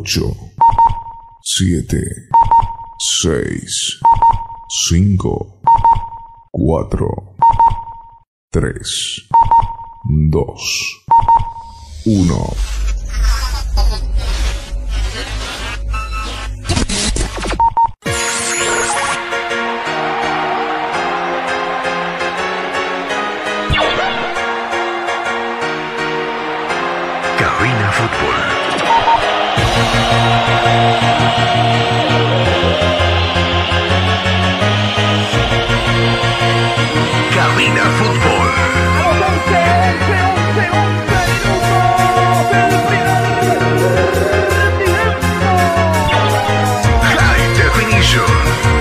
8, 7, 6, 5, 4, 3, 2, 1. Cabina Fútbol. Cabina Fútbol. High Definition.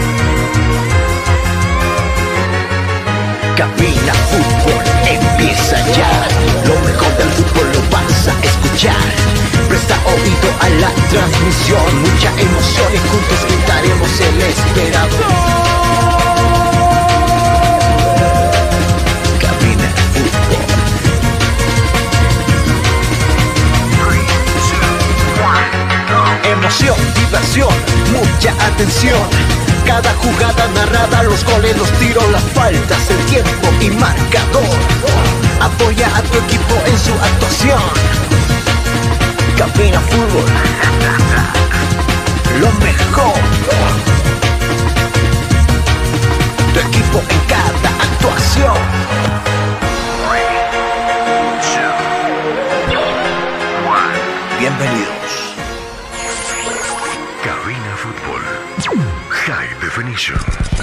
Cabina Fútbol empieza ya. Lo mejor del fútbol lo vas a escuchar. Presta oído a la transmisión. Mucha emoción y juntos gritaremos el esperado. Cabina Fútbol. 3, 2, 1, emoción, diversión, mucha atención. Cada jugada narrada, los goles, los tiros, las faltas, el tiempo y marcador. Apoya a tu equipo en su actuación. Cabina Fútbol. Lo mejor. Tu equipo en cada actuación. 3, 2, 1. Bienvenidos. Cabina Fútbol. High Definition.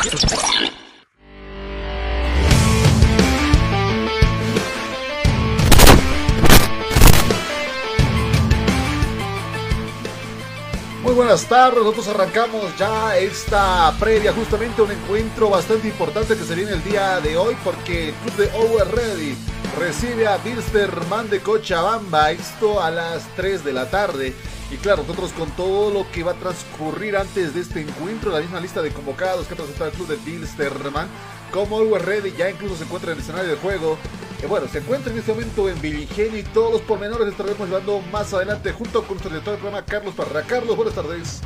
Muy buenas tardes, nosotros arrancamos ya esta previa justamente a un encuentro bastante importante que se viene el día de hoy porque el club de Always Ready recibe a Wilstermann de Cochabamba, esto a las 3 de la tarde. Y claro, nosotros con todo lo que va a transcurrir antes de este encuentro, la misma lista de convocados que ha presentado el club de Wilstermann, como Always Ready ya incluso se encuentra en el escenario de juego. Bueno, se encuentra en este momento en Viligenio y todos los pormenores estaremos llevando más adelante junto con nuestro director del programa, Carlos Parra. Carlos, buenas tardes.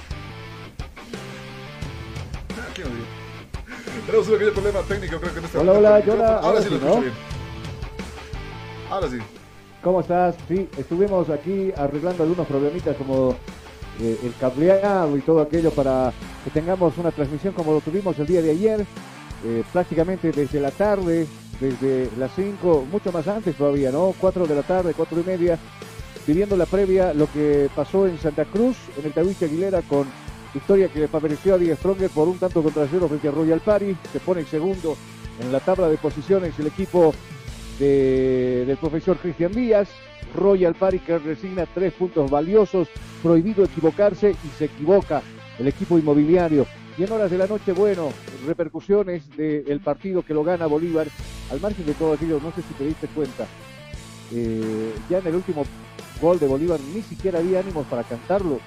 Tenemos un pequeño problema técnico, creo que en este Hola, momento. hola, Ahora sí lo escucho ¿no? bien. Ahora sí. ¿Cómo estás? Sí, estuvimos aquí arreglando algunos problemitas como el cableado y todo aquello para que tengamos una transmisión como lo tuvimos el día de ayer, prácticamente desde la tarde, desde las 5, mucho más antes todavía, ¿no? 4 de la tarde, 4 y media, viviendo la previa, lo que pasó en Santa Cruz, en el Tahuiche Aguilera, con victoria que le favoreció a Die Stronger por un tanto contra cero frente a Royal Party. Se pone en segundo en la tabla de posiciones el equipo del profesor Cristian Díaz. Royal Party que resigna 3 puntos valiosos, prohibido equivocarse y se equivoca el equipo inmobiliario. Y en horas de la noche, bueno, repercusiones del partido que lo gana Bolívar, al margen de todo aquello, no sé si te diste cuenta, ya en el último gol de Bolívar ni siquiera había ánimos para cantarlo.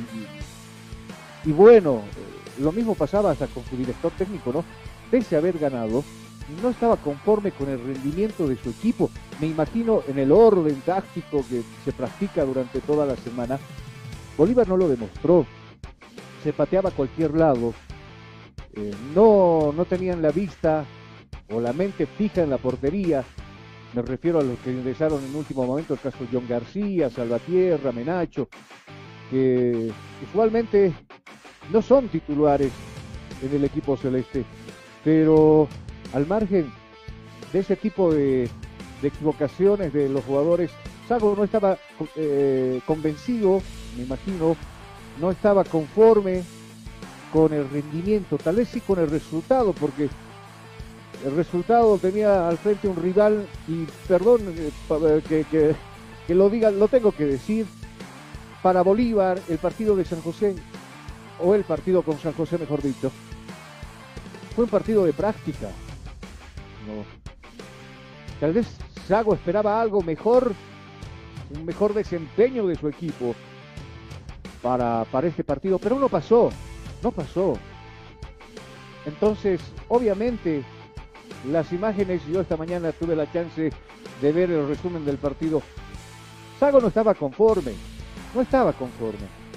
Y bueno, lo mismo pasaba hasta con su director técnico, ¿no? Pese a haber ganado, no estaba conforme con el rendimiento de su equipo. Me imagino en el orden táctico que se practica durante toda la semana, Bolívar no lo demostró. Se pateaba a cualquier lado, no tenían la vista o la mente fija en la portería. Me refiero a los que ingresaron en último momento, el caso de John García, Salvatierra, Menacho, que usualmente no son titulares en el equipo celeste, pero al margen de ese tipo de equivocaciones de los jugadores, Sago no estaba convencido, me imagino, no estaba conforme con el rendimiento, tal vez sí con el resultado, porque el resultado tenía al frente un rival, y perdón que lo diga, lo tengo que decir, para Bolívar el partido de San José, o el partido con San José mejor dicho, fue un partido de práctica. No. Tal vez Sago esperaba algo mejor, un mejor desempeño de su equipo para este partido, pero no pasó. Entonces, obviamente, las imágenes, yo esta mañana tuve la chance de ver el resumen del partido. Sago no estaba conforme.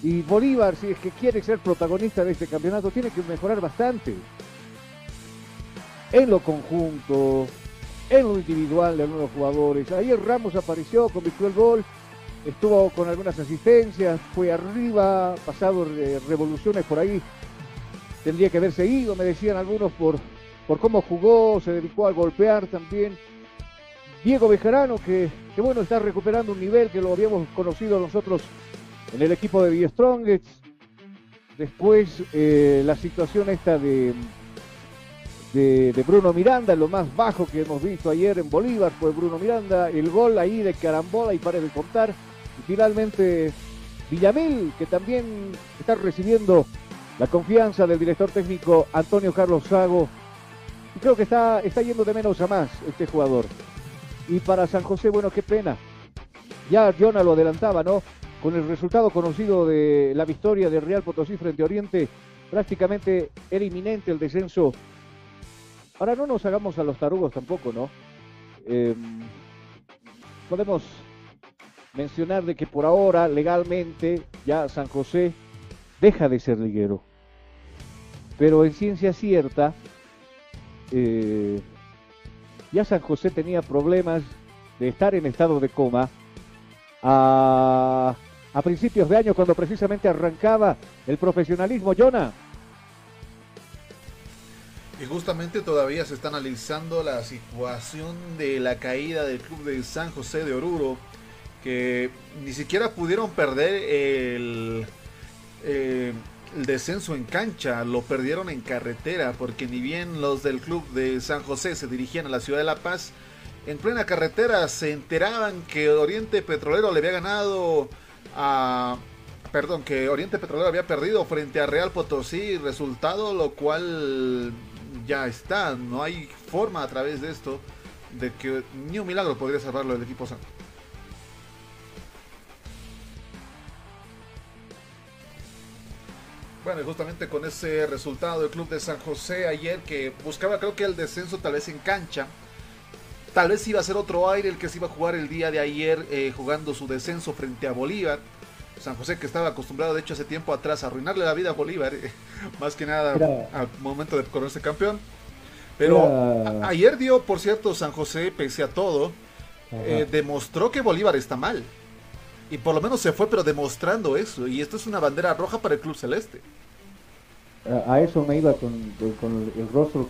Y Bolívar, si es que quiere ser protagonista de este campeonato, tiene que mejorar bastante. En lo conjunto, en lo individual de algunos jugadores. Ayer Ramos apareció, convirtió el gol, estuvo con algunas asistencias, fue arriba, pasado revoluciones por ahí. Tendría que haber seguido, me decían algunos, por cómo jugó, se dedicó a golpear también. Diego Bejarano, que bueno, está recuperando un nivel que lo habíamos conocido nosotros en el equipo de The Strongest. Después la situación esta de Bruno Miranda, lo más bajo que hemos visto ayer en Bolívar fue Bruno Miranda, el gol ahí de carambola y pare de contar. Y finalmente Villamil, que también está recibiendo la confianza del director técnico Antonio Carlos Sago. Y creo que está yendo de menos a más este jugador. Y para San José, bueno, qué pena. Ya Jonah lo adelantaba, ¿no? Con el resultado conocido de la victoria de Real Potosí frente a Oriente, prácticamente era inminente el descenso. Ahora no nos hagamos a los tarugos tampoco, ¿no? Podemos mencionar de que por ahora, legalmente, ya San José deja de ser liguero. Pero en ciencia cierta, ya San José tenía problemas de estar en estado de coma a principios de año, cuando precisamente arrancaba el profesionalismo, Jonah. Y justamente todavía se está analizando la situación de la caída del club de San José de Oruro, que ni siquiera pudieron perder el descenso en cancha, lo perdieron en carretera, porque ni bien los del club de San José se dirigían a la ciudad de La Paz, en plena carretera se enteraban que Oriente Petrolero le había ganado que Oriente Petrolero había perdido frente a Real Potosí, resultado lo cual ya está, no hay forma a través de esto de que ni un milagro podría salvarlo del equipo santo. Bueno, y justamente con ese resultado del club de San José ayer, que buscaba creo que el descenso tal vez en cancha, tal vez iba a ser otro aire el que se iba a jugar el día de ayer, jugando su descenso frente a Bolívar. San José, que estaba acostumbrado de hecho hace tiempo atrás a arruinarle la vida a Bolívar, más que nada al momento de coronarse campeón. Pero ayer dio, por cierto, San José, pese a todo, demostró que Bolívar está mal. Y por lo menos se fue, pero demostrando eso. Y esto es una bandera roja para el club celeste. A eso me iba con el rostro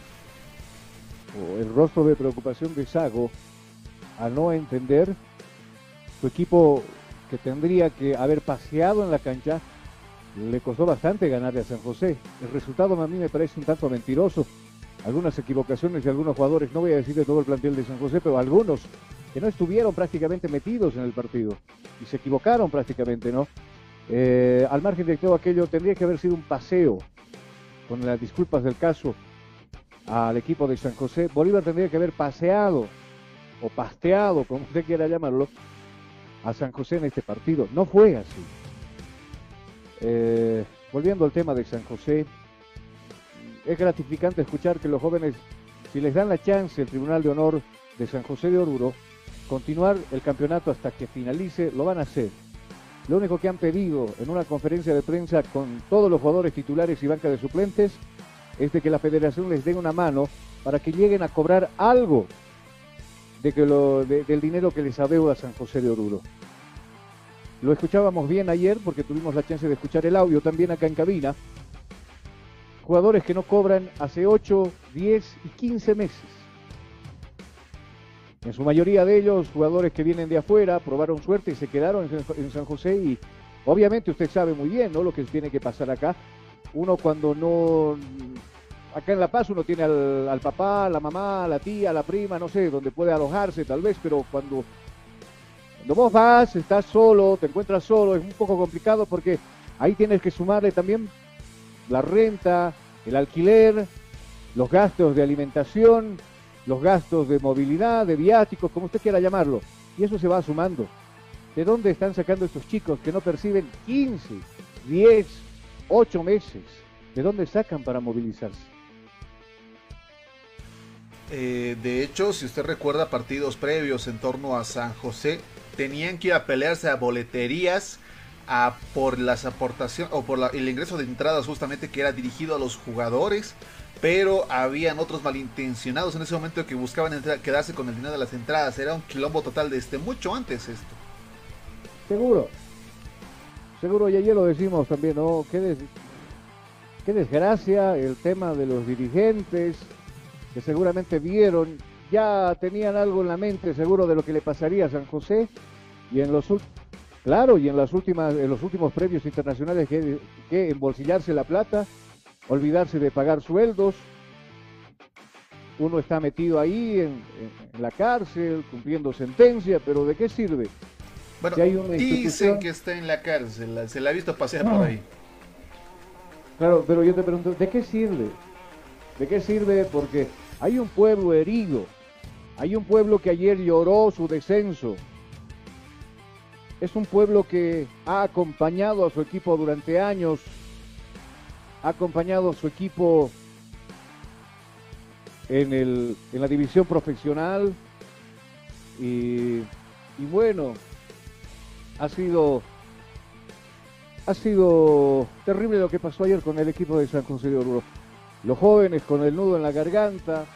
el rostro de preocupación de Sago, a no entender su equipo, que tendría que haber paseado en la cancha. Le costó bastante ganarle a San José. El resultado a mí me parece un tanto mentiroso. Algunas equivocaciones de algunos jugadores, no voy a decir de todo el plantel de San José, pero algunos que no estuvieron prácticamente metidos en el partido y se equivocaron prácticamente, ¿no? Al margen de todo aquello, tendría que haber sido un paseo, con las disculpas del caso, al equipo de San José. Bolívar tendría que haber paseado o pasteado, como usted quiera llamarlo, a San José en este partido. No fue así. Volviendo al tema de San José, es gratificante escuchar que los jóvenes, si les dan la chance el Tribunal de Honor de San José de Oruro, continuar el campeonato hasta que finalice, lo van a hacer. Lo único que han pedido en una conferencia de prensa con todos los jugadores titulares y banca de suplentes es de que la federación les dé una mano para que lleguen a cobrar algo del dinero que les adeuda San José de Oruro. Lo escuchábamos bien ayer porque tuvimos la chance de escuchar el audio también acá en cabina. Jugadores que no cobran hace 8, 10 y 15 meses. En su mayoría de ellos, jugadores que vienen de afuera, probaron suerte y se quedaron en San José. Y obviamente usted sabe muy bien, ¿no?, lo que tiene que pasar acá. Uno cuando no... Acá en La Paz uno tiene al papá, la mamá, la tía, la prima, no sé, donde puede alojarse tal vez, pero cuando vos vas, estás solo, te encuentras solo, es un poco complicado porque ahí tienes que sumarle también la renta, el alquiler, los gastos de alimentación, los gastos de movilidad, de viáticos, como usted quiera llamarlo, y eso se va sumando. ¿De dónde están sacando estos chicos que no perciben 15, 10, 8 meses? ¿De dónde sacan para movilizarse? De hecho, si usted recuerda partidos previos en torno a San José, tenían que ir a pelearse a boleterías por las aportaciones o por el ingreso de entradas justamente que era dirigido a los jugadores, pero habían otros malintencionados en ese momento que buscaban quedarse con el dinero de las entradas. Era un quilombo total desde mucho antes esto. Seguro, y ayer lo decimos también, ¿no? Qué desgracia el tema de los dirigentes que seguramente vieron, ya tenían algo en la mente seguro de lo que le pasaría a San José, y en los últimos premios internacionales que embolsillarse la plata, olvidarse de pagar sueldos. Uno está metido ahí en la cárcel, cumpliendo sentencia, pero ¿de qué sirve? Bueno, si hay una dicen que está en la cárcel, se la ha visto pasear por ahí. Claro, pero yo te pregunto, ¿de qué sirve? ¿De qué sirve? Porque hay un pueblo herido, hay un pueblo que ayer lloró su descenso. Es un pueblo que ha acompañado a su equipo durante años, ha acompañado a su equipo en la división profesional y bueno, ha sido terrible lo que pasó ayer con el equipo de San José de Oruro. Los jóvenes con el nudo en la garganta,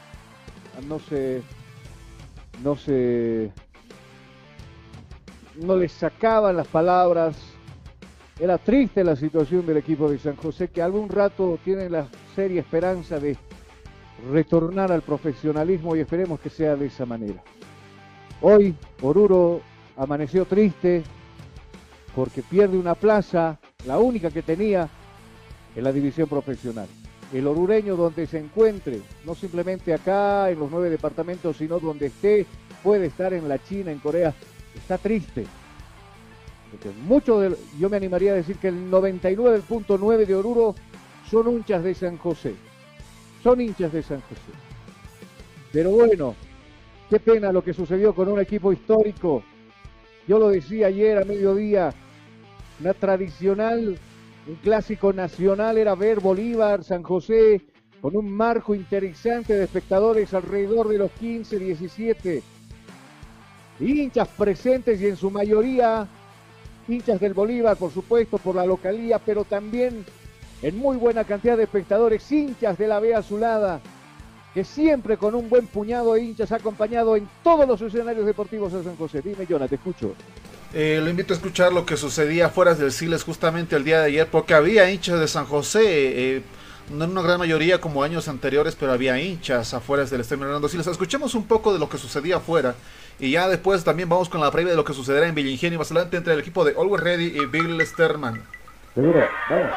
no les sacaban las palabras. Era triste la situación del equipo de San José, que algún rato tiene la seria esperanza de retornar al profesionalismo, y esperemos que sea de esa manera. Hoy Oruro amaneció triste porque pierde una plaza, la única que tenía en la división profesional. El orureño, donde se encuentre, no simplemente acá en los 9 departamentos, sino donde esté, puede estar en la China, en Corea, está triste. Porque yo me animaría a decir que el 99.9 de Oruro son hinchas de San José. Son hinchas de San José. Pero bueno, qué pena lo que sucedió con un equipo histórico. Yo lo decía ayer a mediodía, una tradicional, un clásico nacional era ver Bolívar, San José, con un marco interesante de espectadores alrededor de los 15, 17. Hinchas presentes y en su mayoría hinchas del Bolívar, por supuesto, por la localía, pero también en muy buena cantidad de espectadores, hinchas de la B Azulada, que siempre con un buen puñado de hinchas ha acompañado en todos los escenarios deportivos a San José. Dime, Jonah, te escucho. Lo invito a escuchar lo que sucedía afuera del Siles justamente el día de ayer, porque había hinchas de San José, no en una gran mayoría como años anteriores, pero había hinchas afuera del Estadio Hernando Siles. Escuchemos un poco de lo que sucedía afuera, y ya después también vamos con la previa de lo que sucederá en Villa Ingenio más adelante entre el equipo de Always Ready y Bill Sterman. Seguro, vamos.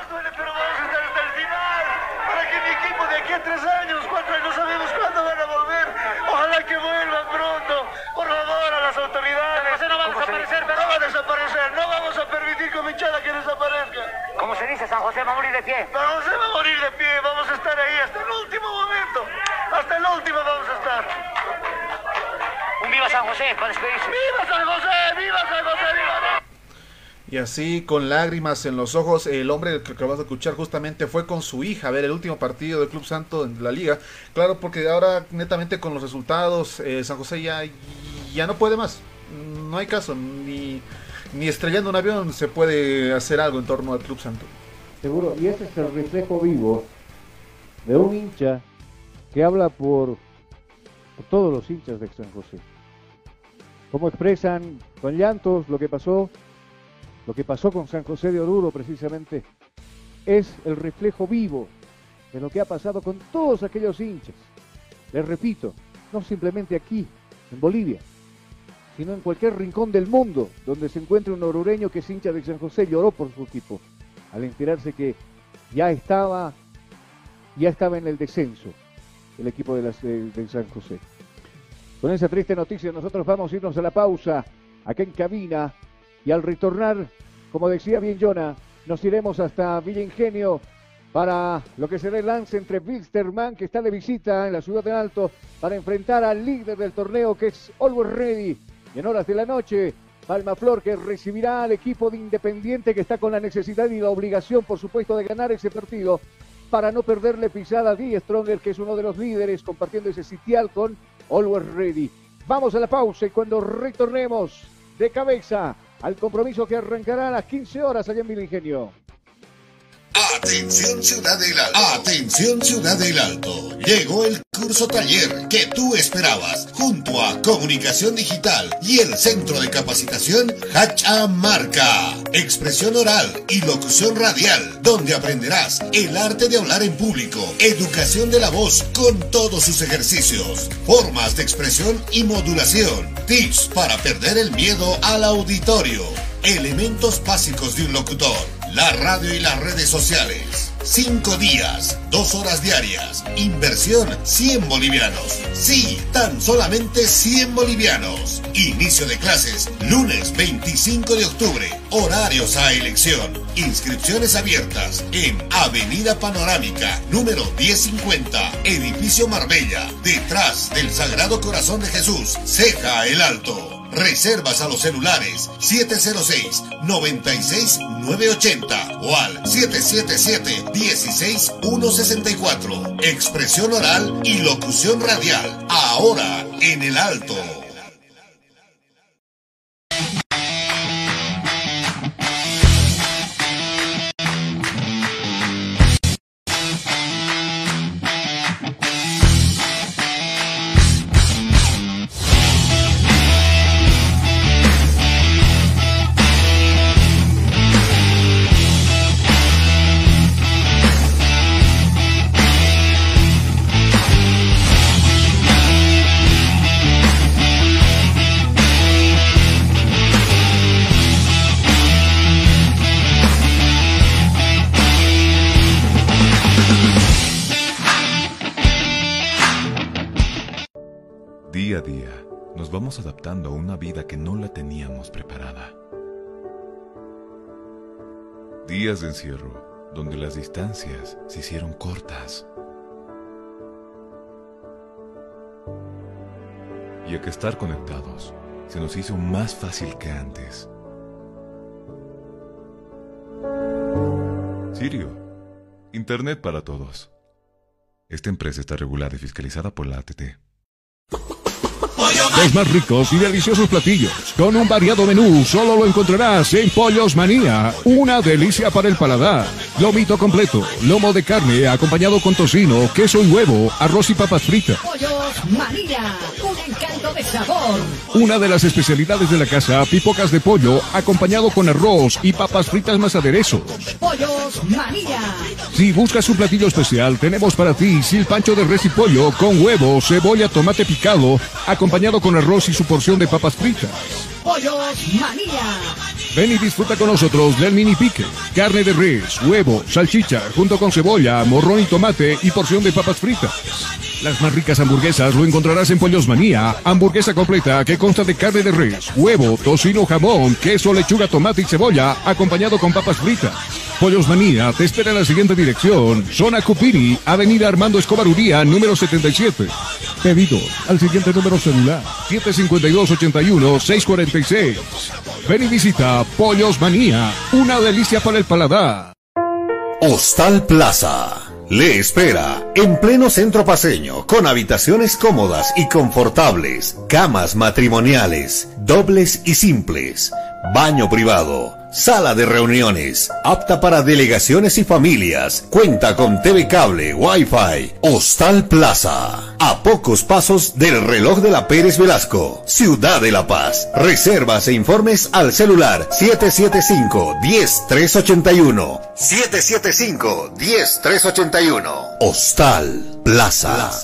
Como se dice, San José va a morir de pie. San José va a morir de pie, vamos a estar ahí hasta el último momento. Hasta el último vamos a estar. Un viva San José para despedirse. ¡Viva San José! ¡Viva San José! ¡Viva! Y así, con lágrimas en los ojos, el hombre que vas a escuchar justamente fue con su hija a ver el último partido del Club Santo en la liga. Claro, porque ahora netamente con los resultados, San José ya no puede más. No hay caso, ni estrellando un avión se puede hacer algo en torno al Club Santo. Seguro, y ese es el reflejo vivo de un hincha que habla por todos los hinchas de San José. Cómo expresan con llantos lo que pasó con San José de Oruro precisamente, es el reflejo vivo de lo que ha pasado con todos aquellos hinchas. Les repito, no simplemente aquí, en Bolivia, sino en cualquier rincón del mundo donde se encuentre un orureño que es hincha de San José, lloró por su equipo al enterarse que ya estaba en el descenso el equipo de San José. Con esa triste noticia nosotros vamos a irnos a la pausa acá en cabina, y al retornar, como decía bien Jonah, nos iremos hasta Villa Ingenio para lo que será el lance entre Wilstermann, que está de visita en la ciudad de Alto, para enfrentar al líder del torneo, que es Always Ready. Y en horas de la noche, Palmaflor, que recibirá al equipo de Independiente, que está con la necesidad y la obligación, por supuesto, de ganar ese partido para no perderle pisada a Die Stronger, que es uno de los líderes, compartiendo ese sitial con Always Ready. Vamos a la pausa, y cuando retornemos de cabeza al compromiso que arrancará a las 15 horas allá en Vilingenio. Atención Ciudad del Alto. Atención Ciudad del Alto. Llegó el curso taller que tú esperabas junto a Comunicación Digital y el Centro de Capacitación Hachamarca. Expresión oral y locución radial, donde aprenderás el arte de hablar en público, educación de la voz con todos sus ejercicios, formas de expresión y modulación, tips para perder el miedo al auditorio, elementos básicos de un locutor, la radio y las redes sociales. 5 días, 2 horas diarias. Inversión 100 bolivianos. Sí, tan solamente 100 bolivianos. Inicio de clases lunes 25 de octubre. Horarios a elección. Inscripciones abiertas en Avenida Panorámica, número 1050, Edificio Marbella, detrás del Sagrado Corazón de Jesús, Ceja el Alto. Reservas a los celulares 706-96-980 o al 777-16164. Expresión oral y locución radial. Ahora en el Alto. Día a día, nos vamos adaptando a una vida que no la teníamos preparada. Días de encierro, donde las distancias se hicieron cortas. Y a que estar conectados se nos hizo más fácil que antes. Sirio, Internet para todos. Esta empresa está regulada y fiscalizada por la ATT. Los más ricos y deliciosos platillos, con un variado menú, solo lo encontrarás en Pollos Manía. Una delicia para el paladar. Lomito completo, lomo de carne acompañado con tocino, queso y huevo, arroz y papas fritas. Pollos Manía, un encanto de sabor. Una de las especialidades de la casa, pipocas de pollo, acompañado con arroz y papas fritas más aderezos. Pollos Manía. Si buscas un platillo especial, tenemos para ti silpancho de res y pollo con huevo, cebolla, tomate picado, acompañado con arroz y su porción de papas fritas. Pollos Manía. Ven y disfruta con nosotros del mini pique, carne de res, huevo, salchicha, junto con cebolla, morrón y tomate y porción de papas fritas. Las más ricas hamburguesas lo encontrarás en Pollos Manía. Hamburguesa completa que consta de carne de res, huevo, tocino, jamón, queso, lechuga, tomate y cebolla, acompañado con papas fritas. Pollos Manía te espera en la siguiente dirección: Zona Cupiri, Avenida Armando Escobar Uría, número 77. Pedidos al siguiente número celular: 752-81-646. Ven y visita Pollos Manía, una delicia para el paladar. Hostal Plaza le espera en pleno centro paceño, con habitaciones cómodas y confortables, camas matrimoniales, dobles y simples, baño privado, sala de reuniones, apta para delegaciones y familias, cuenta con TV cable, Wi-Fi. Hostal Plaza, a pocos pasos del reloj de la Pérez Velasco, Ciudad de La Paz. Reservas e informes al celular 775-10381. 775-10381. Hostal Plaza.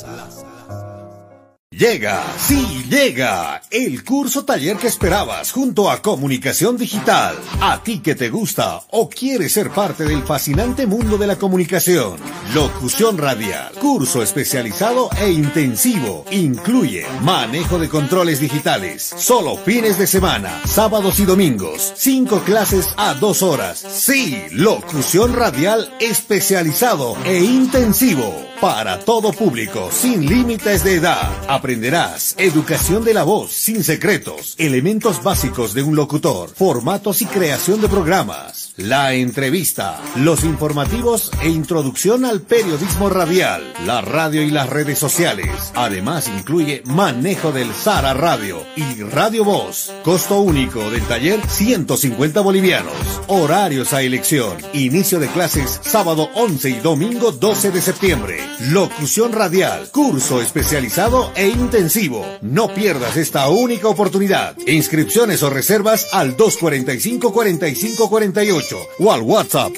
Llega, sí llega, el curso taller que esperabas junto a Comunicación Digital. A ti que te gusta o quieres ser parte del fascinante mundo de la comunicación. Locución radial, curso especializado e intensivo. Incluye manejo de controles digitales, solo fines de semana, sábados y domingos. 5 clases a 2 horas. Sí, locución radial especializado e intensivo. para todo público, sin límites de edad. Aprenderás educación de la voz, sin secretos, elementos básicos de un locutor, formatos y creación de programas, la entrevista, los informativos e introducción al periodismo radial, la radio y las redes sociales. Además incluye manejo del Sara Radio y Radio Voz. Costo único del taller 150 bolivianos. Horarios a elección. Inicio de clases sábado 11 y domingo 12 de septiembre. Locución radial, curso especializado e intensivo. No pierdas esta única oportunidad. Inscripciones o reservas al 245-4548 o al WhatsApp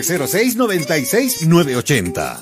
706-96-980.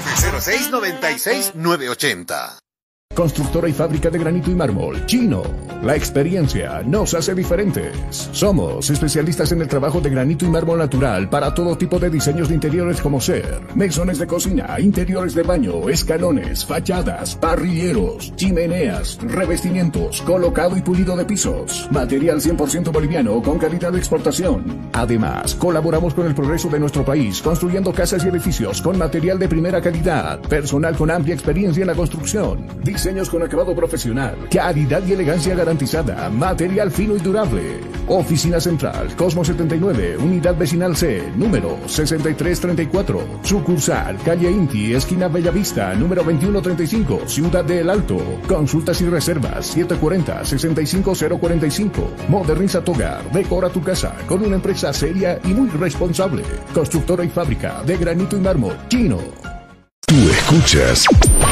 706-96-980. Constructora y fábrica de granito y mármol, Chino. La experiencia nos hace diferentes. Somos especialistas en el trabajo de granito y mármol natural para todo tipo de diseños de interiores como ser mesones de cocina, interiores de baño, escalones, fachadas, parrilleros, chimeneas, revestimientos, colocado y pulido de pisos. Material 100% boliviano con calidad de exportación. Además, colaboramos con el progreso de nuestro país construyendo casas y edificios con material de primera calidad, personal con amplia experiencia en la construcción, diseños con acabado profesional, calidad y elegancia garantizada, material fino y durable. Oficina Central, Cosmo 79, Unidad Vecinal C, número 6334. Sucursal, Calle Inti, esquina Bellavista, número 2135, Ciudad de El Alto. Consultas y reservas 740-65045. Moderniza tu hogar, decora tu casa con una empresa seria y muy responsable. Constructora y fábrica de granito y mármol, Chino. Tú escuchas.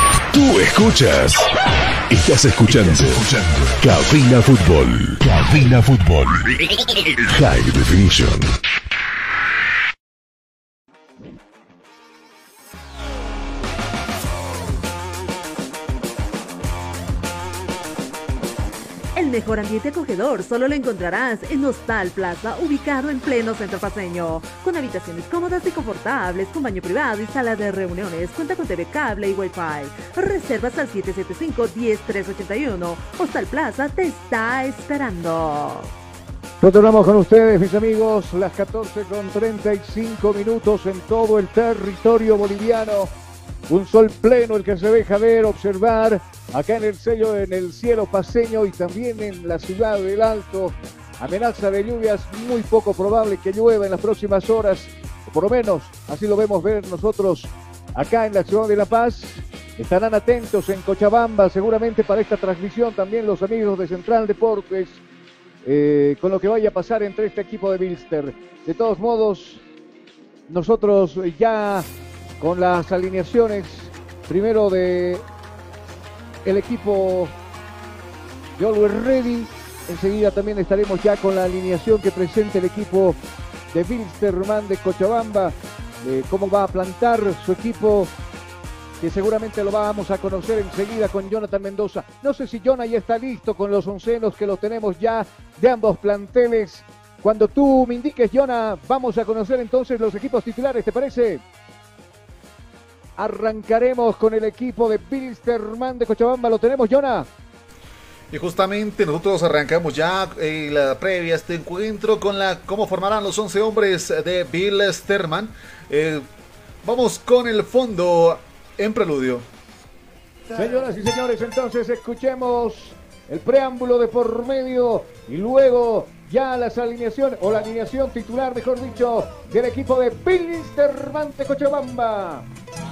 Estás escuchando. Cabina Fútbol. Cabina Fútbol. High Definition. El mejor ambiente acogedor solo lo encontrarás en Hostal Plaza, ubicado en pleno centro paceño, con habitaciones cómodas y confortables, con baño privado y sala de reuniones. Cuenta con TV cable y Wi-Fi. Reservas al 775-10381. Hostal Plaza te está esperando. Continuamos con ustedes, mis amigos, las 14:35 en todo el territorio boliviano. Un sol pleno el que se deja ver, observar acá en el cielo paceño y también en la ciudad del Alto. Amenaza de lluvias, muy poco probable que llueva en las próximas horas, o por lo menos así lo vemos ver nosotros acá en la ciudad de La Paz. Estarán atentos en Cochabamba seguramente para esta transmisión también los amigos de Central Deportes, con lo que vaya a pasar entre este equipo de Bilster. De todos modos, nosotros ya con las alineaciones, primero de el equipo de Always Ready, enseguida también estaremos ya con la alineación que presenta el equipo de Bilsterman de Cochabamba, cómo va a plantar su equipo, que seguramente lo vamos a conocer enseguida con Jonathan Mendoza. No sé si Jonah ya está listo con los oncenos que los tenemos ya de ambos planteles. Cuando tú me indiques, Jonah, vamos a conocer entonces los equipos titulares, ¿te parece? Arrancaremos con el equipo de Bilsterman de Cochabamba. ¿Lo tenemos, Jonah? Y justamente nosotros arrancamos ya la previa a este encuentro con cómo formarán los 11 hombres de Bilsterman. Vamos con el fondo en preludio. Señoras y señores, entonces escuchemos el preámbulo de por medio y luego ya las alineaciones, o la alineación titular, mejor dicho, del equipo de Bilsterman de Cochabamba.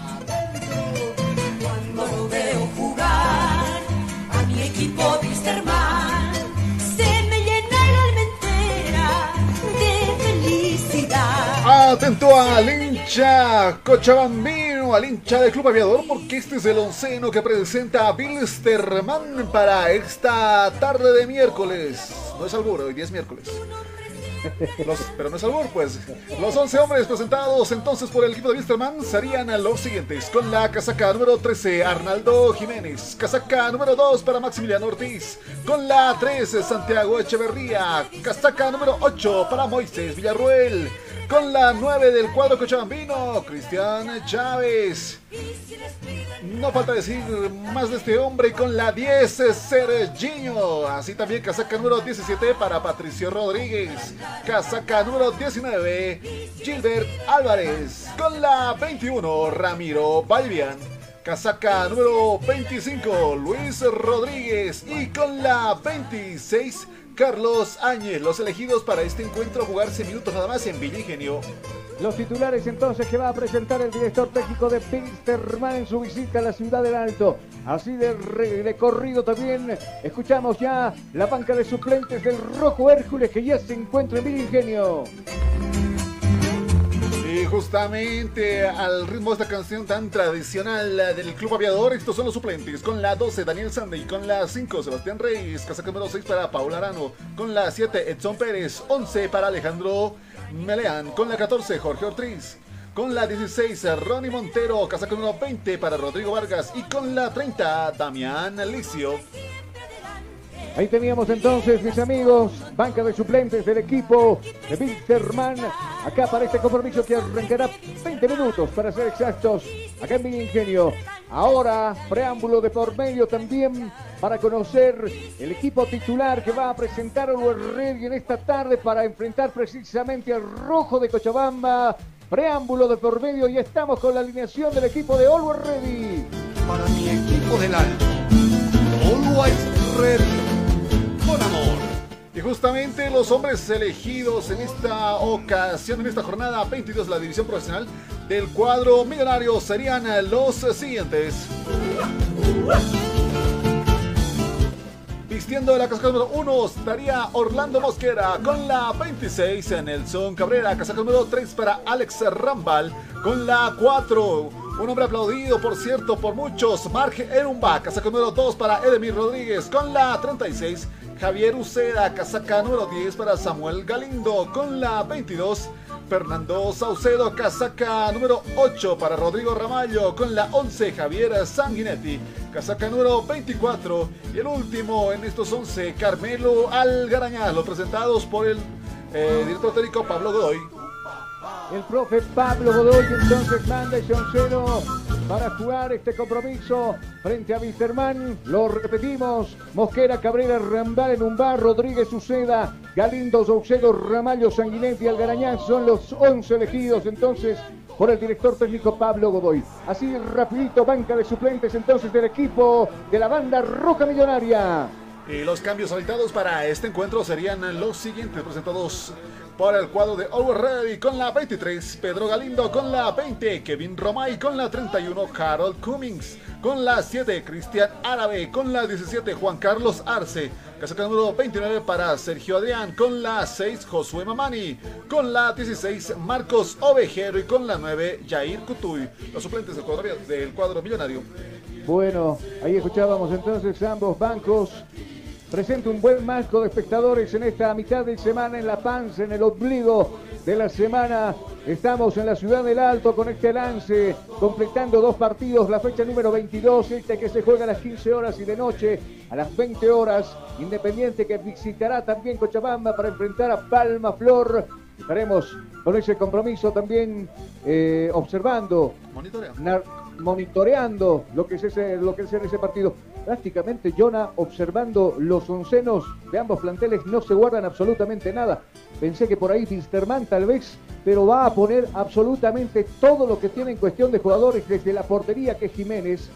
Cuando lo veo jugar a mi equipo Bilsterman, se me llena el alma entera de felicidad. Atento al hincha cochabambino, al hincha del Club Aviador, porque este es el onceno que presenta a Bilsterman para esta tarde de miércoles. No es albur, hoy día es miércoles. Pero no es albur, pues. Los 11 hombres presentados entonces por el equipo de Bilsterman serían los siguientes. Con la casaca número 13, Arnaldo Jiménez. Casaca número 2 para Maximiliano Ortiz. Con la 13, Santiago Echeverría. Casaca número 8 para Moisés Villarruel. Con la 9 del cuadro cochabambino, Cristian Chávez. No falta decir más de este hombre. Con la 10, Serginho. Así también casaca número 17 para Patricio Rodríguez. Casaca número 19, Gilbert Álvarez. Con la 21, Ramiro Balbián. casaca número 25, Luis Rodríguez. Y con la 26, Carlos Áñez. Los elegidos para este encuentro, jugarse minutos nada más en Villa Ingenio. Los titulares entonces que va a presentar el director técnico de Wilstermann en su visita a la Ciudad del Alto. Así de recorrido también escuchamos ya la banca de suplentes del Rojo Hércules, que ya se encuentra en Villa Ingenio. Y justamente al ritmo de esta canción tan tradicional del Club Aviador, estos son los suplentes. Con la 12, Daniel Sandy. Con la 5, Sebastián Reyes. Casaca número 6 para Paul Arano. Con la 7, Edson Pérez. 11 para Alejandro Meleán. Con la 14, Jorge Ortiz. Con la 16, Ronnie Montero. Casaca número 20 para Rodrigo Vargas. Y con la 30, Damián Licio. Ahí teníamos entonces, mis amigos, banca de suplentes del equipo de Wilstermann, acá para este compromiso que arrancará 20 minutos, para ser exactos, acá en Villa Ingenio. Ahora, preámbulo de por medio también para conocer el equipo titular que va a presentar Always Ready en esta tarde para enfrentar precisamente al Rojo de Cochabamba. Preámbulo de por medio y estamos con la alineación del equipo de Always Ready. Para mi equipo del Alto, Always Ready. Con amor. Y justamente los hombres elegidos en esta ocasión, en esta jornada 22 de la división profesional del cuadro millonario serían los siguientes. Vistiendo la casaca número 1 estaría Orlando Mosquera. Con la 26, Nelson Cabrera. Casaca número 3 para Alex Rambal. Con la 4, un hombre aplaudido, por cierto, por muchos, Mark Erumba. Casaca número 2 para Edemir Rodríguez. Con la 36, Javier Uceda. Casaca número 10 para Samuel Galindo. Con la 22, Fernando Saucedo. Casaca número 8 para Rodrigo Ramallo. Con la 11, Javier Sanguinetti. Casaca número 24. Y el último en estos 11, Carmelo Algarañaz. Los presentados por el director técnico Pablo Godoy. El profe Pablo Godoy entonces manda ese onceno para jugar este compromiso frente a Wilstermann. Lo repetimos: Mosquera, Cabrera, Rambal en un bar, Rodríguez, Uceda, Galindo, Saucedo, Ramallo, Sanguinetti y Algarañaz son los 11 elegidos entonces por el director técnico Pablo Godoy. Así rapidito, banca de suplentes entonces del equipo de la banda roja millonaria. Y los cambios habilitados para este encuentro serían los siguientes, presentados por el cuadro de Always Ready. Con la 23, Pedro Galindo. Con la 20, Kevin Romay. Con la 31, Harold Cummings. Con la 7, Cristian Árabe. Con la 17, Juan Carlos Arce. Casaca número 29 para Sergio Adrián. Con la 6, Josué Mamani. Con la 16, Marcos Ovejero. Y con la 9, Jair Cutuy. Los suplentes del cuadro millonario. Bueno, ahí escuchábamos entonces ambos bancos. Presenta un buen marco de espectadores en esta mitad de semana en La Panza, en el ombligo de la semana. Estamos en la Ciudad del Alto con este lance, completando 2 partidos, la fecha número 22, este que se juega a las 15 horas y de noche a las 20 horas. Independiente que visitará también Cochabamba para enfrentar a Palma Flor. Estaremos con ese compromiso también observando, monitoreando lo que es ese partido. Prácticamente, Jonah, observando los oncenos de ambos planteles, no se guardan absolutamente nada. Pensé que por ahí Wilstermann tal vez, pero va a poner absolutamente todo lo que tiene en cuestión de jugadores, desde la portería, que es Jiménez,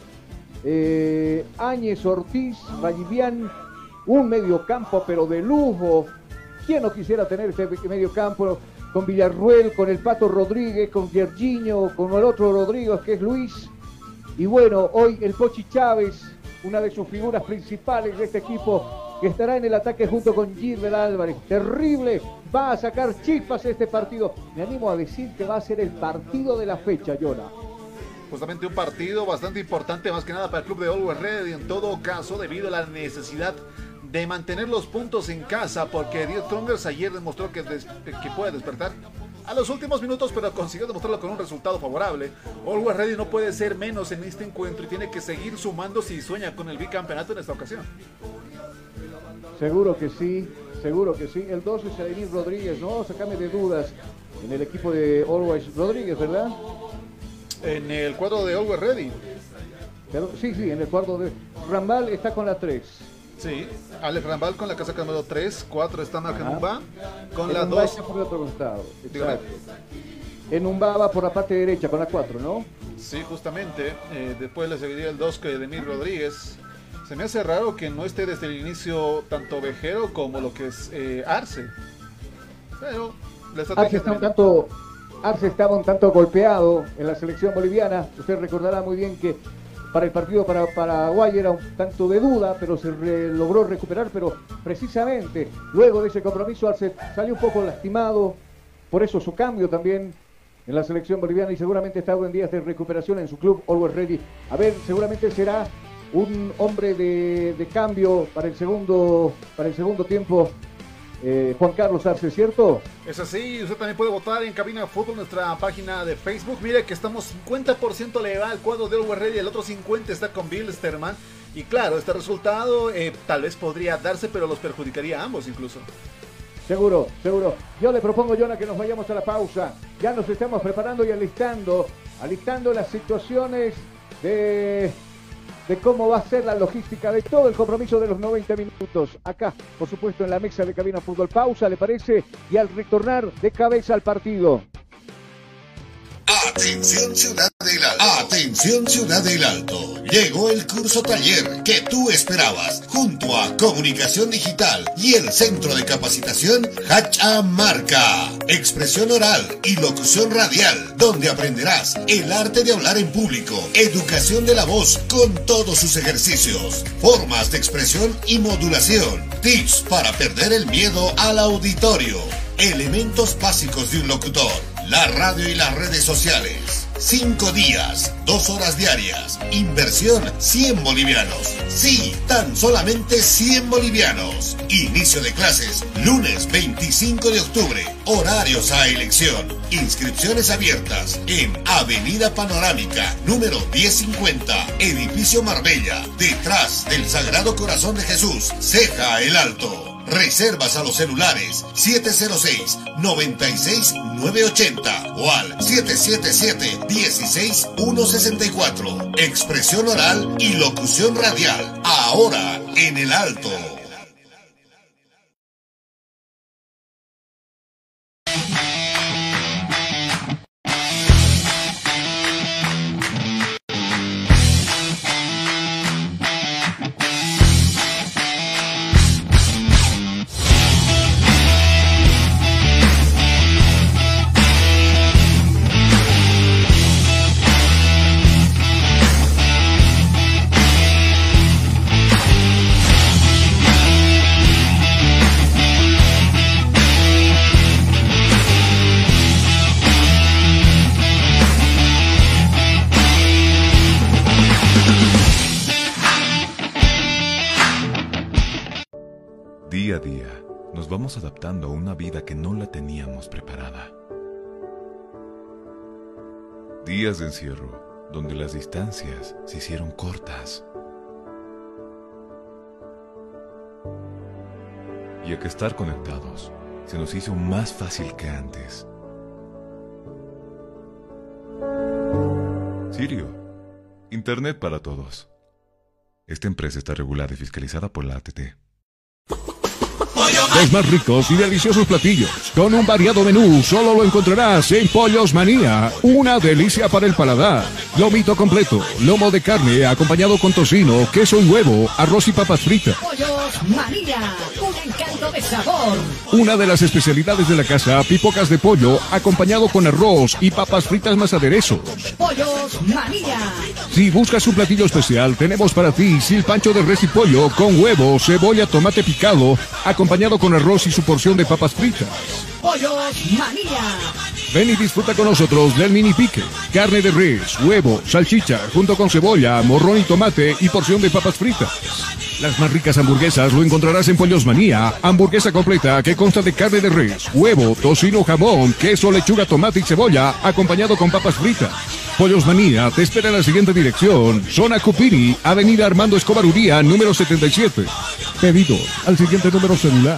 Áñez, Ortiz, Vallivian, un mediocampo pero de lujo. ¿Quién no quisiera tener este mediocampo con Villarruel, con el Pato Rodríguez, con Gerginho, con el otro Rodríguez que es Luis? Y bueno, hoy el Pochi Chávez, una de sus figuras principales de este equipo, que estará en el ataque junto con Gilbert Álvarez. Terrible, va a sacar chispas este partido. Me animo a decir que va a ser el partido de la fecha, Jonah. Justamente un partido bastante importante, más que nada para el club de Always Ready, en todo caso, debido a la necesidad de mantener los puntos en casa, porque Die Strongers ayer demostró que puede despertar a los últimos minutos, pero consiguió demostrarlo con un resultado favorable. Always Ready no puede ser menos en este encuentro y tiene que seguir sumando si sueña con el bicampeonato en esta ocasión. Seguro que sí, seguro que sí. El 12 es Edemir Rodríguez, ¿no? Sácame de dudas. En el equipo de Always Rodríguez, ¿verdad? En el cuadro de Always Ready. Pero, sí, en el cuadro de Rambal está con la 3. Sí, Alex Rambal con la casaca número 3, 4 está Margenumba, con la 2. Por el otro costado. Exacto. en Umbaba por la parte derecha con la 4, ¿no? Sí, justamente. Después le seguiría el 2 que Edemir Rodríguez. Se me hace raro que no esté desde el inicio tanto Vejero como lo que es Arce. Pero la estrategia Arce estaba un tanto golpeado en la selección boliviana. Usted recordará muy bien que para el partido para Paraguay era un tanto de duda, pero se logró recuperar. Pero precisamente luego de ese compromiso Arce salió un poco lastimado. Por eso su cambio también en la selección boliviana y seguramente está en días de recuperación en su club Always Ready. A ver, seguramente será un hombre de cambio para el segundo tiempo. Juan Carlos Arce, ¿cierto? Es así, usted también puede votar en Cabina Fútbol, nuestra página de Facebook. Mire que estamos 50% le va al cuadro de Always Ready, el otro 50% está con Bilsterman. Y claro, este resultado tal vez podría darse, pero los perjudicaría a ambos incluso. Seguro. Yo le propongo, Jonah, que nos vayamos a la pausa. Ya nos estamos preparando y alistando las situaciones de cómo va a ser la logística de todo el compromiso de los 90 minutos. Acá, por supuesto, en la mesa de Cabina Fútbol. Pausa, ¿le parece? Y al retornar de cabeza al partido. Atención Ciudad del Alto. Atención Ciudad del Alto. Llegó el curso taller que tú esperabas, junto a Comunicación Digital y el Centro de Capacitación Hachamarca. Expresión oral y locución radial, donde aprenderás el arte de hablar en público, educación de la voz con todos sus ejercicios, formas de expresión y modulación, tips para perder el miedo al auditorio, elementos básicos de un locutor, la radio y las redes sociales. 5 días, 2 horas diarias. Inversión 100 bolivianos. Sí, tan solamente 100 bolivianos. Inicio de clases lunes 25 de octubre. Horarios a elección. Inscripciones abiertas en Avenida Panorámica, número 1050, Edificio Marbella, detrás del Sagrado Corazón de Jesús, Ceja el Alto. Reservas a los celulares 706-96-980 o al 777-16164. Expresión oral y locución radial. Ahora en el Alto. Día a día, nos vamos adaptando a una vida que no la teníamos preparada. Días de encierro, donde las distancias se hicieron cortas. Y a que estar conectados se nos hizo más fácil que antes. Sirio, Internet para todos. Esta empresa está regulada y fiscalizada por la ATT. Los más ricos y deliciosos platillos, con un variado menú, solo lo encontrarás en Pollos Manía. Una delicia para el paladar. Lomito completo, lomo de carne acompañado con tocino, queso y huevo, arroz y papas fritas. Pollos Manía, un encanto de sabor. Una de las especialidades de la casa, pipocas de pollo, acompañado con arroz y papas fritas más aderezos. Pollos Manía. Si buscas un platillo especial, tenemos para ti silpancho de res y pollo con huevo, cebolla, tomate picado, acompañado con arroz y su porción de papas fritas. Pollos Manía. Ven y disfruta con nosotros del mini pique. Carne de res, huevo, salchicha, junto con cebolla, morrón y tomate y porción de papas fritas. Las más ricas hamburguesas lo encontrarás en Pollos Manía. Hamburguesa completa que consta de carne de res, huevo, tocino, jamón, queso, lechuga, tomate y cebolla, acompañado con papas fritas. Pollos Manía te espera en la siguiente dirección: Zona Cupiri, Avenida Armando Escobar Uría, número 77. Pedidos al siguiente número celular: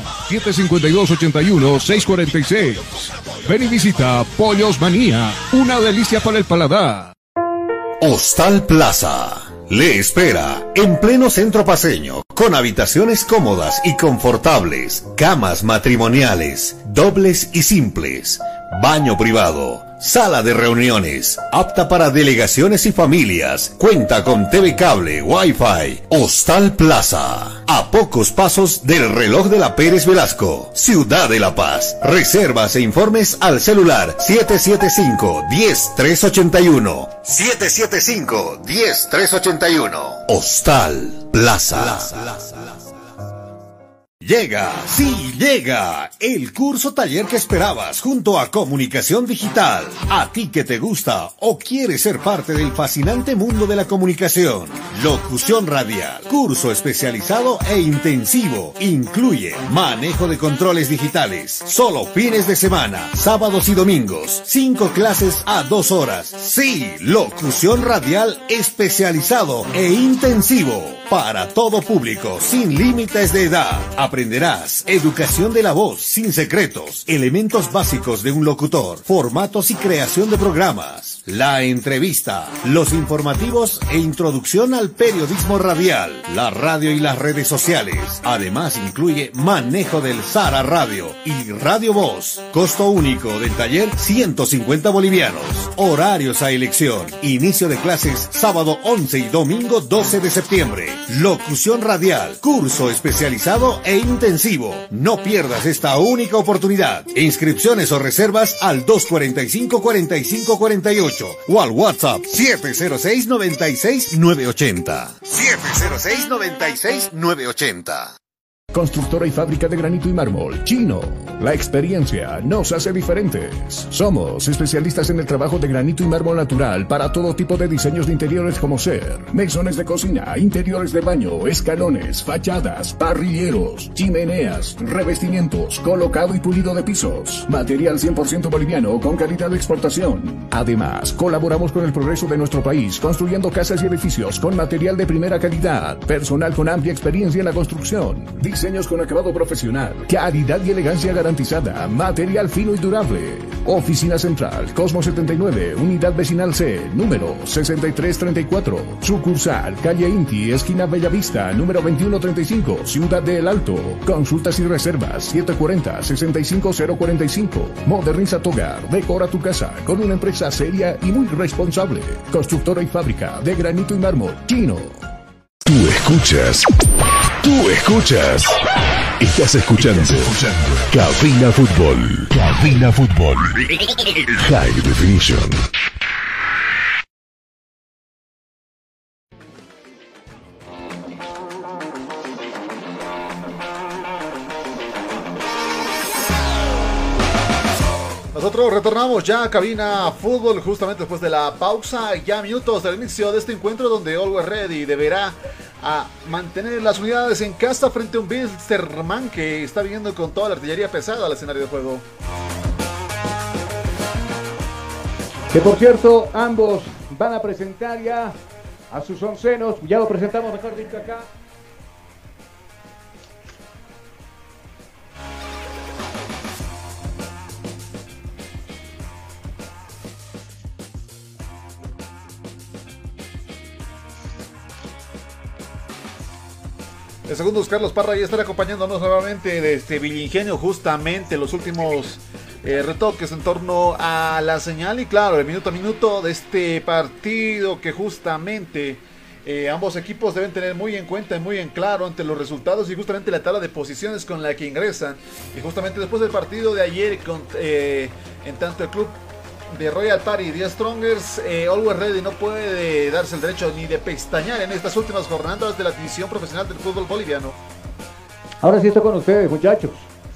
752-81-646. Ven y visita Pollos Manía, una delicia para el paladar. Hostal Plaza le espera en pleno centro paceño, con habitaciones cómodas y confortables, camas matrimoniales, dobles y simples, baño privado, sala de reuniones, apta para delegaciones y familias, cuenta con TV cable, Wi-Fi. Hostal Plaza, a pocos pasos del reloj de la Pérez Velasco, Ciudad de La Paz. Reservas e informes al celular 775-10381. 775-10381. Hostal Plaza. Llega, sí llega, el curso taller que esperabas junto a Comunicación Digital. A ti que te gusta o quieres ser parte del fascinante mundo de la comunicación. Locución radial, curso especializado e intensivo. Incluye manejo de controles digitales, solo fines de semana, sábados y domingos. 5 clases a 2 horas. Sí, locución radial especializado e intensivo. Para todo público, sin límites de edad. Aprenderás educación de la voz, sin secretos, elementos básicos de un locutor, formatos y creación de programas, la entrevista, los informativos e introducción al periodismo radial, la radio y las redes sociales. Además incluye manejo del Sara Radio y Radio Voz. Costo único del taller 150 bolivianos. Horarios a elección. Inicio de clases sábado 11 y domingo 12 de septiembre. Locución radial, curso especializado e intensivo. No pierdas esta única oportunidad. Inscripciones o reservas al 245-4548 o al WhatsApp 706-96-980. 706-96-980. Constructora y fábrica de granito y mármol, Chino. La experiencia nos hace diferentes. Somos especialistas en el trabajo de granito y mármol natural para todo tipo de diseños de interiores como ser mesones de cocina, interiores de baño, escalones, fachadas, parrilleros, chimeneas, revestimientos, colocado y pulido de pisos. Material 100% boliviano con calidad de exportación. Además, colaboramos con el progreso de nuestro país construyendo casas y edificios con material de primera calidad, personal con amplia experiencia en la construcción, diseños con acabado profesional, calidad y elegancia garantizada, material fino y durable. Oficina Central, Cosmo 79, Unidad Vecinal C, número 6334. Sucursal, Calle Inti, esquina Bellavista, número 2135, Ciudad de El Alto. Consultas y reservas 740-65045. Moderniza tu hogar, decora tu casa con una empresa seria y muy responsable. Constructora y fábrica de granito y mármol, Chino. Tú escuchas. Estás escuchando. Cabina Fútbol. Cabina Fútbol. High Definition. Nosotros retornamos ya a Cabina Fútbol justamente después de la pausa, ya minutos del inicio de este encuentro donde Always Ready deberá mantener las unidades en casa frente a un Wilstermann que está viniendo con toda la artillería pesada al escenario de juego. Que por cierto, ambos van a presentar ya a sus oncenos, ya lo presentamos mejor dicho acá. El segundo es Carlos Parra y estará acompañándonos nuevamente desde Villingenio, justamente los últimos retoques en torno a la señal y claro, el minuto a minuto de este partido que justamente ambos equipos deben tener muy en cuenta y muy en claro ante los resultados y justamente la tabla de posiciones con la que ingresan. Y justamente después del partido de ayer, en tanto el club de Royal Party y The Strongers, Always Ready no puede darse el derecho ni de pestañear en estas últimas jornadas de la división profesional del fútbol boliviano. Ahora sí estoy con ustedes, muchachos.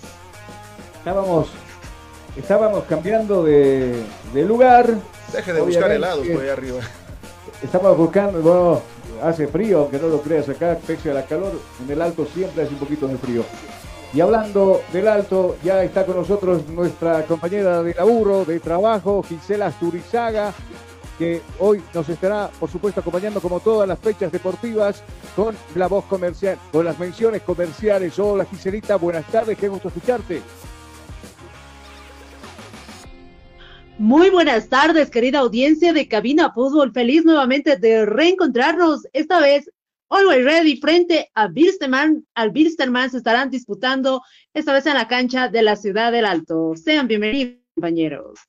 Estábamos cambiando de lugar. Deje de buscar helados por ahí arriba. Estamos buscando, bueno, hace frío, aunque no lo creas acá, pese a la calor, en el Alto siempre hace un poquito de frío. Y hablando del Alto, ya está con nosotros nuestra compañera de laburo, de trabajo, Gisela Asturizaga, que hoy nos estará, por supuesto, acompañando como todas las fechas deportivas con la voz comercial, con las menciones comerciales. Hola Giselita, buenas tardes, qué gusto escucharte. Muy buenas tardes, querida audiencia de Cabina Fútbol. Feliz nuevamente de reencontrarnos. Esta vez, Always Ready frente a Wilstermann. Al Wilstermann se estarán disputando esta vez en la cancha de la Ciudad del Alto. Sean bienvenidos. compañeros.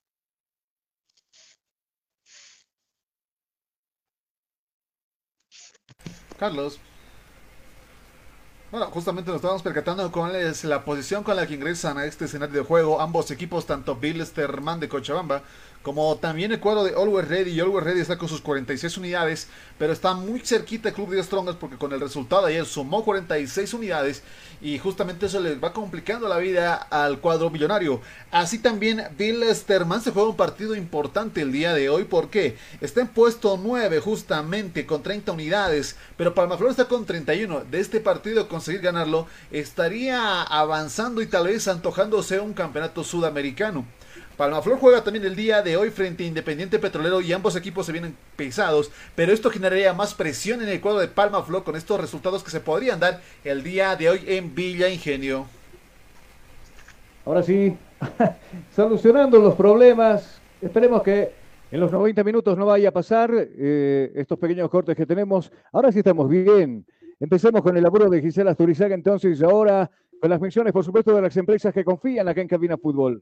Carlos. Bueno, justamente nos estábamos percatando cuál es la posición con la que ingresan a este escenario de juego ambos equipos, tanto Bilsterman de Cochabamba como también el cuadro de Always Ready. Y Always Ready está con sus 46 unidades, pero está muy cerquita el Club de Strongers porque con el resultado de ayer sumó 46 unidades y justamente eso les va complicando la vida al cuadro millonario. Así también Bilsterman se juega un partido importante el día de hoy porque está en puesto 9 justamente con 30 unidades, pero Palmaflor está con 31. De este partido conseguir ganarlo estaría avanzando y tal vez antojándose un campeonato sudamericano. Palmaflor juega también el día de hoy frente a Independiente Petrolero y ambos equipos se vienen pesados, pero esto generaría más presión en el cuadro de Palmaflor con estos resultados que se podrían dar el día de hoy en Villa Ingenio. Ahora sí, solucionando los problemas, esperemos que en los 90 minutos no vaya a pasar estos pequeños cortes que tenemos. Ahora sí estamos bien. Empecemos con el laburo de Gisela Asturizaga entonces, ahora con las menciones, por supuesto, de las empresas que confían acá en Cabina Fútbol.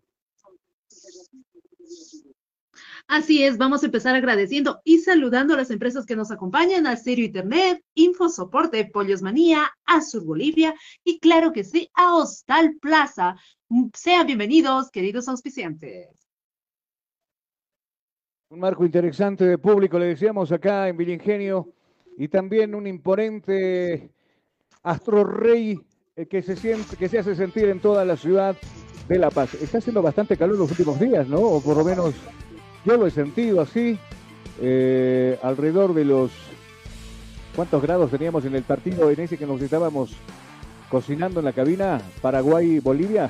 Así es, vamos a empezar agradeciendo y saludando a las empresas que nos acompañan, a Serio Internet, Infosoporte, Pollos Manía, Azur Bolivia y claro que sí, a Hostal Plaza. Sean bienvenidos, queridos auspiciantes. Un marco interesante de público, le decíamos acá en Villingenio, y también un imponente Astro Rey que se hace sentir en toda la ciudad de La Paz. Está haciendo bastante calor los últimos días, ¿no? O por lo menos yo lo he sentido así, alrededor de los... ¿Cuántos grados teníamos en el partido en ese que nos estábamos cocinando en la cabina? Paraguay-Bolivia.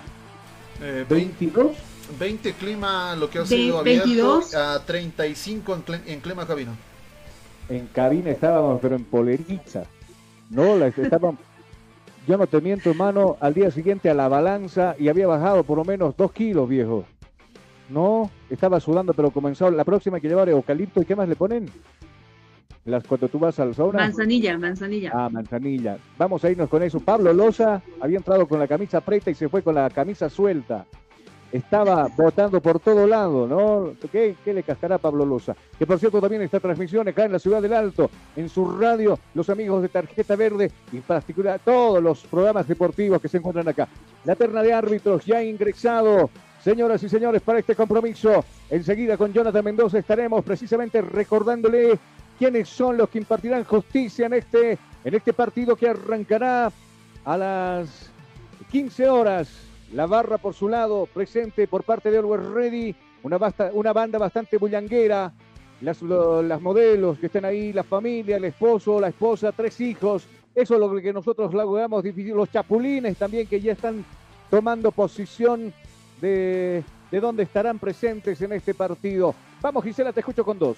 22. 20 clima, lo que ha sido abierto, 22. A 35 en clima cabina. En cabina estábamos, pero en polerita. No, estábamos... Yo no te miento, hermano, al día siguiente a la balanza y había bajado por lo menos 2 kilos, viejo. No, estaba sudando, pero comenzó. La próxima hay que llevar eucalipto. ¿Y qué más le ponen? Cuando tú vas al sauna. Manzanilla. Ah, manzanilla. Vamos a irnos con eso. Pablo Loza había entrado con la camisa preta y se fue con la camisa suelta. Estaba botando por todo lado, ¿no? ¿Qué le cascará a Pablo Loza? Que por cierto también está transmisión acá en la Ciudad del Alto, en su radio, los amigos de Tarjeta Verde, y en particular todos los programas deportivos que se encuentran acá. La terna de árbitros ya ha ingresado. Señoras y señores, para este compromiso, enseguida con Jonathan Mendoza estaremos precisamente recordándole quiénes son los que impartirán justicia en este partido que arrancará a las 15 horas. La barra por su lado, presente por parte de Always Ready, una banda bastante bullanguera, las modelos que están ahí, la familia, el esposo, la esposa, 3 hijos. Eso es lo que nosotros logramos difícil. Los chapulines también que ya están tomando posición de dónde estarán presentes en este partido. Vamos, Gisela, te escucho con 2.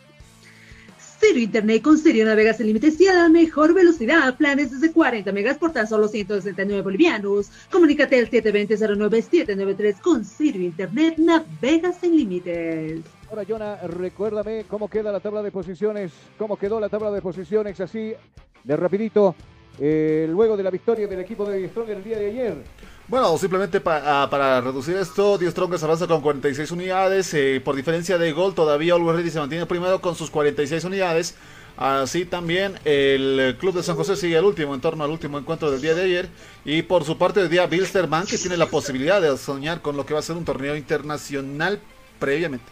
Serio Internet con Serio navegas sin límites y a la mejor velocidad. Planes desde 40 megas por tan solo 169 bolivianos. Comunícate al 720-09793 con Serio Internet navegas sin límites. Ahora, Jonah, recuérdame cómo queda la tabla de posiciones, cómo quedó la tabla de posiciones así de rapidito, luego de la victoria del equipo de Stronger el día de ayer. Bueno, simplemente para reducir esto, Die Strongers avanza con 46 unidades, por diferencia de gol todavía Always Ready se mantiene primero con sus 46 unidades, así también el Club de San José sigue al último, en torno al último encuentro del día de ayer, y por su parte el día Bilsterman que tiene la posibilidad de soñar con lo que va a ser un torneo internacional previamente.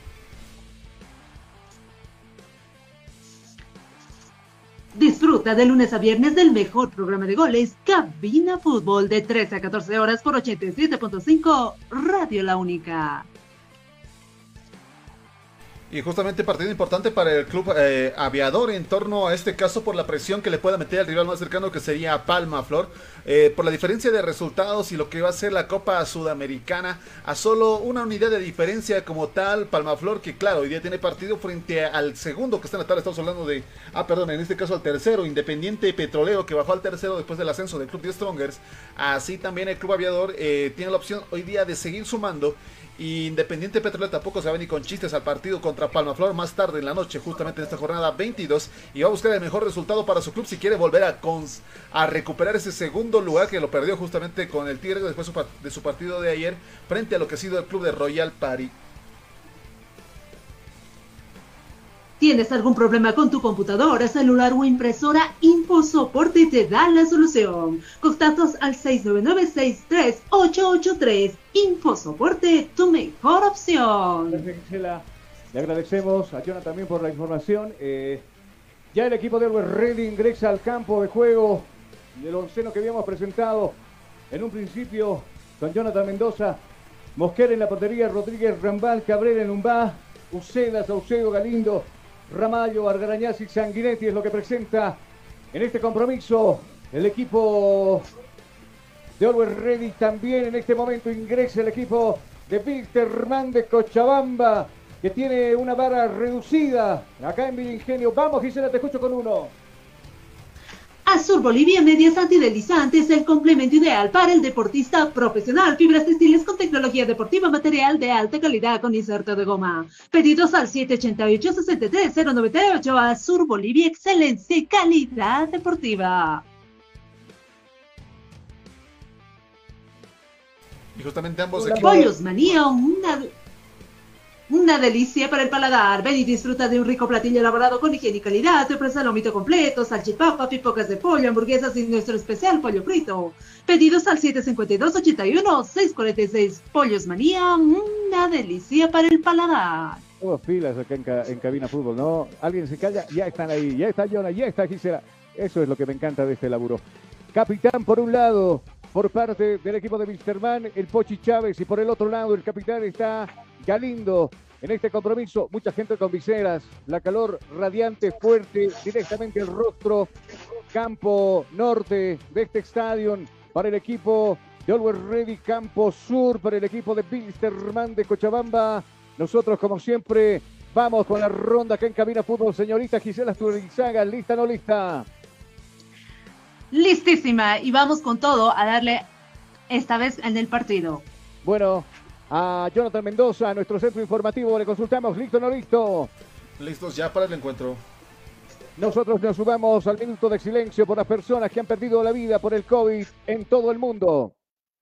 Disfruta de lunes a viernes del mejor programa de goles, Cabina Fútbol, de 13 a 14 horas por 87.5, Radio La Única. Y justamente partido importante para el club aviador en torno a este caso por la presión que le pueda meter al rival más cercano que sería Palmaflor. Por la diferencia de resultados y lo que va a ser la Copa Sudamericana a solo una unidad de diferencia como tal. Palmaflor que claro, hoy día tiene partido frente al segundo que está en la tabla. Estamos hablando de, en este caso al tercero, Independiente Petrolero que bajó al tercero después del ascenso del Club de Strongers. Así también el club aviador tiene la opción hoy día de seguir sumando Y Independiente Petrolero tampoco se va a venir con chistes al partido contra Palmaflor más tarde en la noche, justamente en esta jornada 22. Y va a buscar el mejor resultado para su club si quiere volver a recuperar ese segundo lugar que lo perdió justamente con el Tigre después de su partido de ayer frente a lo que ha sido el club de Royal Paris. ¿Tienes algún problema con tu computadora, celular o impresora? InfoSoporte te da la solución. Contactos al 699-63883. InfoSoporte, tu mejor opción. Gracias, Gisela. Le agradecemos a Jonathan también por la información. Ya el equipo de Always Ready ingresa al campo de juego del onceno que habíamos presentado en un principio con Jonathan Mendoza, Mosquera en la portería, Rodríguez, Rambal, Cabrera en Umbá, Uceda, Saucedo, Galindo, Ramallo, Argarañaz y Sanguinetti es lo que presenta en este compromiso el equipo de Always Ready. También en este momento ingresa el equipo de Wilstermann de Cochabamba, que tiene una vara reducida acá en Villa Vamos, Gisela, te escucho con uno. Azur Bolivia Medias Antideslizantes, el complemento ideal para el deportista profesional. Fibras textiles con tecnología deportiva, material de alta calidad con inserto de goma. Pedidos al 788-63098. Azur Bolivia, excelencia y calidad deportiva. Y justamente ambos equipos... Pollos Manía, una delicia para el paladar. Ven y disfruta de un rico platillo elaborado con higiene y calidad. Te ofrece lomito completo, salchipapa, pipocas de pollo, hamburguesas y nuestro especial pollo frito. Pedidos al 752-81-646. Pollos Manía, una delicia para el paladar. Todos filas acá en Cabina Fútbol, ¿no? Alguien se calla, ya están ahí, ya está Jonah, ya está Gisela. Eso es lo que me encanta de este laburo. Capitán por un lado, por parte del equipo de Wilstermann, el Pochi Chávez, y por el otro lado el capitán está Galindo. En este compromiso, mucha gente con viseras, la calor radiante, fuerte, directamente el rostro, campo norte de este estadio para el equipo de Always Ready, campo sur para el equipo de Wilstermann de Cochabamba. Nosotros, como siempre, vamos con la ronda acá en Cabina Fútbol. Señorita Gisela Asturizaga, ¿lista o no lista? Listísima, y vamos con todo a darle esta vez en el partido. Bueno, a Jonathan Mendoza, nuestro centro informativo, le consultamos, ¿listo o no listo? Listos ya para el encuentro. Nosotros nos sumamos al minuto de silencio por las personas que han perdido la vida por el COVID en todo el mundo.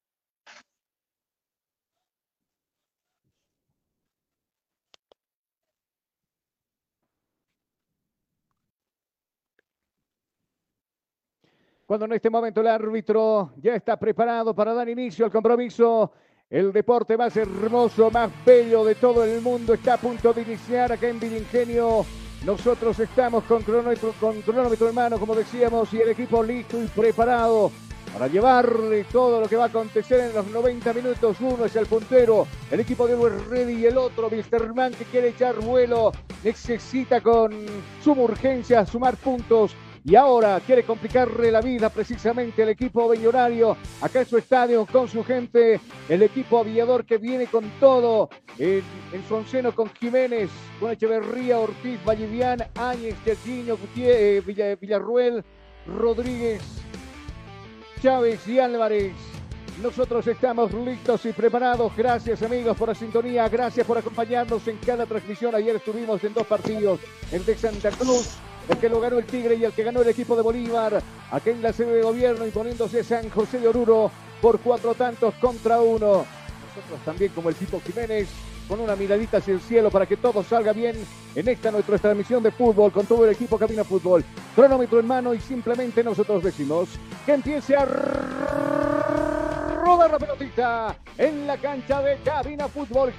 Cuando en este momento el árbitro ya está preparado para dar inicio al compromiso, el deporte más hermoso, más bello de todo el mundo está a punto de iniciar acá en Villa. Nosotros estamos con cronómetro en mano, como decíamos, y el equipo listo y preparado para llevarle todo lo que va a acontecer en los 90 minutos. Uno es el puntero, el equipo de Always Ready, y el otro, Wilstermann, que quiere echar vuelo, necesita con suma urgencia sumar puntos. Y ahora quiere complicarle la vida precisamente el equipo millonario acá en su estadio con su gente. El equipo aviador que viene con todo en su onceno, con Jiménez, con Echeverría, Ortiz, Vallivian, Áñez, Yergiño, Villarruel, Rodríguez, Chávez y Álvarez. Nosotros estamos listos y preparados. Gracias, amigos, por la sintonía. Gracias por acompañarnos en cada transmisión. Ayer estuvimos en dos partidos, el de Santa Cruz, el que lo ganó el Tigre, y el que ganó el equipo de Bolívar, aquí en la sede de gobierno, imponiéndose San José de Oruro por 4-1. Nosotros también, como el tipo Jiménez, con una miradita hacia el cielo para que todo salga bien en esta nuestra transmisión de fútbol con todo el equipo Cabina Fútbol. Cronómetro en mano, y simplemente nosotros decimos que empiece a rodar la pelotita en la cancha de Cabina Fútbol.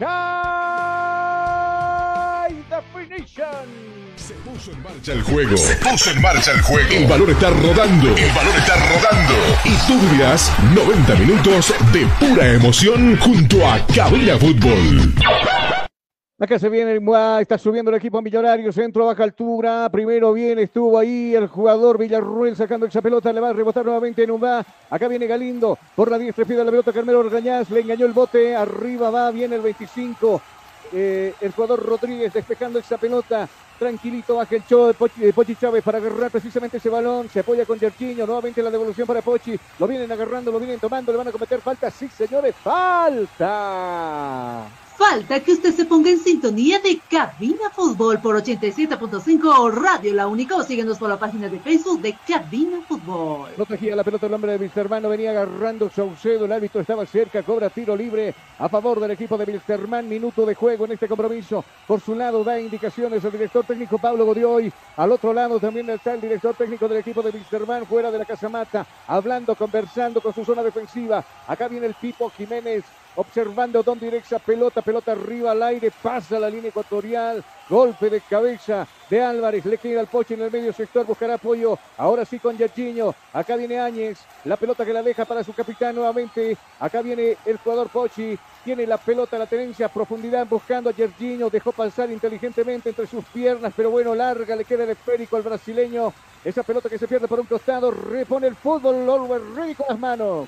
High Definition. Se puso en marcha el juego. Se puso en marcha el juego. El balón está rodando. El balón está rodando. Y tú vivirás 90 minutos de pura emoción junto a Cabina Fútbol. Acá se viene, está subiendo el equipo millonario, centro a baja altura, primero viene, estuvo ahí el jugador Villarruel sacando esa pelota, le va a rebotar nuevamente en Umbá. Acá viene Galindo, por la diestra pide la pelota Carmelo Orgañaz, le engañó el bote, arriba va, viene el 25, el jugador Rodríguez despejando esa pelota, tranquilito baja el show de Pochi Chávez para agarrar precisamente ese balón, se apoya con Yerquiño, nuevamente la devolución para Pochi, lo vienen agarrando, lo vienen tomando, le van a cometer falta, sí señores, falta. Falta que usted se ponga en sintonía de Cabina Fútbol por 87.5 Radio La Única o síguenos por la página de Facebook de Cabina Fútbol. Protegía la pelota el hombre de Wilstermann, venía agarrando Saucedo, el árbitro estaba cerca, cobra tiro libre a favor del equipo de Wilstermann, minuto de juego en este compromiso. Por su lado da indicaciones el director técnico Pablo Godoy, al otro lado también está el director técnico del equipo de Wilstermann, fuera de la casamata, hablando, conversando con su zona defensiva. Acá viene el Pipo Jiménez, observando dónde irá esa pelota arriba al aire, pasa la línea ecuatorial, golpe de cabeza de Álvarez, le queda al Pochi en el medio sector, buscará apoyo, ahora sí con Yerginho, acá viene Áñez, la pelota que la deja para su capitán nuevamente, acá viene el jugador Pochi, tiene la pelota, la tenencia, profundidad, buscando a Yerginho, dejó pasar inteligentemente entre sus piernas, pero bueno, larga, le queda el esférico al brasileño, esa pelota que se pierde por un costado, repone el fútbol, Always Ready con las manos.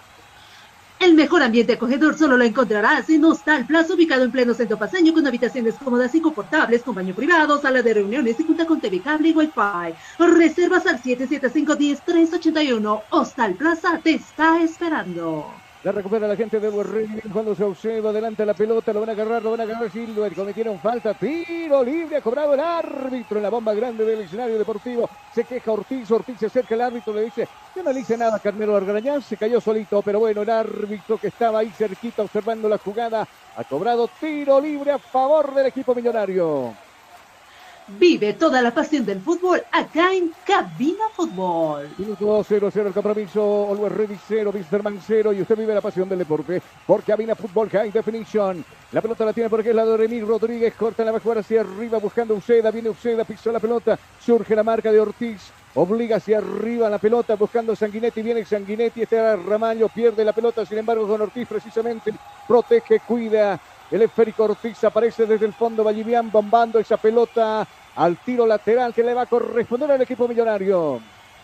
El mejor ambiente acogedor solo lo encontrarás en Hostal Plaza, ubicado en pleno centro paseño, con habitaciones cómodas y confortables, con baño privado, sala de reuniones y cuenta con TV cable y Wi-Fi. Reservas al 775-10-381. Hostal Plaza te está esperando. La recupera la gente de Borrell cuando Saucedo adelanta la pelota, lo van a agarrar Silva, cometieron falta, tiro libre, ha cobrado el árbitro en la bomba grande del escenario deportivo, se queja Ortiz se acerca al árbitro, le dice, yo no le hice nada a Carmelo Argarañán, se cayó solito, pero bueno, el árbitro que estaba ahí cerquita observando la jugada, ha cobrado tiro libre a favor del equipo millonario. Vive toda la pasión del fútbol acá en Cabina Fútbol. Minuto 0-0 el compromiso, Always Ready 0, Wilstermann 0 y usted vive la pasión del deporte por Cabina Fútbol High Definition. La pelota la tiene por aquí el lado de Remil Rodríguez, corta, la va a jugar hacia arriba buscando Uceda, viene Uceda, pisó la pelota, surge la marca de Ortiz, obliga hacia arriba la pelota buscando Sanguinetti, viene Sanguinetti, este Ramallo pierde la pelota, sin embargo con Ortiz precisamente protege, cuida. El esférico Ortiz aparece desde el fondo, Vallivian bombando esa pelota al tiro lateral que le va a corresponder al equipo millonario.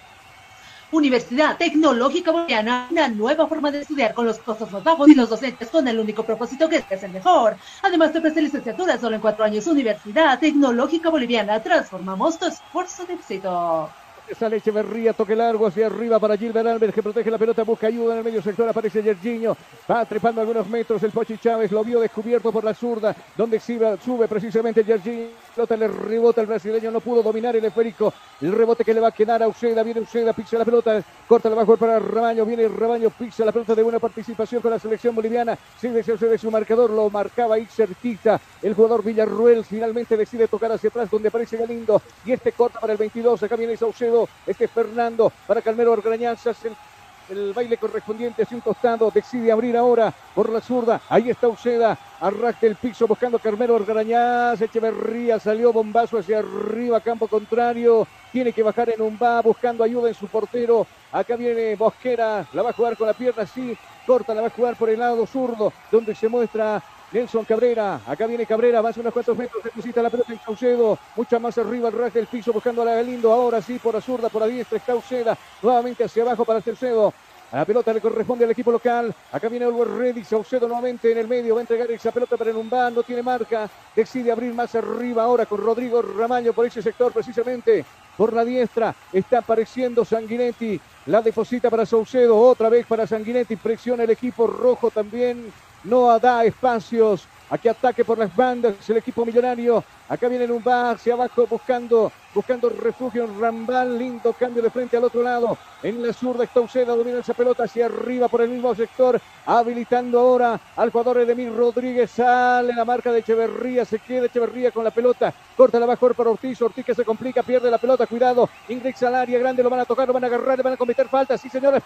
Universidad Tecnológica Boliviana, una nueva forma de estudiar con los costos más bajos y los docentes con el único propósito que es el mejor. Además te ofrece licenciatura solo en 4 años. Universidad Tecnológica Boliviana, transformamos tu esfuerzo de éxito. Sale Echeverría, toque largo hacia arriba para Gilbert Álvarez que protege la pelota, busca ayuda en el medio sector, aparece Yerginho, va trepando algunos metros el Pochi Chávez, lo vio descubierto por la zurda, donde sube precisamente Yerginho, la pelota le rebota el brasileño, no pudo dominar el esférico, el rebote que le va a quedar a Uceda, viene Uceda, pisa la pelota, corta la bajo para Rabaño, viene Rabaño, pisa la pelota de buena participación con la selección boliviana, sigue de su marcador, lo marcaba ahí cerquita, el jugador Villarruel finalmente decide tocar hacia atrás donde aparece Galindo, y este corta para el 22, acá viene Saucedo, este Fernando para Carmelo Argarañán, se hace el baile correspondiente hacia un costado, decide abrir ahora por la zurda, ahí está Uceda, arrastra el piso buscando a Carmelo Argarañán, Echeverría salió bombazo hacia arriba, campo contrario, tiene que bajar en un va buscando ayuda en su portero, acá viene Bosquera, la va a jugar con la pierna, sí, corta, la va a jugar por el lado zurdo, donde se muestra Nelson Cabrera, acá viene Cabrera, avanza unos cuantos metros, deposita la pelota en Saucedo, mucha más arriba, el ras del piso buscando a la Galindo, ahora sí por la zurda, por la diestra está Uceda, nuevamente hacia abajo para Saucedo, a la pelota le corresponde al equipo local, acá viene Always Ready, Saucedo nuevamente en el medio, va a entregar esa pelota para Enumbá, no tiene marca, decide abrir más arriba ahora con Rodrigo Ramallo por ese sector precisamente, por la diestra, está apareciendo Sanguinetti, la deposita para Saucedo, otra vez para Sanguinetti, presiona el equipo rojo también, no da espacios, aquí ataque por las bandas, el equipo millonario, acá viene un bar hacia abajo buscando refugio en Rambal, lindo cambio de frente al otro lado, en la zurda está Uceda, domina esa pelota hacia arriba por el mismo sector, habilitando ahora al jugador Edemir Rodríguez, sale la marca de Echeverría, se queda Echeverría con la pelota, corta la baja para Ortiz que se complica, pierde la pelota, cuidado, ingresa al área grande, lo van a tocar, lo van a agarrar, le van a cometer falta, sí señores,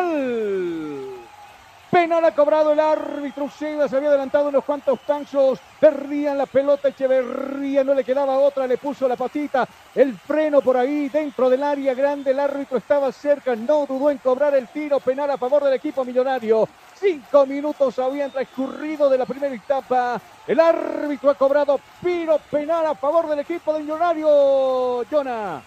penal. Penal ha cobrado el árbitro, Uceda se había adelantado unos cuantos pasos, perdían la pelota Echeverría, no le quedaba otra, le puso la patita, el freno por ahí dentro del área grande, el árbitro estaba cerca, no dudó en cobrar el tiro penal a favor del equipo millonario. 5 minutos habían transcurrido de la primera etapa, el árbitro ha cobrado tiro penal a favor del equipo de millonario, Jonah.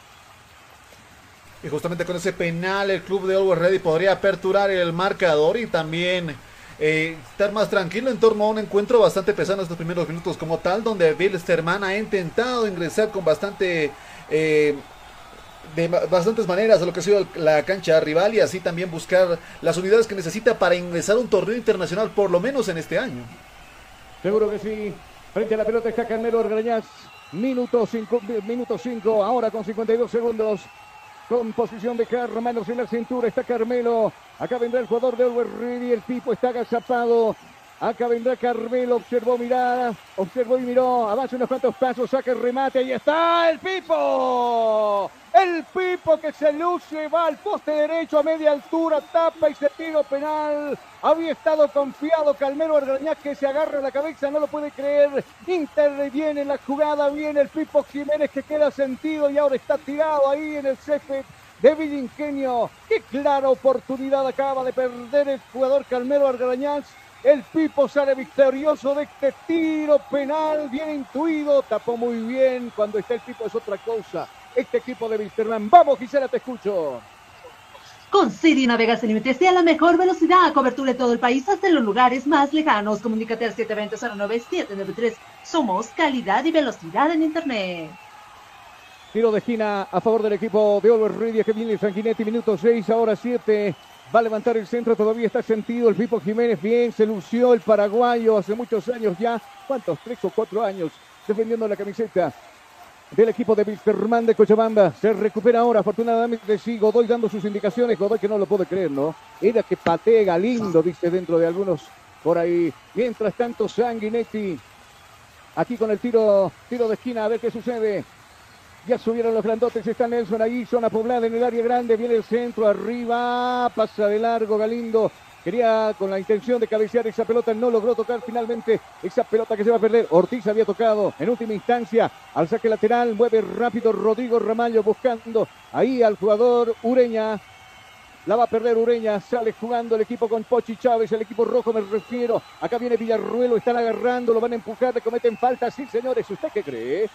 Y justamente con ese penal el club de Always Ready podría aperturar el marcador y también estar más tranquilo en torno a un encuentro bastante pesado en estos primeros minutos como tal, donde Wilstermann ha intentado ingresar con bastantes maneras a lo que ha sido la cancha rival y así también buscar las unidades que necesita para ingresar a un torneo internacional por lo menos en este año. Seguro que sí. Frente a la pelota está Carmelo Argañaz. Minuto 5, ahora con 52 segundos. Con posición de Carr, manos en la cintura, está Carmelo. Acá vendrá el jugador de Always Ready, el Pipo está agazapado. Acá vendrá Carmelo, observó y miró, avanza unos cuantos pasos, saca el remate, ahí está el Pipo. El Pipo que se luce, va al poste derecho a media altura, tapa y se tira penal. Había estado confiado Carmelo Argañaz, que se agarra la cabeza, no lo puede creer. Interviene en la jugada, viene el Pipo Jiménez que queda sentido y ahora está tirado ahí en el césped de Villingenio. Qué clara oportunidad acaba de perder el jugador Carmelo Argañaz. El Pipo sale victorioso de este tiro penal, bien intuido, tapó muy bien. Cuando está el Pipo es otra cosa. Este equipo de Wilstermann. Vamos, Gisela, te escucho. Con City navegas sin límites y a la mejor velocidad. Cobertura en todo el país hasta en los lugares más lejanos. Comunícate al 720-09-793. Somos calidad y velocidad en Internet. Tiro de esquina a favor del equipo de Always Ready, que viene Sanguinetti, minuto 6, ahora 7. Va a levantar el centro, todavía está sentido el Pipo Jiménez, bien, se lució el paraguayo hace muchos años ya. ¿Cuántos? 3 o 4 años defendiendo la camiseta del equipo de Wilstermann de Cochabamba. Se recupera ahora, afortunadamente sí, Godoy dando sus indicaciones. Godoy que no lo puede creer, ¿no? Era que patee Galindo, dice dentro de algunos por ahí. Mientras tanto, Sanguinetti aquí con el tiro de esquina, a ver qué sucede. Ya subieron los grandotes, está Nelson ahí, zona poblada en el área grande, viene el centro, arriba, pasa de largo Galindo. Quería con la intención de cabecear esa pelota, no logró tocar finalmente esa pelota que se va a perder. Ortiz había tocado en última instancia al saque lateral, mueve rápido Rodrigo Ramallo buscando ahí al jugador Ureña. La va a perder Ureña, sale jugando el equipo con Pochi Chávez, el equipo rojo me refiero. Acá viene Villarruelo, están agarrando, lo van a empujar, le cometen falta. Sí, señores, ¿usted qué cree?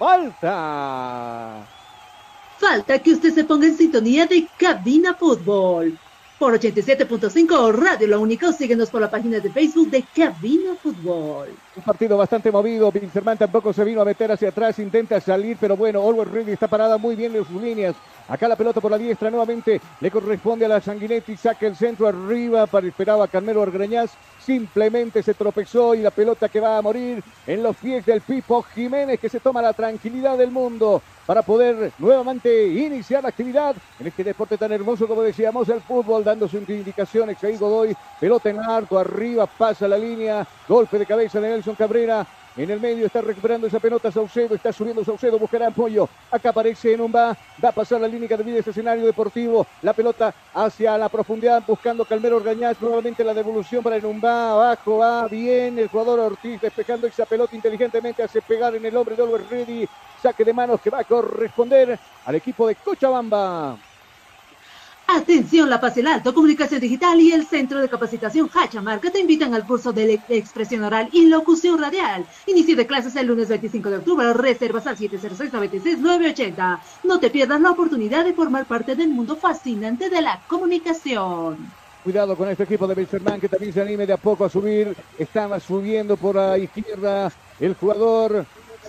¡Falta! Falta que usted se ponga en sintonía de Cabina Fútbol. Por 87.5 Radio La Única, síguenos por la página de Facebook de Cabina Fútbol. Un partido bastante movido, Wilstermann tampoco se vino a meter hacia atrás, intenta salir, pero bueno, Always Ready está parada muy bien en sus líneas. Acá la pelota por la diestra nuevamente le corresponde a la Sanguinetti, saca el centro arriba, esperaba Carmelo Argañaz, simplemente se tropezó y la pelota que va a morir en los pies del Pipo Jiménez, que se toma la tranquilidad del mundo para poder nuevamente iniciar la actividad en este deporte tan hermoso como decíamos, el fútbol, dando sus indicaciones. Ahí Godoy, pelota en arco, arriba, pasa la línea, golpe de cabeza de Nelson Cabrera. En el medio está recuperando esa pelota Saucedo, está subiendo Saucedo, buscará apoyo. Acá aparece Enumba, va a pasar la línea que divide este escenario deportivo. La pelota hacia la profundidad, buscando Carmelo Argañaz, nuevamente la devolución para Enumba, abajo va bien el jugador Ortiz, despejando esa pelota inteligentemente, hace pegar en el hombre de Always Ready. Saque de manos que va a corresponder al equipo de Cochabamba. Atención, La Paz, el Alto, Comunicación Digital y el Centro de Capacitación Hachamarca te invitan al curso de expresión oral y locución radial. Inicio de clases el lunes 25 de octubre, reservas al 706-96-980. No te pierdas la oportunidad de formar parte del mundo fascinante de la comunicación. Cuidado con este equipo de Wilstermann que también se anime de a poco a subir. Estaba subiendo por la izquierda el jugador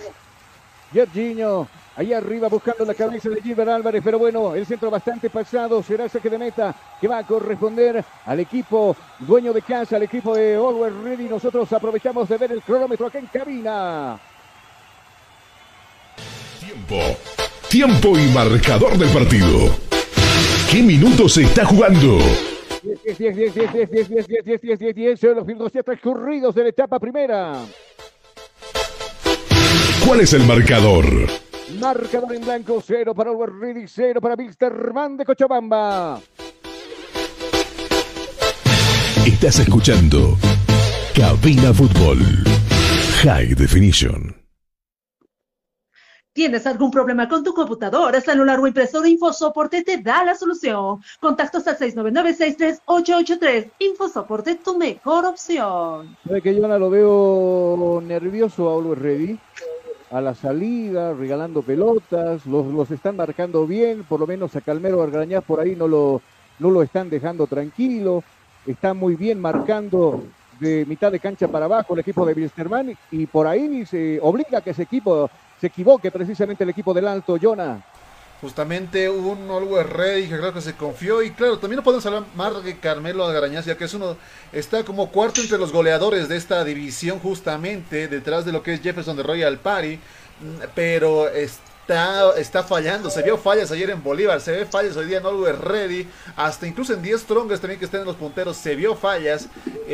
Jorginho. Ahí arriba buscando la cabeza de Gilbert Álvarez, pero bueno, el centro bastante pasado, será saque de meta que va a corresponder al equipo dueño de casa, al equipo de Always Ready. Nosotros aprovechamos de ver el cronómetro acá en cabina. Tiempo y marcador del partido. ¿Qué minutos se está jugando? 10, son los minutos ya transcurridos de la etapa primera. ¿Cuál es el marcador? Marcador en blanco, 0 para Always Ready, 0 para Wilstermann de Cochabamba. Estás escuchando Cabina Fútbol High Definition. ¿Tienes algún problema con tu computadora, celular o impresora? InfoSoporte te da la solución. Contactos al 699-63883. InfoSoporte, tu mejor opción. ¿Sabe que yo no lo veo nervioso a Always Ready? A la salida, regalando pelotas, los están marcando bien, por lo menos a Carmelo Argañaz por ahí no lo están dejando tranquilo, está muy bien marcando de mitad de cancha para abajo el equipo de Wilstermann y por ahí se obliga a que ese equipo se equivoque precisamente el equipo del Alto, Jonah. justamente un Always Ready que creo que se confió. Y claro, también no podemos hablar más de Carmelo Algarañaz, ya que es uno, está como cuarto entre los goleadores de esta división, justamente detrás de lo que es Jefferson de Royal Party. Pero está fallando, se vio fallas ayer en Bolívar, se ve fallas hoy día en Always Ready, hasta incluso en 10 Strongest también que estén en los punteros, se vio fallas.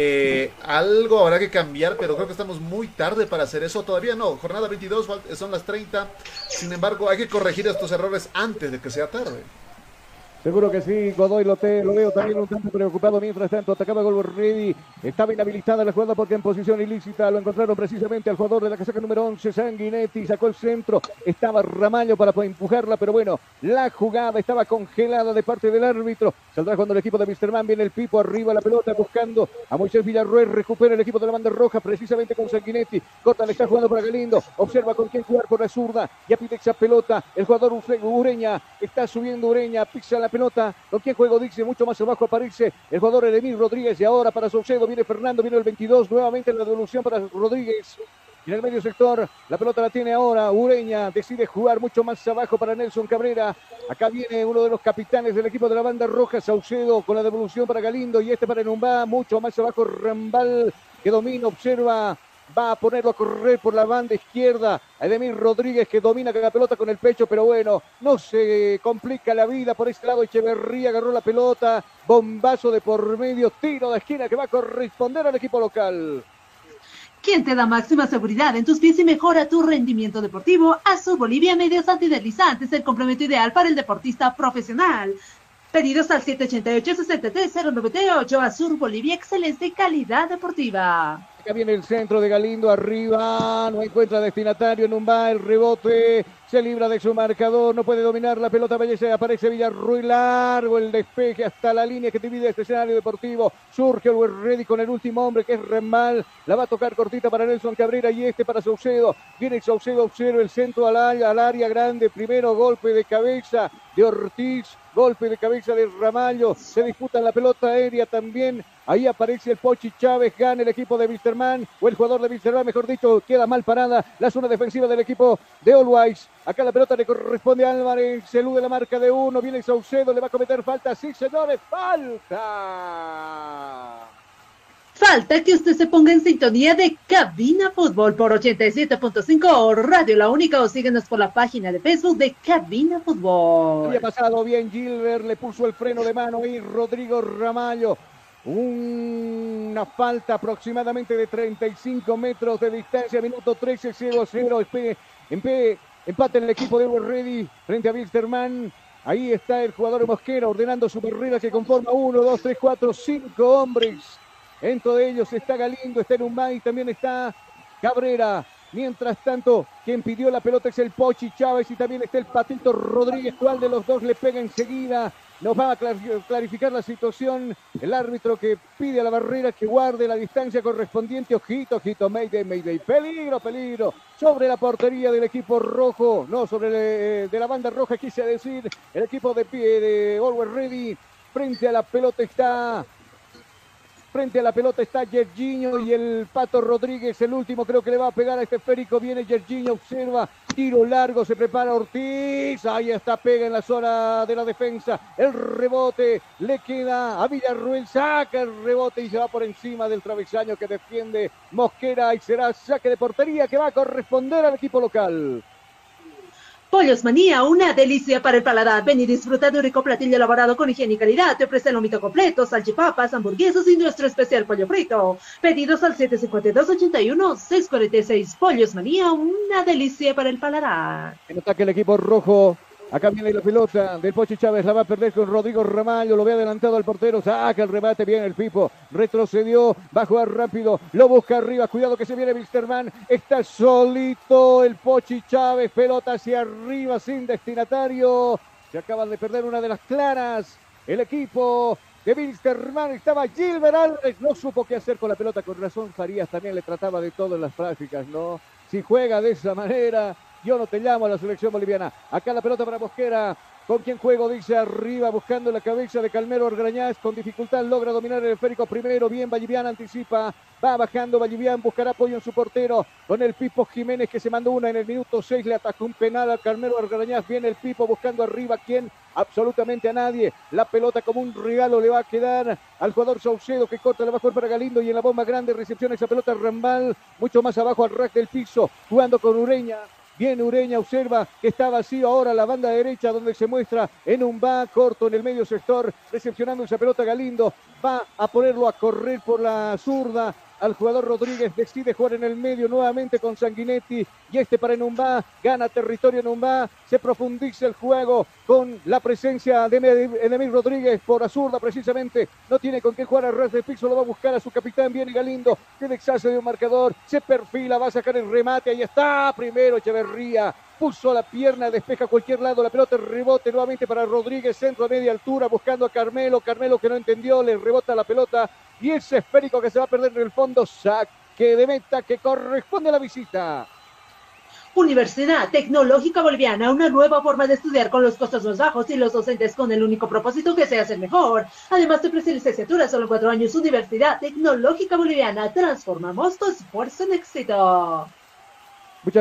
Algo habrá que cambiar, pero creo que estamos muy tarde para hacer eso, todavía no, jornada 22, son las 30, sin embargo hay que corregir estos errores antes de que sea tarde. Seguro que sí, Godoy lo veo también un tanto preocupado. Mientras tanto atacaba Always Ready, estaba inhabilitada la jugada porque en posición ilícita lo encontraron precisamente al jugador de la casaca número 11, Sanguinetti, sacó el centro, estaba Ramallo para empujarla, pero bueno, la jugada estaba congelada de parte del árbitro. Saldrá cuando el equipo de Wisterman, viene el Pipo arriba la pelota buscando a Moisés Villarroel, recupera el equipo de la banda roja precisamente con Sanguinetti, corta, le está jugando para Galindo, observa con quién jugar por la zurda, ya pide esa pelota, el jugador Ureña, está subiendo Ureña, pisa la pelota, con quien juego dice, mucho más abajo aparece el jugador Edemir Rodríguez, y ahora para Saucedo viene Fernando, viene el 22, nuevamente la devolución para Rodríguez, en el medio sector, la pelota la tiene ahora Ureña, decide jugar mucho más abajo para Nelson Cabrera, acá viene uno de los capitanes del equipo de la banda roja, Saucedo, con la devolución para Galindo, y para Enumbá, mucho más abajo Rambal, que domina, observa, va a ponerlo a correr por la banda izquierda, a Edemir Rodríguez que domina la pelota con el pecho, pero bueno, no se complica la vida por este lado. Echeverría agarró la pelota, bombazo de por medio, tiro de esquina que va a corresponder al equipo local. ¿Quién te da máxima seguridad en tus pies y mejora tu rendimiento deportivo? Azur Bolivia Medios Antideslizantes, el complemento ideal para el deportista profesional. Pedidos al 788-63098. Azur Bolivia, excelente calidad deportiva. Acá viene el centro de Galindo, arriba, no encuentra destinatario, en un va el rebote, se libra de su marcador, no puede dominar la pelota, aparece Villarruel, largo el despeje hasta la línea que divide este escenario deportivo, surge Always Ready con el último hombre que es Remal, la va a tocar cortita para Nelson Cabrera y para Saucedo, viene Saucedo, observa el centro al área grande, primero golpe de cabeza de Ortiz, golpe de cabeza de Ramallo, se disputa la pelota aérea también, ahí aparece el Pochi Chávez, gana el equipo de Wisterman, o el jugador de Wisterman, mejor dicho, queda mal parada la zona defensiva del equipo de Always. Acá la pelota le corresponde a Álvarez, se elude la marca de uno, viene Saucedo, le va a cometer falta, sí señores, falta. Falta que usted se ponga en sintonía de Cabina Fútbol por 87.5 Radio La Única, o síguenos por la página de Facebook de Cabina Fútbol. Había pasado bien Gilbert, le puso el freno de mano y Rodrigo Ramallo. Una falta aproximadamente de 35 metros de distancia, minuto 13, 0-0. Empate en el equipo de Always Ready frente a Wisterman. Ahí está el jugador Mosquera ordenando su barrera que conforma 1, 2, 3, 4, 5 hombres. Dentro de ellos está Galindo, está Enumbay, también está Cabrera. Mientras tanto, quien pidió la pelota es el Pochi Chávez y también está el Patito Rodríguez. ¿Cuál de los dos le pega enseguida? Nos va a clarificar la situación el árbitro que pide a la barrera que guarde la distancia correspondiente. Ojito, ojito, Mayday, Mayday. Peligro, peligro. Sobre la portería del equipo rojo. No, sobre de la banda roja quise decir. El equipo de Always Ready. Frente a la pelota está Yerginho y el Pato Rodríguez, el último creo que le va a pegar a este esférico, viene Yerginho, observa, tiro largo, se prepara Ortiz, ahí está, pega en la zona de la defensa, el rebote le queda a Villarruel, saca el rebote y se va por encima del travesaño que defiende Mosquera y será saque de portería que va a corresponder al equipo local. Pollos Manía, una delicia para el paladar. Ven y disfruta de un rico platillo elaborado con higiene y calidad. Te ofrece el lomito completo, salchipapas, hamburguesas y nuestro especial pollo frito. Pedidos al 752-81-646. Pollos Manía, una delicia para el paladar. En ataque el equipo rojo. Acá viene la pelota del Pochi Chávez, la va a perder con Rodrigo Ramallo, lo ve adelantado al portero, saca el remate, bien el Pipo, retrocedió, va a jugar rápido, lo busca arriba, cuidado que se viene Wisterman, está solito el Pochi Chávez, pelota hacia arriba sin destinatario, se acaban de perder una de las claras, el equipo de Wisterman, estaba Gilbert Álvarez, no supo qué hacer con la pelota, con razón Farías también le trataba de todo en las prácticas, ¿no? Si juega de esa manera, yo no te llamo a la selección boliviana. Acá la pelota para Mosquera. ¿Con quién juego? Dice arriba, buscando la cabeza de Calmero Argañaz. Con dificultad logra dominar el esférico primero. Bien, Vallivian anticipa. Va bajando Vallivian, buscará apoyo en su portero. Con el Pipo Jiménez que se mandó una en el minuto 6. Le atajó un penal al Calmero Argañaz. Viene el Pipo buscando arriba. ¿Quién? Absolutamente a nadie. La pelota como un regalo le va a quedar al jugador Saucedo que corta, le va a jugar para Galindo. Y en la bomba grande recepciona esa pelota Rambal. Mucho más abajo al rack del piso. Jugando con Ureña. Bien Ureña, observa que está vacío ahora la banda derecha donde se muestra en un va corto en el medio sector, recepcionando esa pelota Galindo, va a ponerlo a correr por la zurda al jugador Rodríguez, decide jugar en el medio nuevamente con Sanguinetti y para Enumbá, gana territorio Enumbá, se profundiza el juego con la presencia de Emir Rodríguez por la zurda precisamente, no tiene con qué jugar al ras del piso, lo va a buscar a su capitán, viene Galindo, que deshace de un marcador, se perfila, va a sacar el remate, ahí está, primero Echeverría, puso la pierna, despeja a cualquier lado, la pelota rebote nuevamente para Rodríguez, centro a media altura, buscando a Carmelo que no entendió, le rebota la pelota, y ese esférico que se va a perder en el fondo, saque de meta que corresponde a la visita. Universidad Tecnológica Boliviana, una nueva forma de estudiar con los costos más bajos y los docentes con el único propósito que seas el mejor. Además te ofrece licenciatura solo en 4 años. Universidad Tecnológica Boliviana, transformamos tu esfuerzo en éxito. Muchas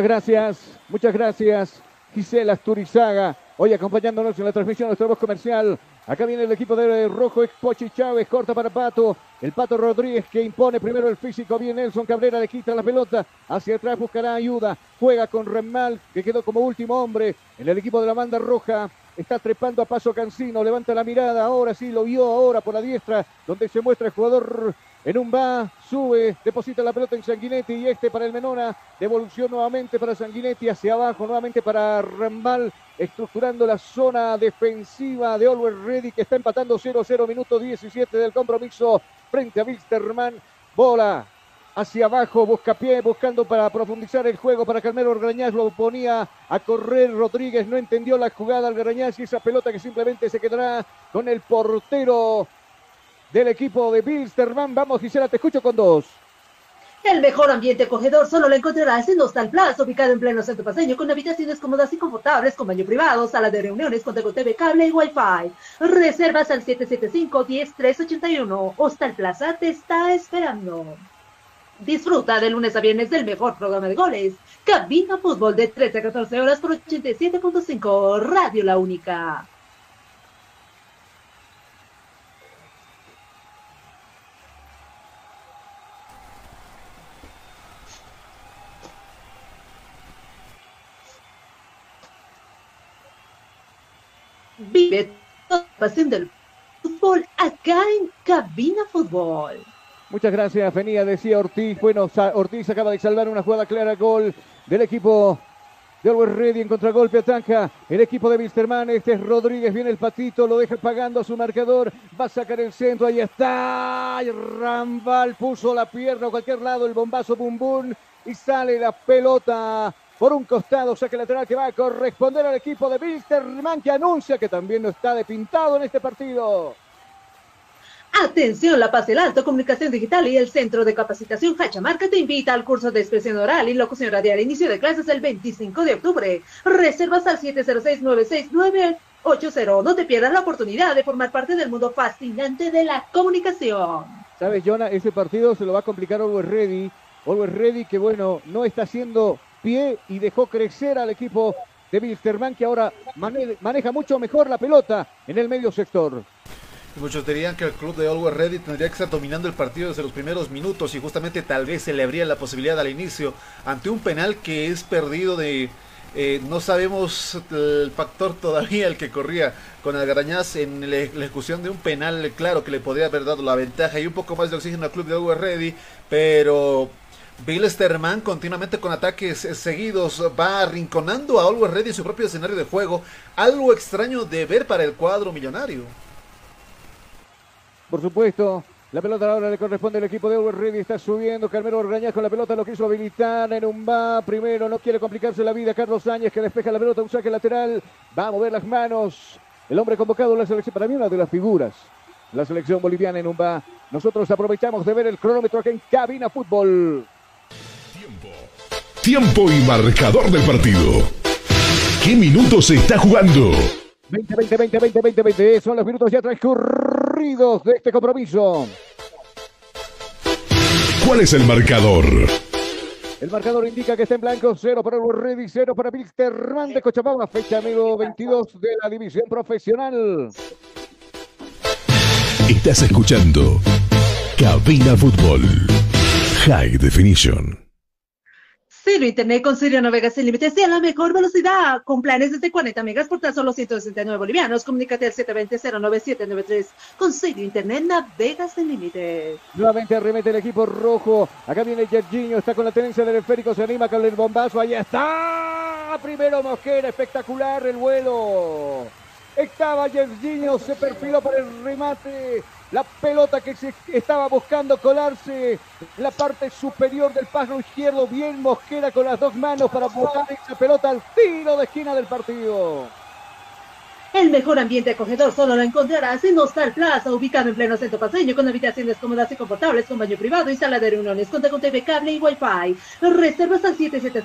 gracias Gisela Asturizaga, hoy acompañándonos en la transmisión de nuestra voz comercial. Acá viene el equipo de rojo, Pochi Chávez, corta para Pato, el Pato Rodríguez que impone primero el físico, bien Nelson Cabrera, le quita la pelota, hacia atrás buscará ayuda, juega con Remal, que quedó como último hombre en el equipo de la banda roja, está trepando a paso Cancino, levanta la mirada, ahora sí, lo vio ahora por la diestra, donde se muestra el jugador en un va, sube, deposita la pelota en Sanguinetti y para el Menona, devolución nuevamente para Sanguinetti, hacia abajo nuevamente para Rambal, estructurando la zona defensiva de Always Ready que está empatando 0-0, minuto 17 del compromiso frente a Wilstermann, bola hacia abajo, busca pie, buscando para profundizar el juego para Calmero Argañaz, lo ponía a correr Rodríguez, no entendió la jugada Argañaz y esa pelota que simplemente se quedará con el portero del equipo de Wilstermann. Vamos Gisela, te escucho con 2. El mejor ambiente acogedor solo lo encontrarás en Hostal Plaza, ubicado en pleno centro paceño, con habitaciones cómodas y confortables, con baño privado, sala de reuniones, cuenta con TV, cable y Wi-Fi. Reservas al 775-10381. Hostal Plaza te está esperando. Disfruta de lunes a viernes del mejor programa de goles. Cabina Fútbol de 13 a 14 horas por 87.5, Radio La Única. Vive toda la pasión del fútbol acá en Cabina Fútbol. Muchas gracias, venía, decía Ortiz. Bueno, Ortiz acaba de salvar una jugada clara, gol del equipo de Always Ready. En contragolpe ataca el equipo de Wilstermann. Este es Rodríguez, viene el Patito, lo deja pagando a su marcador. Va a sacar el centro, ahí está. Rambal puso la pierna a cualquier lado, el bombazo bum bum. Y sale la pelota por un costado, saque lateral que va a corresponder al equipo de Wilstermann, que anuncia que también no está depintado en este partido. Atención, La Paz del Alto, Comunicación Digital y el Centro de Capacitación Hachamarca te invita al curso de expresión oral y locución radial. Inicio de clases el 25 de octubre. Reservas al 706-96980. No te pierdas la oportunidad de formar parte del mundo fascinante de la comunicación. ¿Sabes, Jonah? Ese partido se lo va a complicar Always Ready. Always Ready que, bueno, no está haciendo pie y dejó crecer al equipo de Wilstermann, que ahora maneja mucho mejor la pelota en el medio sector. Muchos dirían que el club de Always Ready tendría que estar dominando el partido desde los primeros minutos y justamente tal vez se le abría la posibilidad al inicio ante un penal que es perdido de... no sabemos el factor todavía el que corría con Algarañaz en la ejecución de un penal claro que le podría haber dado la ventaja y un poco más de oxígeno al club de Always Ready, pero Wilstermann continuamente con ataques seguidos va arrinconando a Always Ready en su propio escenario de juego, algo extraño de ver para el cuadro millonario. Por supuesto, la pelota ahora le corresponde al equipo de Always Ready, está subiendo Calmero Argañaz con la pelota, lo quiso habilitar en un va, primero no quiere complicarse la vida, Carlos Áñez que despeja la pelota, un saque lateral, va a mover las manos, el hombre convocado en la selección, para mí una de las figuras, la selección boliviana en un va. Nosotros aprovechamos de ver el cronómetro aquí en Cabina Fútbol. Tiempo y marcador del partido. ¿Qué minutos se está jugando? 20. Son los minutos ya transcurridos de este compromiso. ¿Cuál es el marcador? El marcador indica que está en blanco, 0 para el Ready, 0 para Wilstermann de Cochabamba, fecha amigo 22 de la división profesional. Estás escuchando Cabina Fútbol High Definition. Ciro Internet con Sirio navegas sin límites y a la mejor velocidad. Con planes desde 40 megas por tan solo 169 bolivianos. Comunícate al 720-09793. Con Sirio Internet navegas sin límites. Nuevamente arremete el equipo rojo. Acá viene Jorginho, está con la tenencia del esférico, se anima con el bombazo. Ahí está. Primero Mosquera, espectacular el vuelo. Estaba Jorginho, se perfiló para el remate. La pelota que se estaba buscando colarse en la parte superior del paso izquierdo. Bien Mosquera con las dos manos para botar esa pelota al tiro de esquina del partido. El mejor ambiente acogedor solo lo encontrarás en Hostal Plaza, ubicado en pleno centro paseño, con habitaciones cómodas y confortables, con baño privado y sala de reuniones. Cuenta con TV, cable y Wi-Fi. Reservas al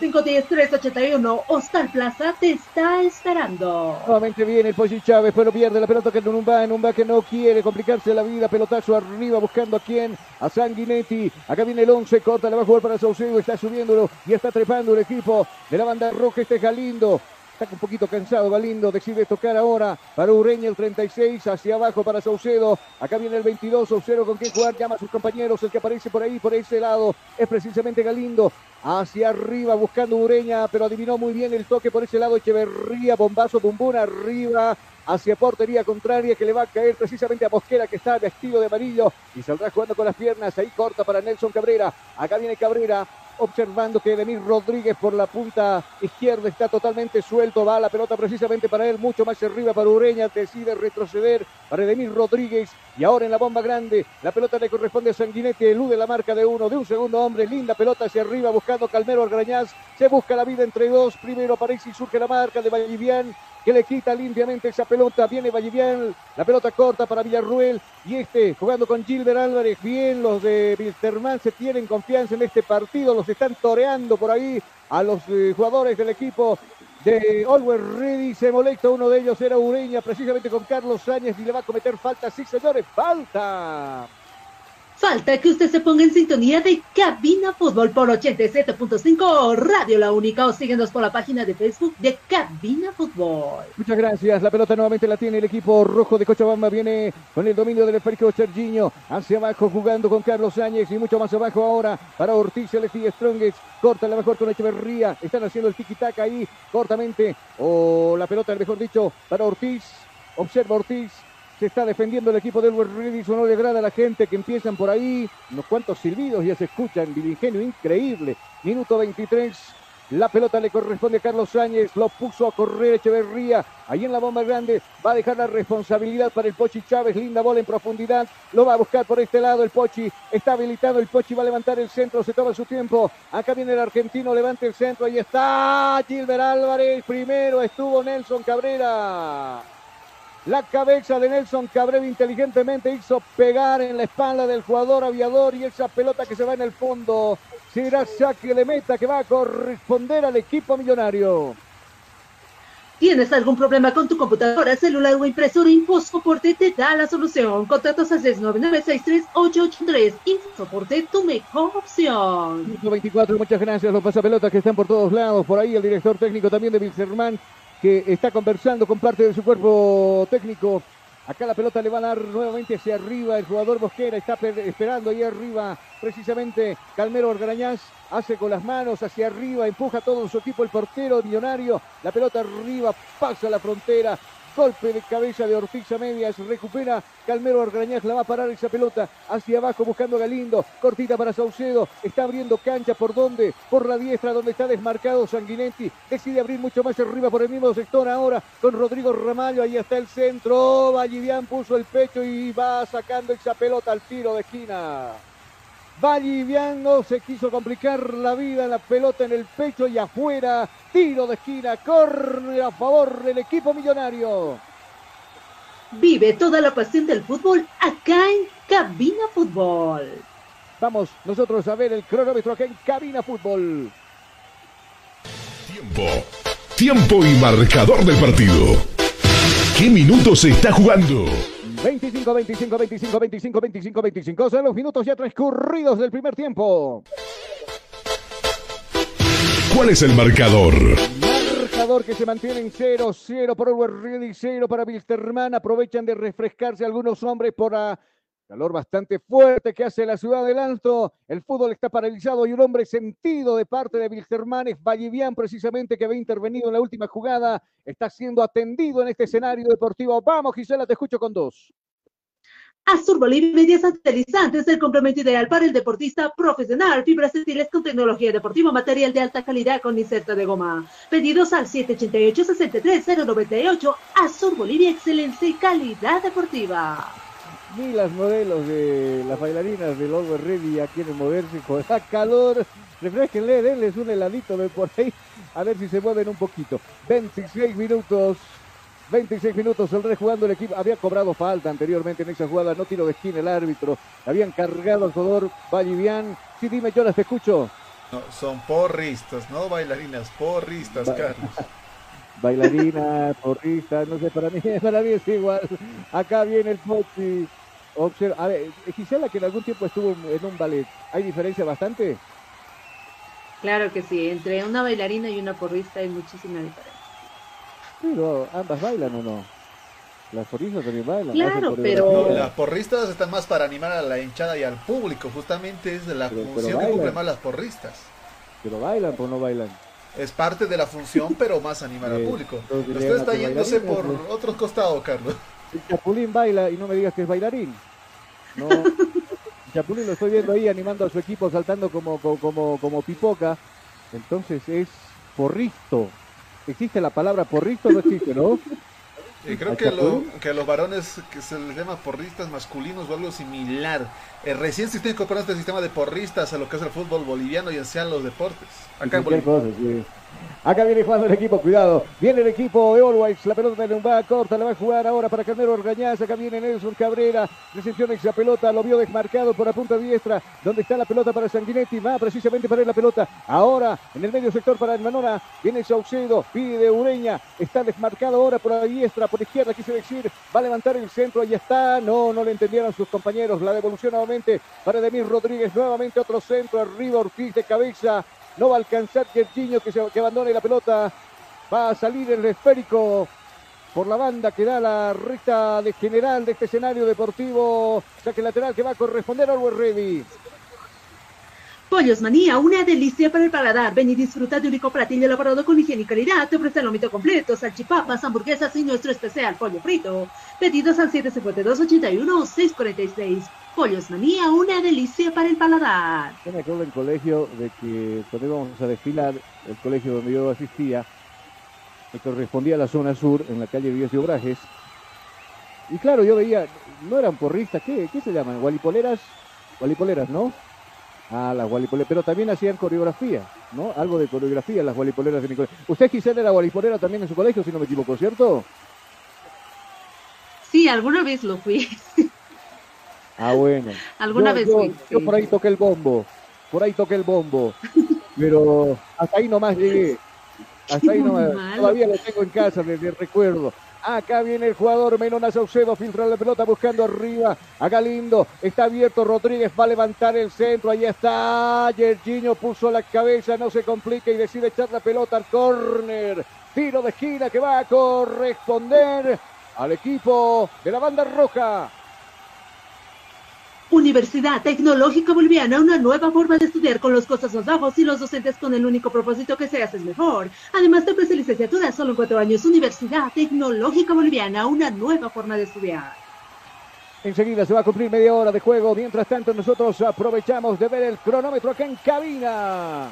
775-10381. Hostal Plaza te está esperando. Nuevamente viene el Pochi Chávez, pero pierde la pelota que Numba que no quiere complicarse la vida. Pelotazo arriba, buscando a quién, a Sanguinetti. Acá viene el 11, corta, la va a jugar para Saucedo, está subiéndolo y está trepando el equipo de la banda roja. Este es Galindo. Está un poquito cansado Galindo, decide tocar ahora para Ureña, el 36, hacia abajo para Saucedo. Acá viene el 22, Saucedo con quien jugar, llama a sus compañeros. El que aparece por ahí, por ese lado, es precisamente Galindo. Hacia arriba buscando Ureña, pero adivinó muy bien el toque por ese lado. Echeverría, bombazo, bumbón arriba, hacia portería contraria, que le va a caer precisamente a Mosquera, que está vestido de amarillo y saldrá jugando con las piernas. Ahí corta para Nelson Cabrera. Acá viene Cabrera, observando que Edemir Rodríguez por la punta izquierda está totalmente suelto. Va la pelota precisamente para él, mucho más arriba para Ureña, decide retroceder para Edemir Rodríguez. Y ahora en la bomba grande, la pelota le corresponde a Sanguinetti, elude la marca de un segundo hombre. Linda pelota hacia arriba, buscando Calmero Argañaz. Se busca la vida entre dos. Primero aparece y surge la marca de Vallivian, que le quita limpiamente esa pelota. Viene Vallivian, la pelota corta para Villarruel. Y jugando con Gilbert Álvarez. Bien, los de Wilstermann se tienen confianza en este partido. Los están toreando por ahí a los jugadores del equipo de Always Ready. Se molesta uno de ellos, era Ureña, precisamente con Carlos Áñez, y le va a cometer falta. Sí, señores, falta. Falta que usted se ponga en sintonía de Cabina Fútbol por 87.5 Radio La Única, o síguenos por la página de Facebook de Cabina Fútbol. Muchas gracias. La pelota nuevamente la tiene el equipo rojo de Cochabamba. Viene con el dominio del esférico Jorginho hacia abajo, jugando con Carlos Áñez, y mucho más abajo ahora para Ortiz, Celesti Strongest. Corta la mejor con Echeverría. Están haciendo el tiki-taka ahí cortamente. O la pelota, mejor dicho, para Ortiz. Observa Ortiz. Se está defendiendo el equipo del Ready. Eso no le agrada a la gente que empiezan por ahí. Unos cuantos silbidos ya se escuchan. El ingenio increíble. Minuto 23. La pelota le corresponde a Carlos Áñez. Lo puso a correr Echeverría. Ahí en la bomba grande. Va a dejar la responsabilidad para el Pochi Chávez. Linda bola en profundidad. Lo va a buscar por este lado. El Pochi está habilitado. El Pochi va a levantar el centro. Se toma su tiempo. Acá viene el argentino. Levanta el centro. Ahí está Gilbert Álvarez. Primero estuvo Nelson Cabrera. La cabeza de Nelson Cabrera inteligentemente hizo pegar en la espalda del jugador aviador, y esa pelota que se va en el fondo será saque de meta que va a corresponder al equipo millonario. ¿Tienes algún problema con tu computadora, celular o impresora? InfoSoporte te da la solución. Contactos al 699-63883. InfoSoporte, tu mejor opción. 24, muchas gracias. Los pasapelotas que están por todos lados. Por ahí el director técnico también de Wilstermann, que está conversando con parte de su cuerpo técnico. Acá la pelota le va a dar nuevamente hacia arriba. El jugador Mosquera está esperando ahí arriba. Precisamente Calmero Argañaz hace con las manos hacia arriba. Empuja todo su equipo el portero millonario. La pelota arriba, pasa la frontera. Golpe de cabeza de Ortiz a medias. Recupera Calmero Argañaz. La va a parar esa pelota hacia abajo buscando a Galindo. Cortita para Saucedo. Está abriendo cancha. ¿Por dónde? Por la diestra, donde está desmarcado Sanguinetti. Decide abrir mucho más arriba por el mismo sector ahora con Rodrigo Ramallo. Ahí está el centro. Vallivian puso el pecho y va sacando esa pelota al tiro de esquina. Vallivian no se quiso complicar la vida. La pelota en el pecho y afuera. Tiro de esquina, córner a favor del equipo millonario. Vive toda la pasión del fútbol acá en Cabina Fútbol. Vamos nosotros a ver el cronómetro acá en Cabina Fútbol. Tiempo y marcador del partido. ¿Qué minutos se está jugando? 25, 25, 25, 25, 25, 25. Son los minutos ya transcurridos del primer tiempo. ¿Cuál es el marcador? Marcador que se mantiene en 0-0 por Always Ready, 0 para Wilstermann. Aprovechan de refrescarse algunos hombres por calor bastante fuerte que hace la ciudad del Alto. El fútbol está paralizado y un hombre sentido de parte de Wilstermann es Vallivian, precisamente, que había intervenido en la última jugada. Está siendo atendido en este escenario deportivo. Vamos, Gisela, te escucho con 2. Azur Bolivia Medias Aterrizantes, el complemento ideal para el deportista profesional. Fibras textiles con tecnología deportiva, material de alta calidad con inserto de goma. Pedidos al 788-63098. Azur Bolivia, excelencia y calidad deportiva. Ni las modelos de las bailarinas del Always Ready ya quieren moverse con la calor. Refresquenle, denles un heladito de por ahí, a ver si se mueven un poquito. 26 minutos, el Rey jugando el equipo. Había cobrado falta anteriormente en esa jugada, no tiro de esquina el árbitro. Habían cargado al jugador Vallivian. Sí, dime, Jonas, te escucho. No, son porristas, no bailarinas, porristas, Carlos. Bailarinas, porristas, no sé, para mí es igual. Acá viene el Pochi. Observa, a ver, Gisela, que en algún tiempo estuvo en un ballet, ¿hay diferencia bastante? Claro que sí, entre una bailarina y una porrista hay muchísima diferencia. Pero ambas bailan, ¿o no? Las porristas también bailan. Claro, pero... No, las porristas están más para animar a la hinchada y al público, justamente es de la función que cumplen más las porristas. Pero bailan o no bailan. Es parte de la función, pero más animar al público. Usted está yéndose por otros costados, Carlos. El Chapulín baila y no me digas que es bailarín. No, el Chapulín lo estoy viendo ahí animando a su equipo, saltando como pipoca. Entonces es porristo. ¿Existe la palabra porristo o no existe, no? Creo que los varones que se les llama porristas masculinos o algo similar. Recién se está incorporando este sistema de porristas a lo que es el fútbol boliviano y en los deportes. Acá en Bolivia. Cosas, sí. Acá viene jugando el equipo, cuidado. Viene el equipo de Always. La pelota de va corta, la va a jugar ahora para Carmelo Orgañaz. Acá viene Nelson Cabrera. Recepción esa pelota, lo vio desmarcado por la punta diestra. Donde está la pelota para Sanguinetti. Va precisamente para la pelota. Ahora en el medio sector para Manona. Viene Saucedo, pide de Ureña. Está desmarcado ahora por la diestra, por izquierda, quise decir. Va a levantar el centro, ahí está. No le entendieron sus compañeros. La devolución nuevamente para Demir Rodríguez. Nuevamente otro centro arriba, Ortiz de cabeza. No va a alcanzar Gerginho que abandone la pelota. Va a salir el esférico por la banda que da la recta de general de este escenario deportivo. Saque lateral que va a corresponder a Always Ready. Pollos Manía, una delicia para el paladar. Ven y disfruta de un rico platillo elaborado con higiene y calidad. Te ofrece el lomito completo, salchipapas, hamburguesas y nuestro especial pollo frito. Pedidos al 752-81-646. Pollos Manía, una delicia para el paladar. Yo me acuerdo del colegio de que cuando íbamos a desfilar, el colegio donde yo asistía, que correspondía a la zona sur, en la calle Díaz de Obrajes. Y claro, yo veía, no eran porristas, ¿qué se llaman? Gualipoleras, ¿no? Ah, las gualipoleras, pero también hacían coreografía, ¿no? Algo de coreografía las gualipoleras de mi colegio. Usted, Gisela, era gualipolera también en su colegio, si no me equivoco, ¿cierto? Sí, alguna vez lo fui. Ah, bueno. Alguna vez fui. Yo por ahí toqué el bombo, pero hasta ahí nomás llegué. Hasta ahí nomás, todavía lo tengo en casa, desde recuerdo. Acá viene el jugador Menona Saucedo, filtra la pelota buscando arriba a Galindo. Está abierto Rodríguez, va a levantar el centro. Ahí está. Gerginho puso la cabeza, no se complica y decide echar la pelota al córner. Tiro de esquina que va a corresponder al equipo de la banda roja. Universidad Tecnológica Boliviana, una nueva forma de estudiar con los costos más bajos y los docentes con el único propósito que seas el mejor. Además te ofrece licenciatura solo en 4 años. Universidad Tecnológica Boliviana, una nueva forma de estudiar. Enseguida se va a cumplir media hora de juego. Mientras tanto nosotros aprovechamos de ver el cronómetro acá en cabina.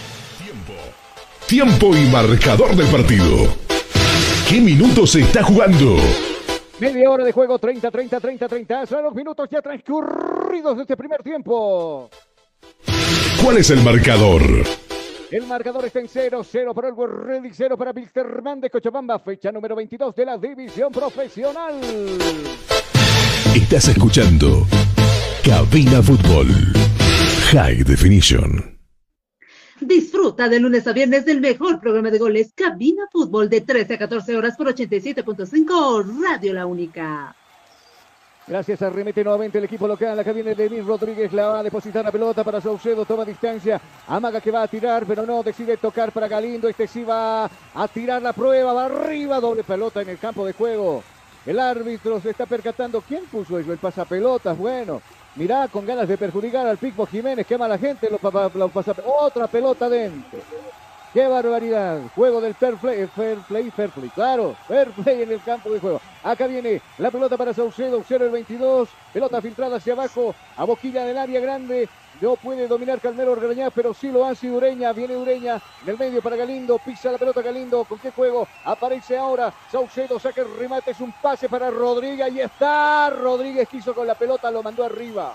Tiempo y marcador del partido. ¿Qué minutos se está jugando? Media hora de juego, 30. Son los minutos ya transcurridos de este primer tiempo. ¿Cuál es el marcador? El marcador está en 0-0 para Always Ready, 0 para Wilstermann de Cochabamba, fecha número 22 de la división profesional. Estás escuchando Cabina Fútbol High Definition. Disfruta de lunes a viernes del mejor programa de goles, Cabina Fútbol, de 13 a 14 horas por 87.5 Radio La Única. Gracias, arremete nuevamente el equipo local. La cabina de Emil Rodríguez, la va a depositar la pelota para Saucedo, toma distancia, amaga que va a tirar, pero no, decide tocar para Galindo. Este sí va a tirar la prueba, va arriba, doble pelota en el campo de juego. El árbitro se está percatando. ¿Quién puso eso? El pasapelotas. Bueno, mirá, con ganas de perjudicar al Pipo Jiménez, qué mala gente los pasapelotas. Otra pelota dentro. ¡Qué barbaridad! Juego del fair play, claro, fair play en el campo de juego. Acá viene la pelota para Saucedo, 0 el 22, pelota filtrada hacia abajo, a boquilla del área grande. No puede dominar Calmero Orgañá, pero sí lo hace Ureña. Viene Ureña del medio para Galindo, pisa la pelota Galindo. ¿Con qué juego? Aparece ahora Saucedo, saca el remate, es un pase para Rodríguez. Ahí está, Rodríguez quiso con la pelota, lo mandó arriba.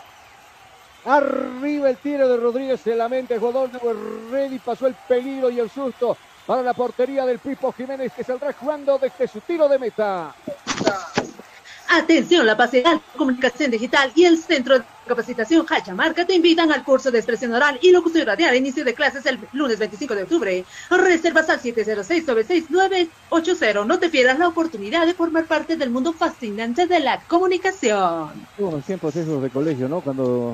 Arriba el tiro de Rodríguez, se lamenta el jugador de Ready, pasó el peligro y el susto para la portería del Pipo Jiménez, que saldrá jugando desde su tiro de meta. Atención, la Pastoral Comunicación Digital y el Centro de Capacitación Hachamarca te invitan al curso de expresión oral y locución radial, inicio de clases el lunes 25 de octubre. Reservas al 706-96980. No te pierdas la oportunidad de formar parte del mundo fascinante de la comunicación. Unos tiempos esos de colegio, ¿no?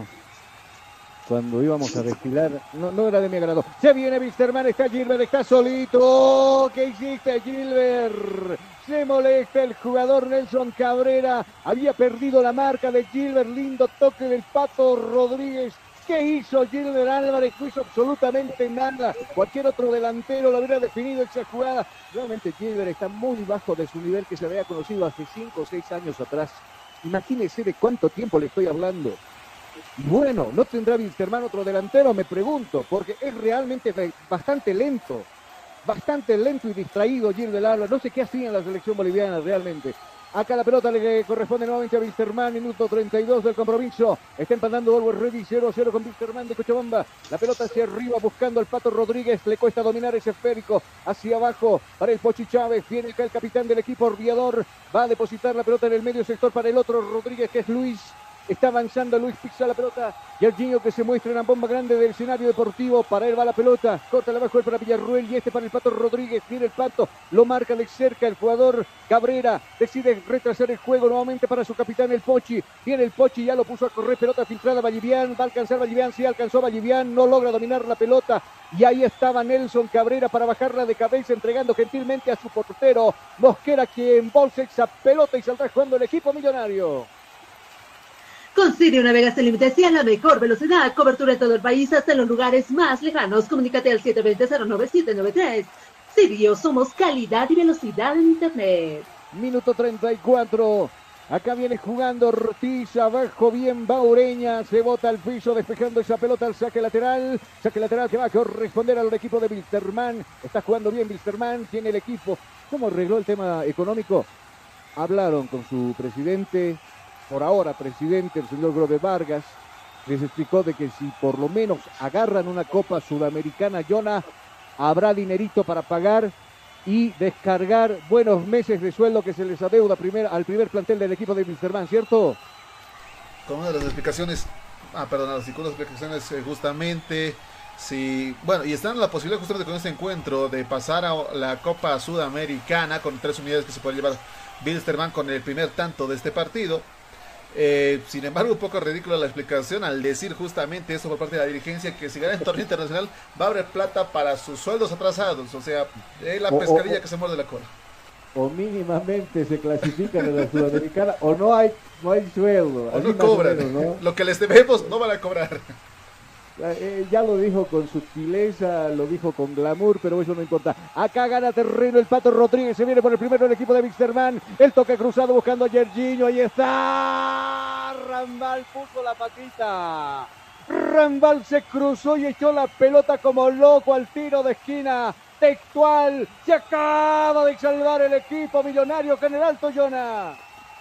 Cuando íbamos a desfilar, no era de mi agrado. Se viene Wilstermann, está Gilbert, está solito. ¿Qué hiciste, Gilbert? Se molesta el jugador Nelson Cabrera. Había perdido la marca de Gilbert. Lindo toque del Pato Rodríguez. ¿Qué hizo Gilbert Álvarez? No hizo absolutamente nada. Cualquier otro delantero lo hubiera definido esa jugada. Realmente Gilbert está muy bajo de su nivel que se había conocido hace 5 o 6 años atrás. Imagínese de cuánto tiempo le estoy hablando. Bueno, ¿no tendrá Wilstermann otro delantero? Me pregunto, porque es realmente bastante lento y distraído Gilbert Álvarez. No sé qué hacía en la selección boliviana realmente. Acá la pelota le corresponde nuevamente a Wilstermann, minuto 32 del compromiso. Está empatando Always Ready, 0-0 con Wilstermann de Cochabamba. La pelota hacia arriba buscando al Pato Rodríguez. Le cuesta dominar ese esférico. Hacia abajo para el Pochi Chávez. Viene acá el capitán del equipo Orviador. Va a depositar la pelota en el medio sector para el otro Rodríguez, que es Luis. Está avanzando Luis, pisa la pelota. Jorginho que se muestra en la bomba grande del escenario deportivo. Para él va la pelota. Corta la abajo para Villarruel y este para el Pato Rodríguez. Viene el Pato. Lo marca de cerca el jugador Cabrera. Decide retrasar el juego nuevamente para su capitán el Pochi. Viene el Pochi, ya lo puso a correr. Pelota filtrada Vallivian. Va a alcanzar Vallivian. Sí alcanzó Vallivian. No logra dominar la pelota. Y ahí estaba Nelson Cabrera para bajarla de cabeza, entregando gentilmente a su portero Mosquera, quien embolsa esa pelota y saldrá jugando el equipo millonario. Con Sirio navegas sin límites y a la mejor velocidad. Cobertura en todo el país hasta en los lugares más lejanos. Comunícate al 720-09793. Sirio, somos calidad y velocidad en internet. Minuto 34. Acá viene jugando Ortiz, abajo bien va Ureña, se bota al piso despejando esa pelota al saque lateral que va a corresponder al equipo de Wilstermann. Está jugando bien Wilstermann, tiene el equipo. ¿Cómo arregló el tema económico? Hablaron con su presidente, por ahora presidente, el señor Grove Vargas, les explicó de que si por lo menos agarran una Copa Sudamericana, Jonah, habrá dinerito para pagar y descargar buenos meses de sueldo que se les adeuda al primer plantel del equipo de Wilstermann, ¿cierto? Con una de las explicaciones, justamente, sí, bueno, y están en la posibilidad justamente con este encuentro de pasar a la Copa Sudamericana con 3 unidades que se puede llevar Wilstermann con el primer tanto de este partido. Sin embargo, un poco ridícula la explicación al decir justamente eso por parte de la dirigencia, que si gana el torneo internacional va a haber plata para sus sueldos atrasados, o sea, la pescadilla que se muerde la cola. O mínimamente se clasifican en la Sudamericana o no hay sueldo. O no cobran, ¿no? Lo que les debemos no van a cobrar. Ya lo dijo con sutileza, lo dijo con glamour, pero eso no importa. Acá gana terreno el Pato Rodríguez, se viene por el primero del equipo de Wilstermann. El toque cruzado buscando a Jorginho, ahí está. Rambal puso la patita. Rambal se cruzó y echó la pelota como loco al tiro de esquina. Textual, se acaba de salvar el equipo millonario con el Alto Jonah.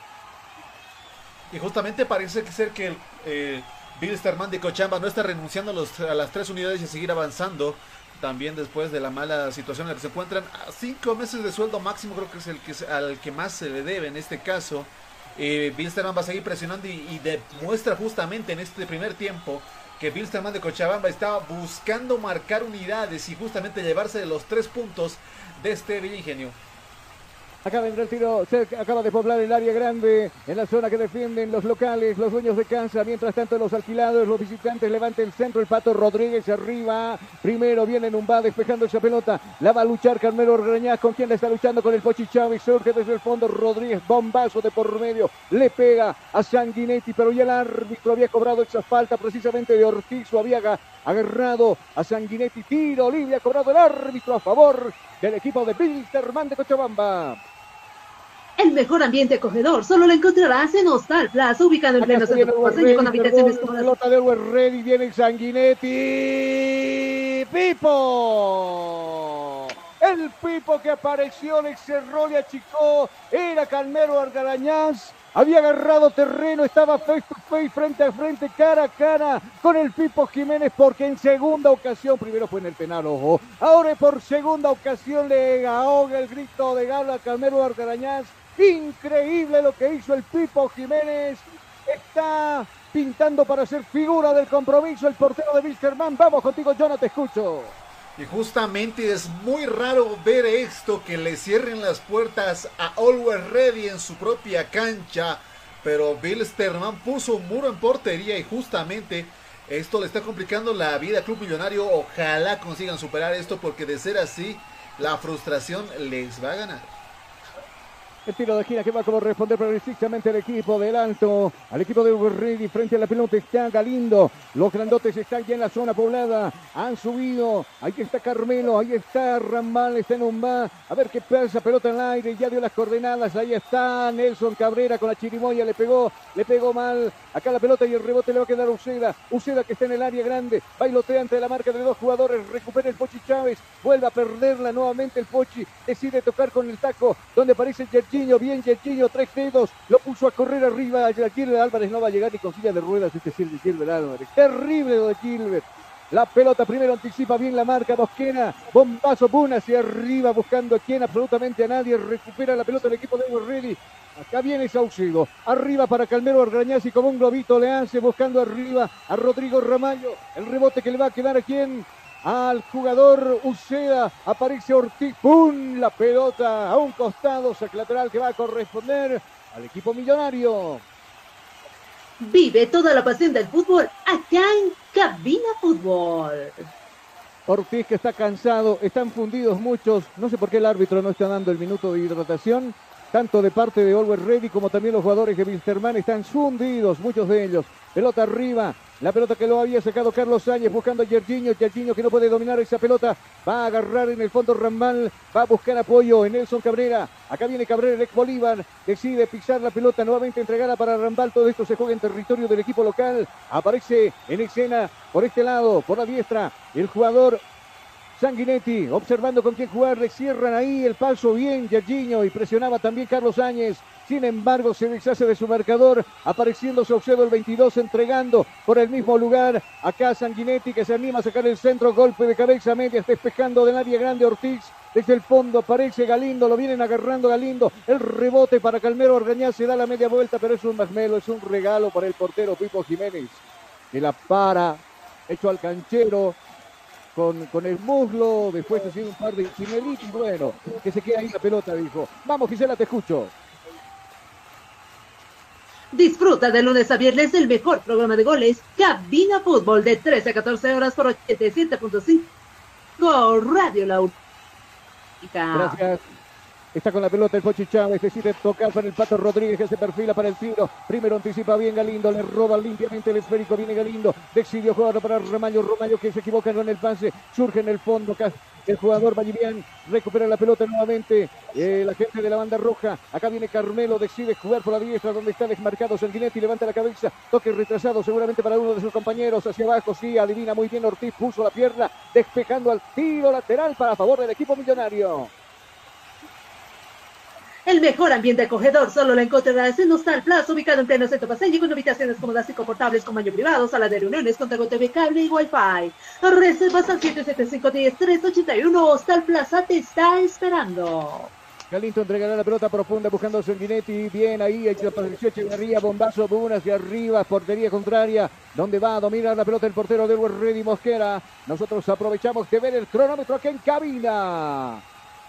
Y justamente parece ser que Wilstermann de Cochabamba no está renunciando a las 3 unidades y seguir avanzando. También después de la mala situación en la que se encuentran, a 5 meses de sueldo máximo, creo que es al que más se le debe en este caso. Wilstermann va a seguir presionando y demuestra justamente en este primer tiempo que Wilstermann de Cochabamba estaba buscando marcar unidades y justamente llevarse de los 3 puntos de este Villa Ingenio. Acá vendrá el tiro, se acaba de poblar el área grande en la zona que defienden los locales, los dueños de casa. Mientras tanto los alquilados, los visitantes levanta el centro, el Pato Rodríguez arriba. Primero viene Numba despejando esa pelota. La va a luchar Carmelo Orgrañaz. ¿Con quién la está luchando? Con el Pochi Chávez. Surge desde el fondo Rodríguez, bombazo de por medio. Le pega a Sanguinetti, pero ya el árbitro había cobrado esa falta precisamente de Ortiz. Lo había agarrado a Sanguinetti. Tiro libre ha cobrado el árbitro a favor del equipo de Wilstermann de Cochabamba. El mejor ambiente acogedor solo lo encontrarás en Hostal Plaza, ubicado en pleno centro paseño con habitaciones cómodas. Pelota de Elwer Ready, viene Sanguinetti. ¡Pipo! El Pipo que apareció, le cerró, le achicó. Era Carmelo Orgrañaz. Había agarrado terreno, estaba face to face, frente a frente, cara a cara con el Pipo Jiménez, porque en segunda ocasión, primero fue en el penal, ojo, ahora por segunda ocasión le ahoga el grito de galo a Carmelo Orgrañaz. Increíble lo que hizo el Pipo Jiménez. Está pintando para ser figura del compromiso el portero de Wilstermann. Vamos contigo, Jonathan, te escucho. Y justamente es muy raro ver esto, que le cierren las puertas a Always Ready en su propia cancha, pero Wilstermann puso un muro en portería y justamente esto le está complicando la vida al Club Millonario. Ojalá consigan superar esto, porque de ser así la frustración les va a ganar. El tiro de esquina que va a corresponder precisamente al equipo del Alto, al equipo de Ready. Frente a la pelota está Galindo. Los grandotes están ya en la zona poblada. Han subido. Ahí está Carmelo. Ahí está Ramal. Está en Numba. A ver qué pasa. Pelota en el aire. Ya dio las coordenadas. Ahí está Nelson Cabrera con la chirimoya. Le pegó mal. Acá la pelota y el rebote le va a quedar a Uceda. Uceda que está en el área grande. Bailotea ante la marca de 2 jugadores. Recupera el Pochi Chávez. Vuelve a perderla nuevamente el Pochi. Decide tocar con el taco. Donde aparece Yerginho. Bien Yerginho, 3 dedos, lo puso a correr arriba. Gilbert Álvarez no va a llegar ni con silla de ruedas. Gilbert Álvarez, terrible lo de Gilbert. La pelota primero anticipa bien la marca Mosquera, bombazo Puna hacia arriba buscando a quien, absolutamente a nadie. Recupera la pelota el equipo de Ready. Acá viene Saucedo, arriba para Carmelo Orgrañaz y como un globito le hace buscando arriba a Rodrigo Ramallo. El rebote que le va a quedar a quien, al jugador Uceda. Aparece Ortiz, ¡pum! La pelota a un costado, saque lateral que va a corresponder al equipo millonario. Vive toda la pasión del fútbol acá en Cabina Fútbol. Ortiz que está cansado, están fundidos muchos. No sé por qué el árbitro no está dando el minuto de hidratación. Tanto de parte de Always Ready como también los jugadores de Wilstermann están fundidos, muchos de ellos. Pelota arriba, la pelota que lo había sacado Carlos Sáñez buscando a Yerginho que no puede dominar esa pelota. Va a agarrar en el fondo Ramal, va a buscar apoyo en Nelson Cabrera. Acá viene Cabrera, el ex Bolívar, decide pisar la pelota, nuevamente entregada para Rambal. Todo esto se juega en territorio del equipo local. Aparece en escena por este lado, por la diestra, el jugador Sanguinetti, observando con quién jugar. Le cierran ahí el paso bien Yerginho y presionaba también Carlos Sáñez. Sin embargo, se deshace de su marcador, apareciendo Saucedo el 22, entregando por el mismo lugar. Acá Sanguinetti que se anima a sacar el centro, golpe de cabeza media, despejando del área grande Ortiz. Desde el fondo aparece Galindo, lo vienen agarrando Galindo. El rebote para Carmelo Orgrañaz, se da la media vuelta, pero es un masmelo, es un regalo para el portero Pipo Jiménez. Que la para, hecho al canchero. Con el muslo, después ha sido un par de chimelitos, bueno, que se queda ahí la pelota, dijo. Vamos, Gisela, te escucho. Disfruta de lunes a viernes el mejor programa de goles, Cabina Fútbol, de 13 a 14 horas por 87.5 Radio La Única. Gracias. Está con la pelota el Pochi Chávez, decide tocar para el Pato Rodríguez que se perfila para el tiro. Primero anticipa bien Galindo, le roba limpiamente el esférico, viene Galindo, decidió jugar para Ramallo que se equivoca en el pase, surge en el fondo, el jugador Vallivian recupera la pelota nuevamente, la gente de la banda roja. Acá viene Carmelo, decide jugar por la diestra donde está desmarcado Sanguinetti, levanta la cabeza, toque retrasado seguramente para uno de sus compañeros, hacia abajo, sí, adivina muy bien Ortiz, puso la pierna, despejando al tiro lateral para favor del equipo millonario. El mejor ambiente acogedor solo lo encontrarás en Hostal Plaza, ubicado en pleno centro paseño, con habitaciones cómodas y confortables, con baño privado, sala de reuniones, con TV, cable y Wi-Fi. Reservas al 775-10-381. Hostal Plaza te está esperando. Galinto entregará la pelota profunda buscando a Sanguinetti. Bien ahí, apareció Echeverría, bombazo, boom hacia arriba, portería contraria. Donde va a dominar la pelota el portero de Always Ready, Mosquera. Nosotros aprovechamos de ver el cronómetro aquí en cabina.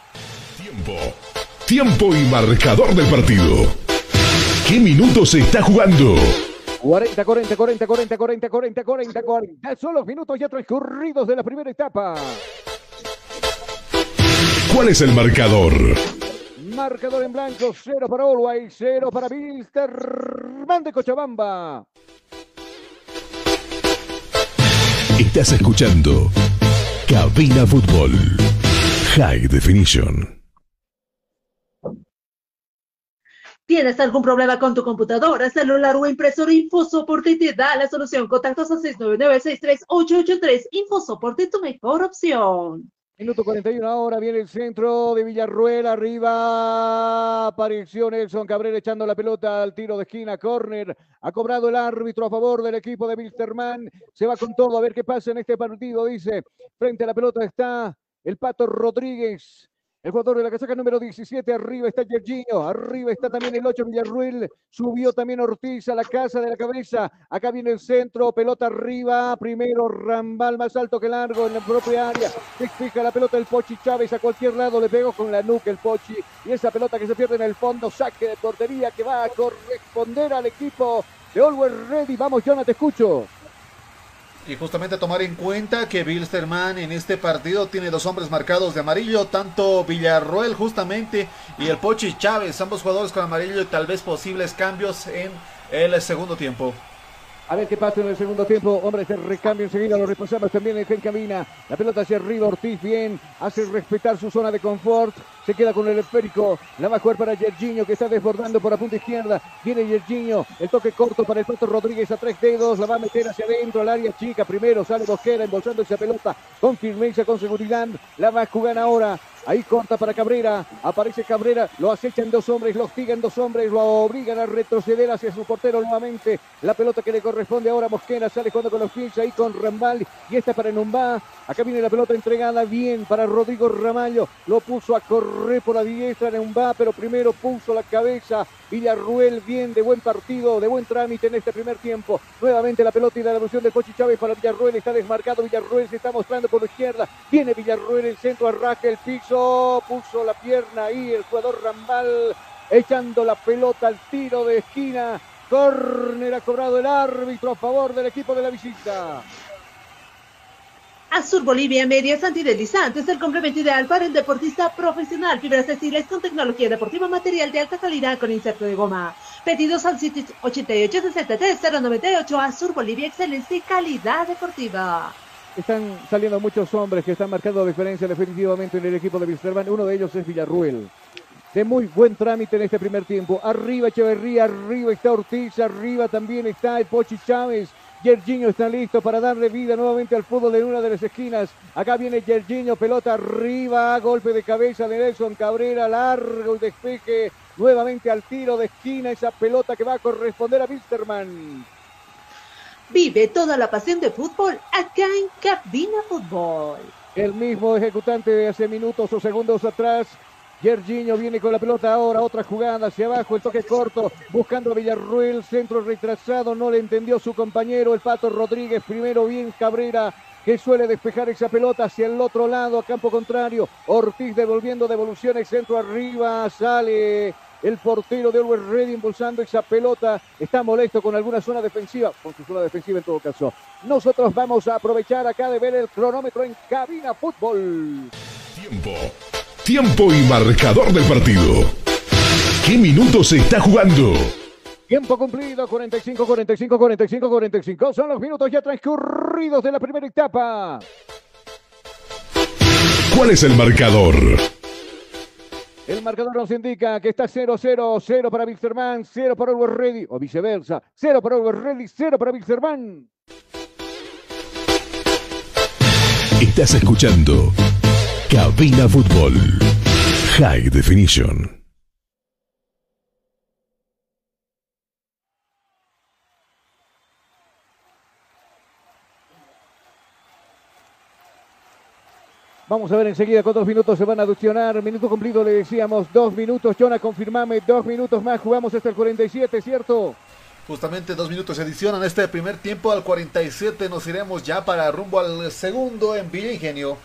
Tiempo y marcador del partido. ¿Qué minutos se está jugando? 40. Son los minutos ya transcurridos de la primera etapa. ¿Cuál es el marcador? Marcador en blanco, 0 para Always, 0 para Wilstermann de Cochabamba. Estás escuchando Cabina Fútbol High Definition. ¿Tienes algún problema con tu computadora, celular o impresora? InfoSoporte te da la solución. Contactos a 699-63883. InfoSoporte, tu mejor opción. Minuto 41 ahora, viene el centro de Villarruel, arriba apareció Nelson Cabrera echando la pelota al tiro de esquina, córner, ha cobrado el árbitro a favor del equipo de Wilstermann, se va con todo a ver qué pasa en este partido, dice, frente a la pelota está el Pato Rodríguez, el jugador de la casaca número 17, arriba está Yerginho, arriba está también el 8 Villarruel, subió también Ortiz a la casa de la cabeza, acá viene el centro, pelota arriba, primero Rambal más alto que largo en la propia área, se fija la pelota el Pochi Chávez a cualquier lado, le pegó con la nuca el Pochi, y esa pelota que se pierde en el fondo, saque de portería que va a corresponder al equipo de Always Ready. Vamos, Jonathan, te escucho. Y justamente tomar en cuenta que Wilstermann en este partido tiene 2 hombres marcados de amarillo, tanto Villarroel justamente y el Pochi Chávez, ambos jugadores con amarillo y tal vez posibles cambios en el segundo tiempo. A ver qué pasa en el segundo tiempo. Hombre, ese recambio enseguida lo repasamos también en cabina. La pelota hacia arriba, Ortiz bien, hace respetar su zona de confort. Se queda con el esférico. La va a jugar para Yerginho, que está desbordando por la punta izquierda. Viene Yerginho, el toque corto para el Pato Rodríguez a 3 dedos. La va a meter hacia adentro, al área chica. Primero sale Mosquera embolsando esa pelota con firmeza, con seguridad. La va a jugar ahora. Ahí corta para Cabrera, aparece Cabrera, lo acechan 2 hombres, lo hostigan 2 hombres, lo obligan a retroceder hacia su portero nuevamente. La pelota que le corresponde ahora a Mosquera, sale jugando con los pies ahí con Rambal y esta para Numbá. Acá viene la pelota entregada bien para Rodrigo Ramallo, lo puso a correr por la diestra Numbá, pero primero puso la cabeza. Villarruel bien, de buen partido, de buen trámite en este primer tiempo. Nuevamente la pelota y la devolución del Pochi Chávez para Villarruel, está desmarcado, Villarruel se está mostrando por la izquierda, viene Villarruel, el centro, arranca el piso, puso la pierna ahí el jugador Rambal, echando la pelota al tiro de esquina, córner ha cobrado el árbitro a favor del equipo de la visita. Azur Bolivia Medias antideslizantes, el complemento ideal para el deportista profesional. Fibras textiles con tecnología deportiva, material de alta calidad con inserto de goma. Pedidos al sitio 8863-098. Azur Bolivia, excelencia y calidad deportiva. Están saliendo muchos hombres que están marcando diferencia definitivamente en el equipo de Wilstermann. Uno de ellos es Villarruel. De muy buen trámite en este primer tiempo. Arriba Echeverría, arriba está Ortiz, arriba también está el Pochi Chávez. Yerginho está listo para darle vida nuevamente al fútbol en una de las esquinas. Acá viene Yerginho, pelota arriba, golpe de cabeza de Nelson Cabrera, largo y despeje nuevamente al tiro de esquina. Esa pelota que va a corresponder a Wilstermann. Vive toda la pasión de fútbol acá en Cabina Fútbol. El mismo ejecutante de hace minutos o segundos atrás. Yerginho viene con la pelota ahora, otra jugada hacia abajo, el toque corto, buscando a Villarruel, centro retrasado, no le entendió su compañero, el Pato Rodríguez, primero bien Cabrera, que suele despejar esa pelota hacia el otro lado, a campo contrario, Ortiz devolviendo devoluciones, centro arriba, sale el portero de Always Ready impulsando esa pelota, está molesto con alguna zona defensiva, con su zona defensiva en todo caso. Nosotros vamos a aprovechar acá de ver el cronómetro en Cabina Fútbol. Tiempo y marcador del partido. ¿Qué minutos se está jugando? Tiempo cumplido, 45. Son los minutos ya transcurridos de la primera etapa. ¿Cuál es el marcador? El marcador nos indica que está 0-0, 0 para Wilstermann, 0 para Always Ready, o viceversa, 0 para Always Ready, 0 para Wilstermann. Estás escuchando Cabina Fútbol High Definition. Vamos a ver enseguida cuántos minutos se van a adicionar. Minuto cumplido, le decíamos 2 minutos. Jonah, confirmame, 2 minutos más. Jugamos hasta el 47, ¿cierto? Justamente 2 minutos se adicionan este primer tiempo. Al 47 nos iremos ya para rumbo al segundo en Villa Ingenio.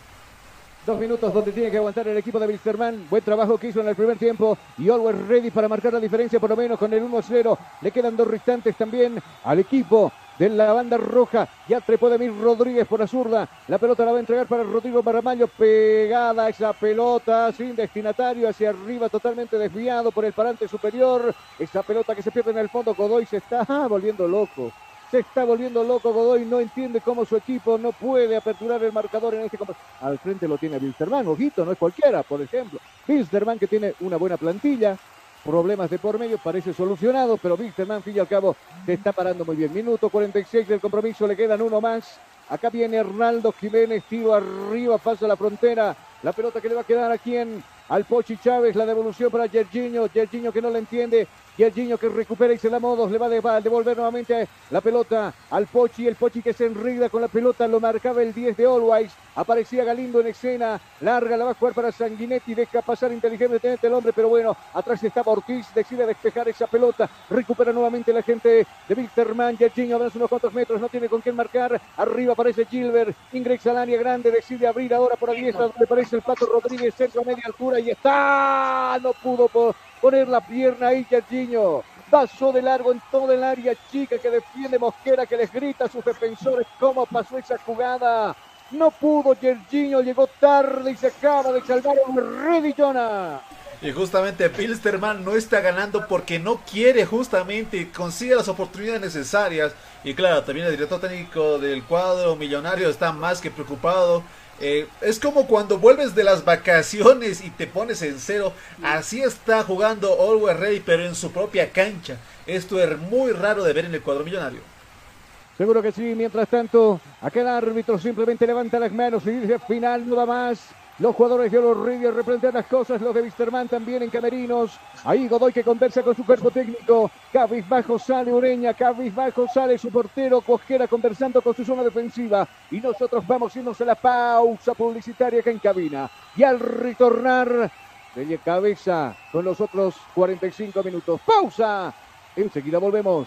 2 minutos donde tiene que aguantar el equipo de Wilstermann. Buen trabajo que hizo en el primer tiempo. Y always ready para marcar la diferencia, por lo menos con el 1-0. Le quedan 2 restantes también al equipo de la banda roja. Ya trepó Demir Rodríguez por la zurda. La pelota la va a entregar para Rodrigo Maramayo. Pegada esa pelota sin destinatario hacia arriba, totalmente desviado por el parante superior. Esa pelota que se pierde en el fondo. Godoy se está volviendo loco. Se está volviendo loco Godoy, no entiende cómo su equipo no puede aperturar el marcador en este combate. Al frente lo tiene Wilstermann, ojito, no es cualquiera, por ejemplo. Wilstermann que tiene una buena plantilla, problemas de por medio, parece solucionado, pero Wilstermann, fin y al cabo, se está parando muy bien. Minuto 46 del compromiso, le quedan uno más. Acá viene Arnaldo Jiménez, tiro arriba, pasa la frontera. La pelota que le va a quedar aquí al Pochi Chávez, la devolución para Jorginho que no la entiende. Jorginho que recupera y se la modos, le va a devolver nuevamente la pelota al Pochi, el Pochi que se enrida con la pelota, lo marcaba el 10 de Always, aparecía Galindo en escena, larga, la va a jugar para Sanguinetti, deja pasar inteligentemente el hombre, pero bueno, atrás estaba Ortiz, decide despejar esa pelota, recupera nuevamente la gente de Wilstermann, Jorginho avanza unos cuantos metros, no tiene con quién marcar, arriba aparece Gilbert, ingresa al área grande, decide abrir ahora por la diestra, donde aparece el Pato Rodríguez, centro a media altura y está, no pudo poner la pierna ahí Jorginho, pasó de largo en toda el área chica que defiende Mosquera, que les grita a sus defensores cómo pasó esa jugada, no pudo Jorginho, llegó tarde y se acaba de salvar un ready Jonah. Y justamente Wilstermann no está ganando porque no quiere justamente, consigue las oportunidades necesarias. Y claro, también el director técnico del cuadro millonario está más que preocupado. Es como cuando vuelves de las vacaciones y te pones en cero. Así está jugando Always Ready, pero en su propia cancha. Esto es muy raro de ver en el cuadro millonario. Seguro que sí. Mientras tanto, acá el árbitro simplemente levanta las manos y dice final, no va más. Los jugadores de los Ríos replantean las cosas, los de Wilstermann también en camerinos. Ahí Godoy que conversa con su cuerpo técnico. Cabizbajo sale Ureña, cabizbajo sale su portero Cosquera conversando con su zona defensiva. Y nosotros vamos irnos a la pausa publicitaria acá en cabina. Y al retornar, de cabeza con los otros 45 minutos. ¡Pausa! Enseguida volvemos.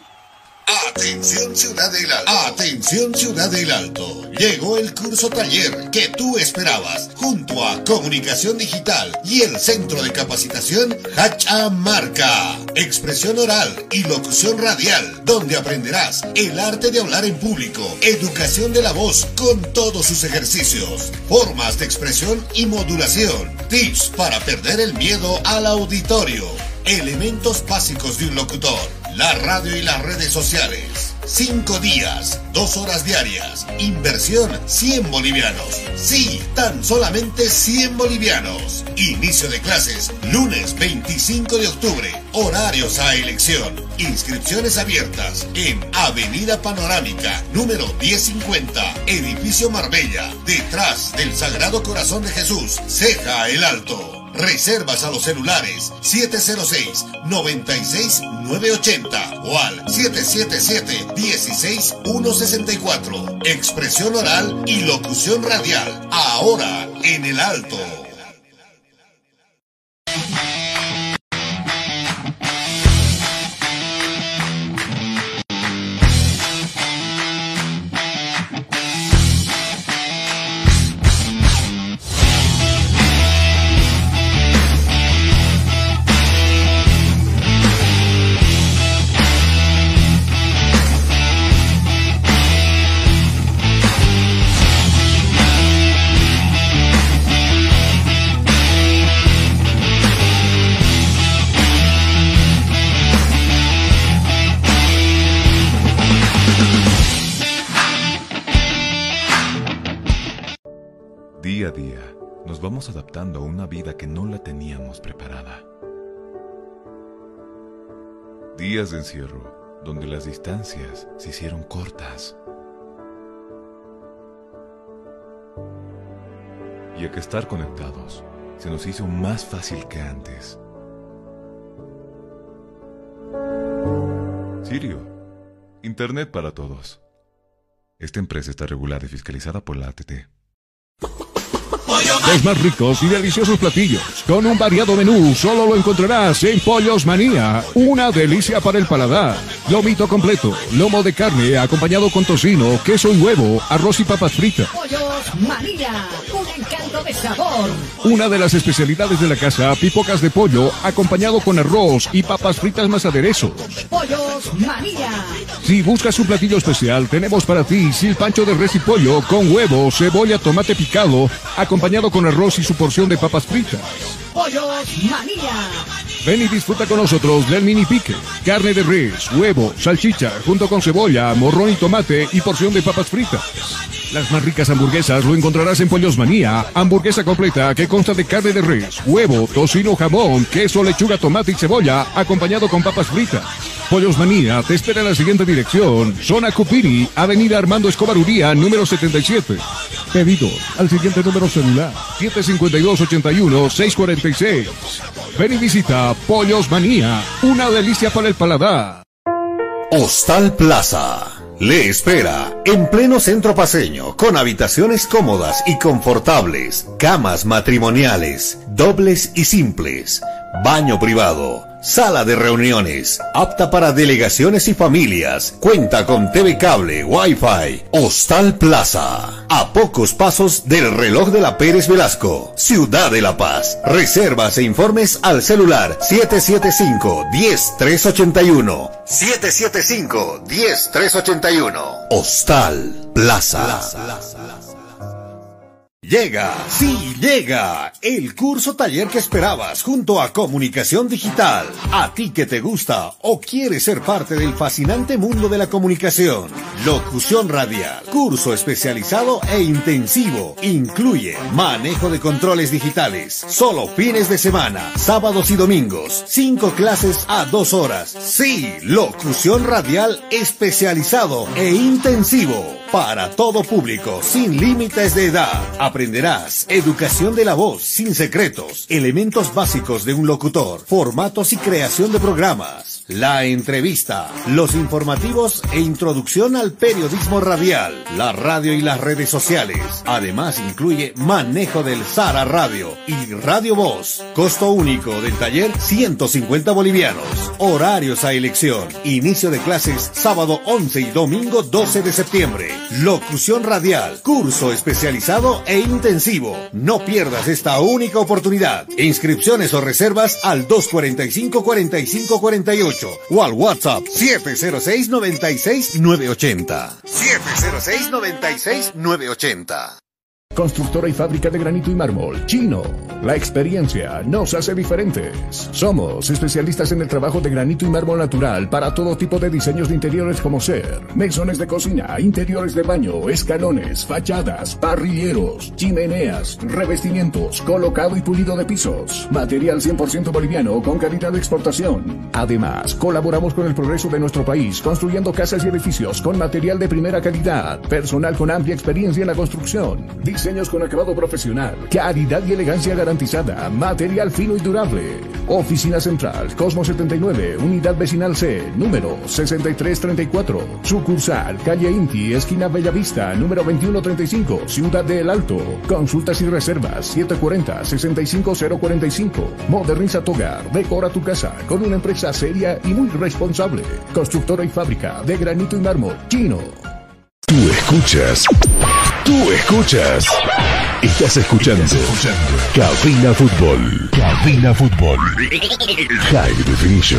Atención Ciudad del Alto. Atención Ciudad del Alto. Llegó el curso taller que tú esperabas junto a Comunicación Digital y el Centro de Capacitación Hachamarca. Expresión oral y locución radial, donde aprenderás el arte de hablar en público, educación de la voz con todos sus ejercicios, formas de expresión y modulación, tips para perder el miedo al auditorio, elementos básicos de un locutor, la radio y las redes sociales. 5 días, 2 horas diarias. Inversión 100 bolivianos. Sí, tan solamente 100 bolivianos. Inicio de clases lunes 25 de octubre. Horarios a elección. Inscripciones abiertas en Avenida Panorámica, número 1050, Edificio Marbella, detrás del Sagrado Corazón de Jesús, Ceja el Alto. Reservas a los celulares 706-96-980 o al 777-16164. Expresión oral y locución radial. Ahora en el Alto. Día a día, nos vamos adaptando a una vida que no la teníamos preparada. Días de encierro, donde las distancias se hicieron cortas. Y a que estar conectados se nos hizo más fácil que antes. Sirio, Internet para todos. Esta empresa está regulada y fiscalizada por la ATT. Hoy Los más ricos y deliciosos platillos, con un variado menú, solo lo encontrarás en Pollos Manía. Una delicia para el paladar. Lomito completo, lomo de carne acompañado con tocino, queso y huevo, arroz y papas fritas. Pollos Manía, un encanto de sabor. Una de las especialidades de la casa, pipocas de pollo, acompañado con arroz y papas fritas más aderezos. Pollos Manía. Si buscas un platillo especial, tenemos para ti silpancho de res y pollo con huevo, cebolla, tomate picado, acompañado con arroz y su porción de papas fritas. Pollos Manía. Ven y disfruta con nosotros del mini pique. Carne de res, huevo, salchicha, junto con cebolla, morrón y tomate y porción de papas fritas. Las más ricas hamburguesas lo encontrarás en Pollos Manía. Hamburguesa completa que consta de carne de res, huevo, tocino, jamón, queso, lechuga, tomate y cebolla, acompañado con papas fritas. Pollos Manía te espera en la siguiente dirección: Zona Cupiri, Avenida Armando Escobar Uría, número 77. Pedidos al siguiente número celular: 752-81-646. Ven y visita Pollos Manía, una delicia para el paladar. Hostal Plaza le espera en pleno centro paceño, con habitaciones cómodas y confortables, camas matrimoniales, dobles y simples, baño privado, sala de reuniones, apta para delegaciones y familias, cuenta con TV cable, Wi-Fi. Hostal Plaza, a pocos pasos del reloj de la Pérez Velasco, Ciudad de La Paz. Reservas e informes al celular 775-10381. 775-10381. Hostal Plaza. Llega, sí llega, el curso taller que esperabas junto a Comunicación Digital. A ti que te gusta o quieres ser parte del fascinante mundo de la comunicación. Locución radial, curso especializado e intensivo. Incluye manejo de controles digitales, solo fines de semana, sábados y domingos. 5 clases a 2 horas. Sí, locución radial especializado e intensivo. Para todo público, sin límites de edad. Aprenderás educación de la voz, sin secretos, elementos básicos de un locutor, formatos y creación de programas, la entrevista, los informativos e introducción al periodismo radial, la radio y las redes sociales. Además incluye manejo del Sara Radio y Radio Voz. Costo único del taller 150 bolivianos. Horarios a elección. Inicio de clases sábado 11 y domingo 12 de septiembre. Locución radial, curso especializado e intensivo. No pierdas esta única oportunidad. Inscripciones o reservas al 245-4548 o al WhatsApp 706-96-980. 706-96-980. Constructora y fábrica de granito y mármol, Chino. La experiencia nos hace diferentes. Somos especialistas en el trabajo de granito y mármol natural para todo tipo de diseños de interiores, como ser mesones de cocina, interiores de baño, escalones, fachadas, parrilleros, chimeneas, revestimientos, colocado y pulido de pisos. Material 100% boliviano con calidad de exportación. Además, colaboramos con el progreso de nuestro país, construyendo casas y edificios con material de primera calidad, personal con amplia experiencia en la construcción, diseños con acabado profesional, calidad y elegancia garantizada, material fino y durable. Oficina Central, Cosmo 79, Unidad Vecinal C, número 6334. Sucursal, Calle Inti, esquina Bellavista, número 2135, Ciudad de El Alto. Consultas y reservas 740-65045. Moderniza tu hogar, decora tu casa con una empresa seria y muy responsable. Constructora y fábrica de granito y mármol, Chino. Tú escuchas. Estás escuchando Cabina Fútbol. Cabina Fútbol. High Definition.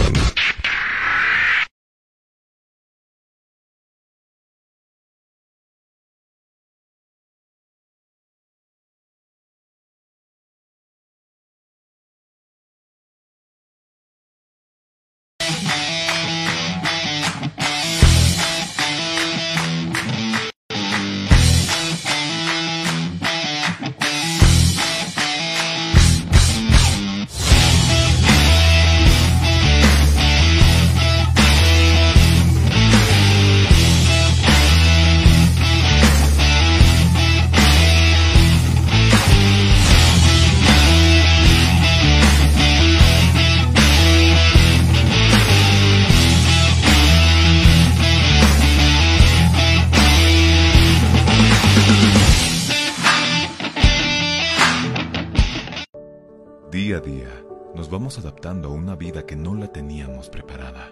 Día a día, nos vamos adaptando a una vida que no la teníamos preparada.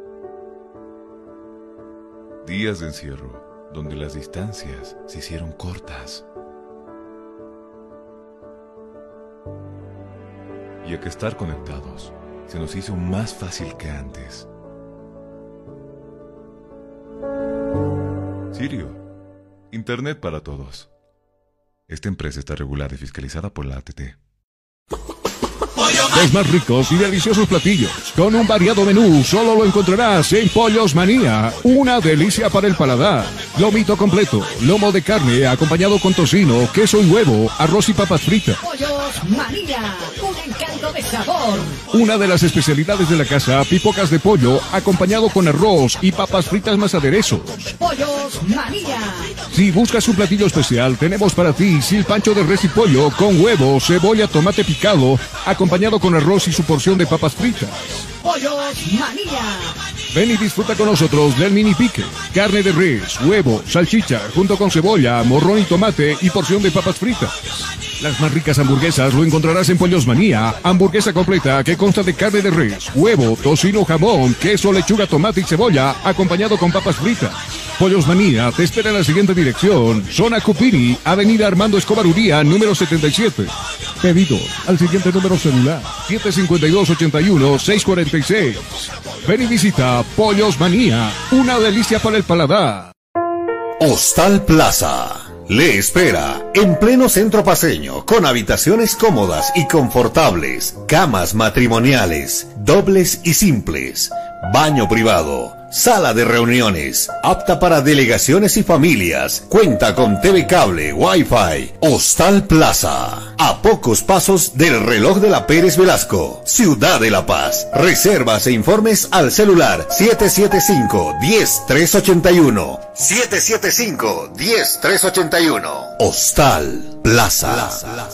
Días de encierro, donde las distancias se hicieron cortas. Y a que estar conectados se nos hizo más fácil que antes. Sirio, Internet para todos. Esta empresa está regulada y fiscalizada por la ATT. Los más ricos y deliciosos platillos, con un variado menú, solo lo encontrarás en Pollos Manía. Una delicia para el paladar. Lomito completo, lomo de carne acompañado con tocino, queso y huevo, arroz y papas fritas. Pollos Manía, un encanto de sabor. Una de las especialidades de la casa, pipocas de pollo, acompañado con arroz y papas fritas más aderezos. Pollos Manía. Si buscas un platillo especial, tenemos para ti silpancho de res y pollo con huevo, cebolla, tomate picado, acompañado con arroz y su porción de papas fritas. Pollos Manía. Ven y disfruta con nosotros del mini pique. Carne de res, huevo, salchicha, junto con cebolla, morrón y tomate y porción de papas fritas. Las más ricas hamburguesas lo encontrarás en Pollos Manía. Hamburguesa completa que consta de carne de res, huevo, tocino, jamón, queso, lechuga, tomate y cebolla, acompañado con papas fritas. Pollos Manía te espera en la siguiente dirección: Zona Cupiri, Avenida Armando Escobar Uría, número 77. Pedidos al siguiente número celular: 752-81-646. Ven y visita Pollos Manía, una delicia para el paladar. Hostal Plaza le espera en pleno centro paceño, con habitaciones cómodas y confortables, camas matrimoniales, dobles y simples, baño privado, sala de reuniones, apta para delegaciones y familias, cuenta con TV cable, Wi-Fi. Hostal Plaza, a pocos pasos del reloj de la Pérez Velasco, Ciudad de La Paz. Reservas e informes al celular 775-10381. 775-10381. Hostal Plaza.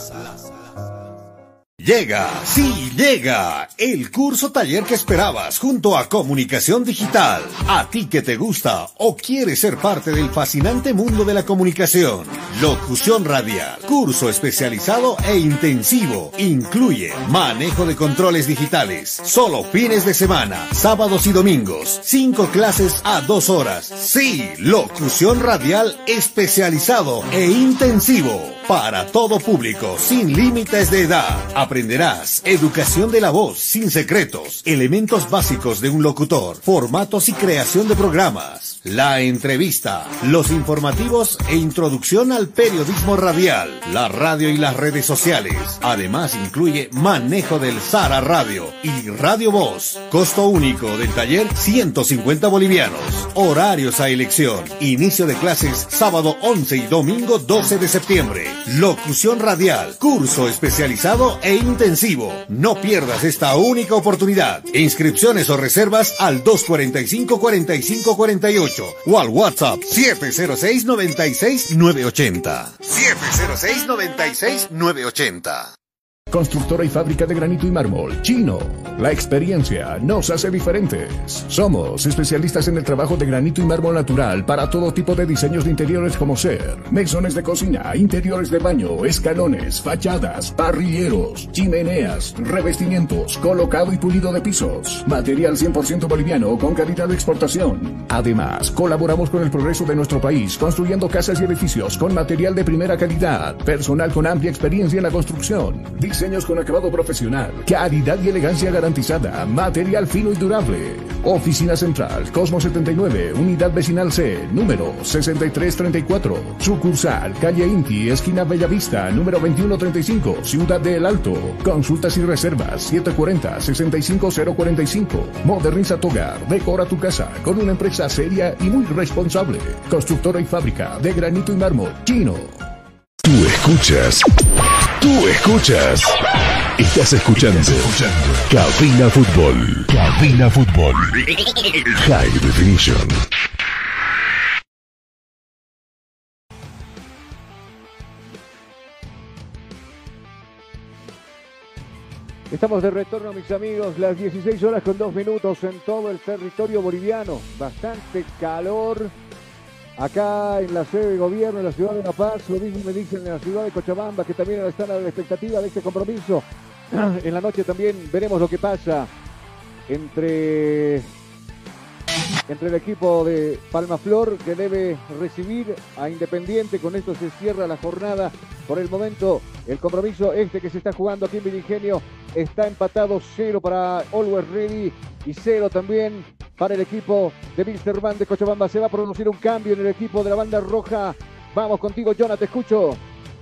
Llega, sí, llega el curso taller que esperabas junto a Comunicación Digital. A ti que te gusta o quieres ser parte del fascinante mundo de la comunicación. Locución radial, curso especializado e intensivo. Incluye manejo de controles digitales, solo fines de semana, sábados y domingos. 5 clases a 2 horas. Sí, locución radial especializado e intensivo. Para todo público, sin límites de edad. Aprenderás educación de la voz, sin secretos, elementos básicos de un locutor, formatos y creación de programas, la entrevista, los informativos e introducción al periodismo radial, la radio y las redes sociales. Además incluye manejo del Sara Radio y Radio Voz. Costo único del taller 150 bolivianos. Horarios a elección. Inicio de clases sábado 11 y domingo 12 de septiembre. Locución radial, curso especializado e intensivo. No pierdas esta única oportunidad. Inscripciones o reservas al 245-4548 o al WhatsApp 706-96-980. 706-96-980. Constructora y fábrica de granito y mármol, Chino. La experiencia nos hace diferentes. Somos especialistas en el trabajo de granito y mármol natural para todo tipo de diseños de interiores, como ser mesones de cocina, interiores de baño, escalones, fachadas, parrilleros, chimeneas, revestimientos, colocado y pulido de pisos. Material 100% boliviano con calidad de exportación. Además, colaboramos con el progreso de nuestro país, construyendo casas y edificios con material de primera calidad, personal con amplia experiencia en la construcción, diseños con acabado profesional, calidad y elegancia garantizada, material fino y durable. Oficina Central, Cosmo 79, Unidad Vecinal C, número 6334. Sucursal, Calle Inti, esquina Bellavista, número 2135, Ciudad de El Alto. Consultas y reservas 740-65045. Moderniza tu hogar, decora tu casa con una empresa seria y muy responsable. Constructora y fábrica de granito y mármol, Chino. Tú escuchas. Estás escuchando Cabina Fútbol. Cabina Fútbol. High Definition. Estamos de retorno, mis amigos, las 16 horas con 2 minutos en todo el territorio boliviano. Bastante calor acá en la sede de gobierno, en la ciudad de La Paz. Lo mismo me dicen en la ciudad de Cochabamba, que también están a la expectativa de este compromiso En la noche también veremos lo que pasa entre el equipo de Palmaflor, que debe recibir a Independiente. Con esto se cierra la jornada. Por el momento, el compromiso que se está jugando aquí en Vilingenio está empatado, 0 para Always Ready y 0 también para el equipo de Wilstermann de Cochabamba. Se va a producir un cambio en el equipo de la banda roja. Vamos contigo, Jonah, te escucho.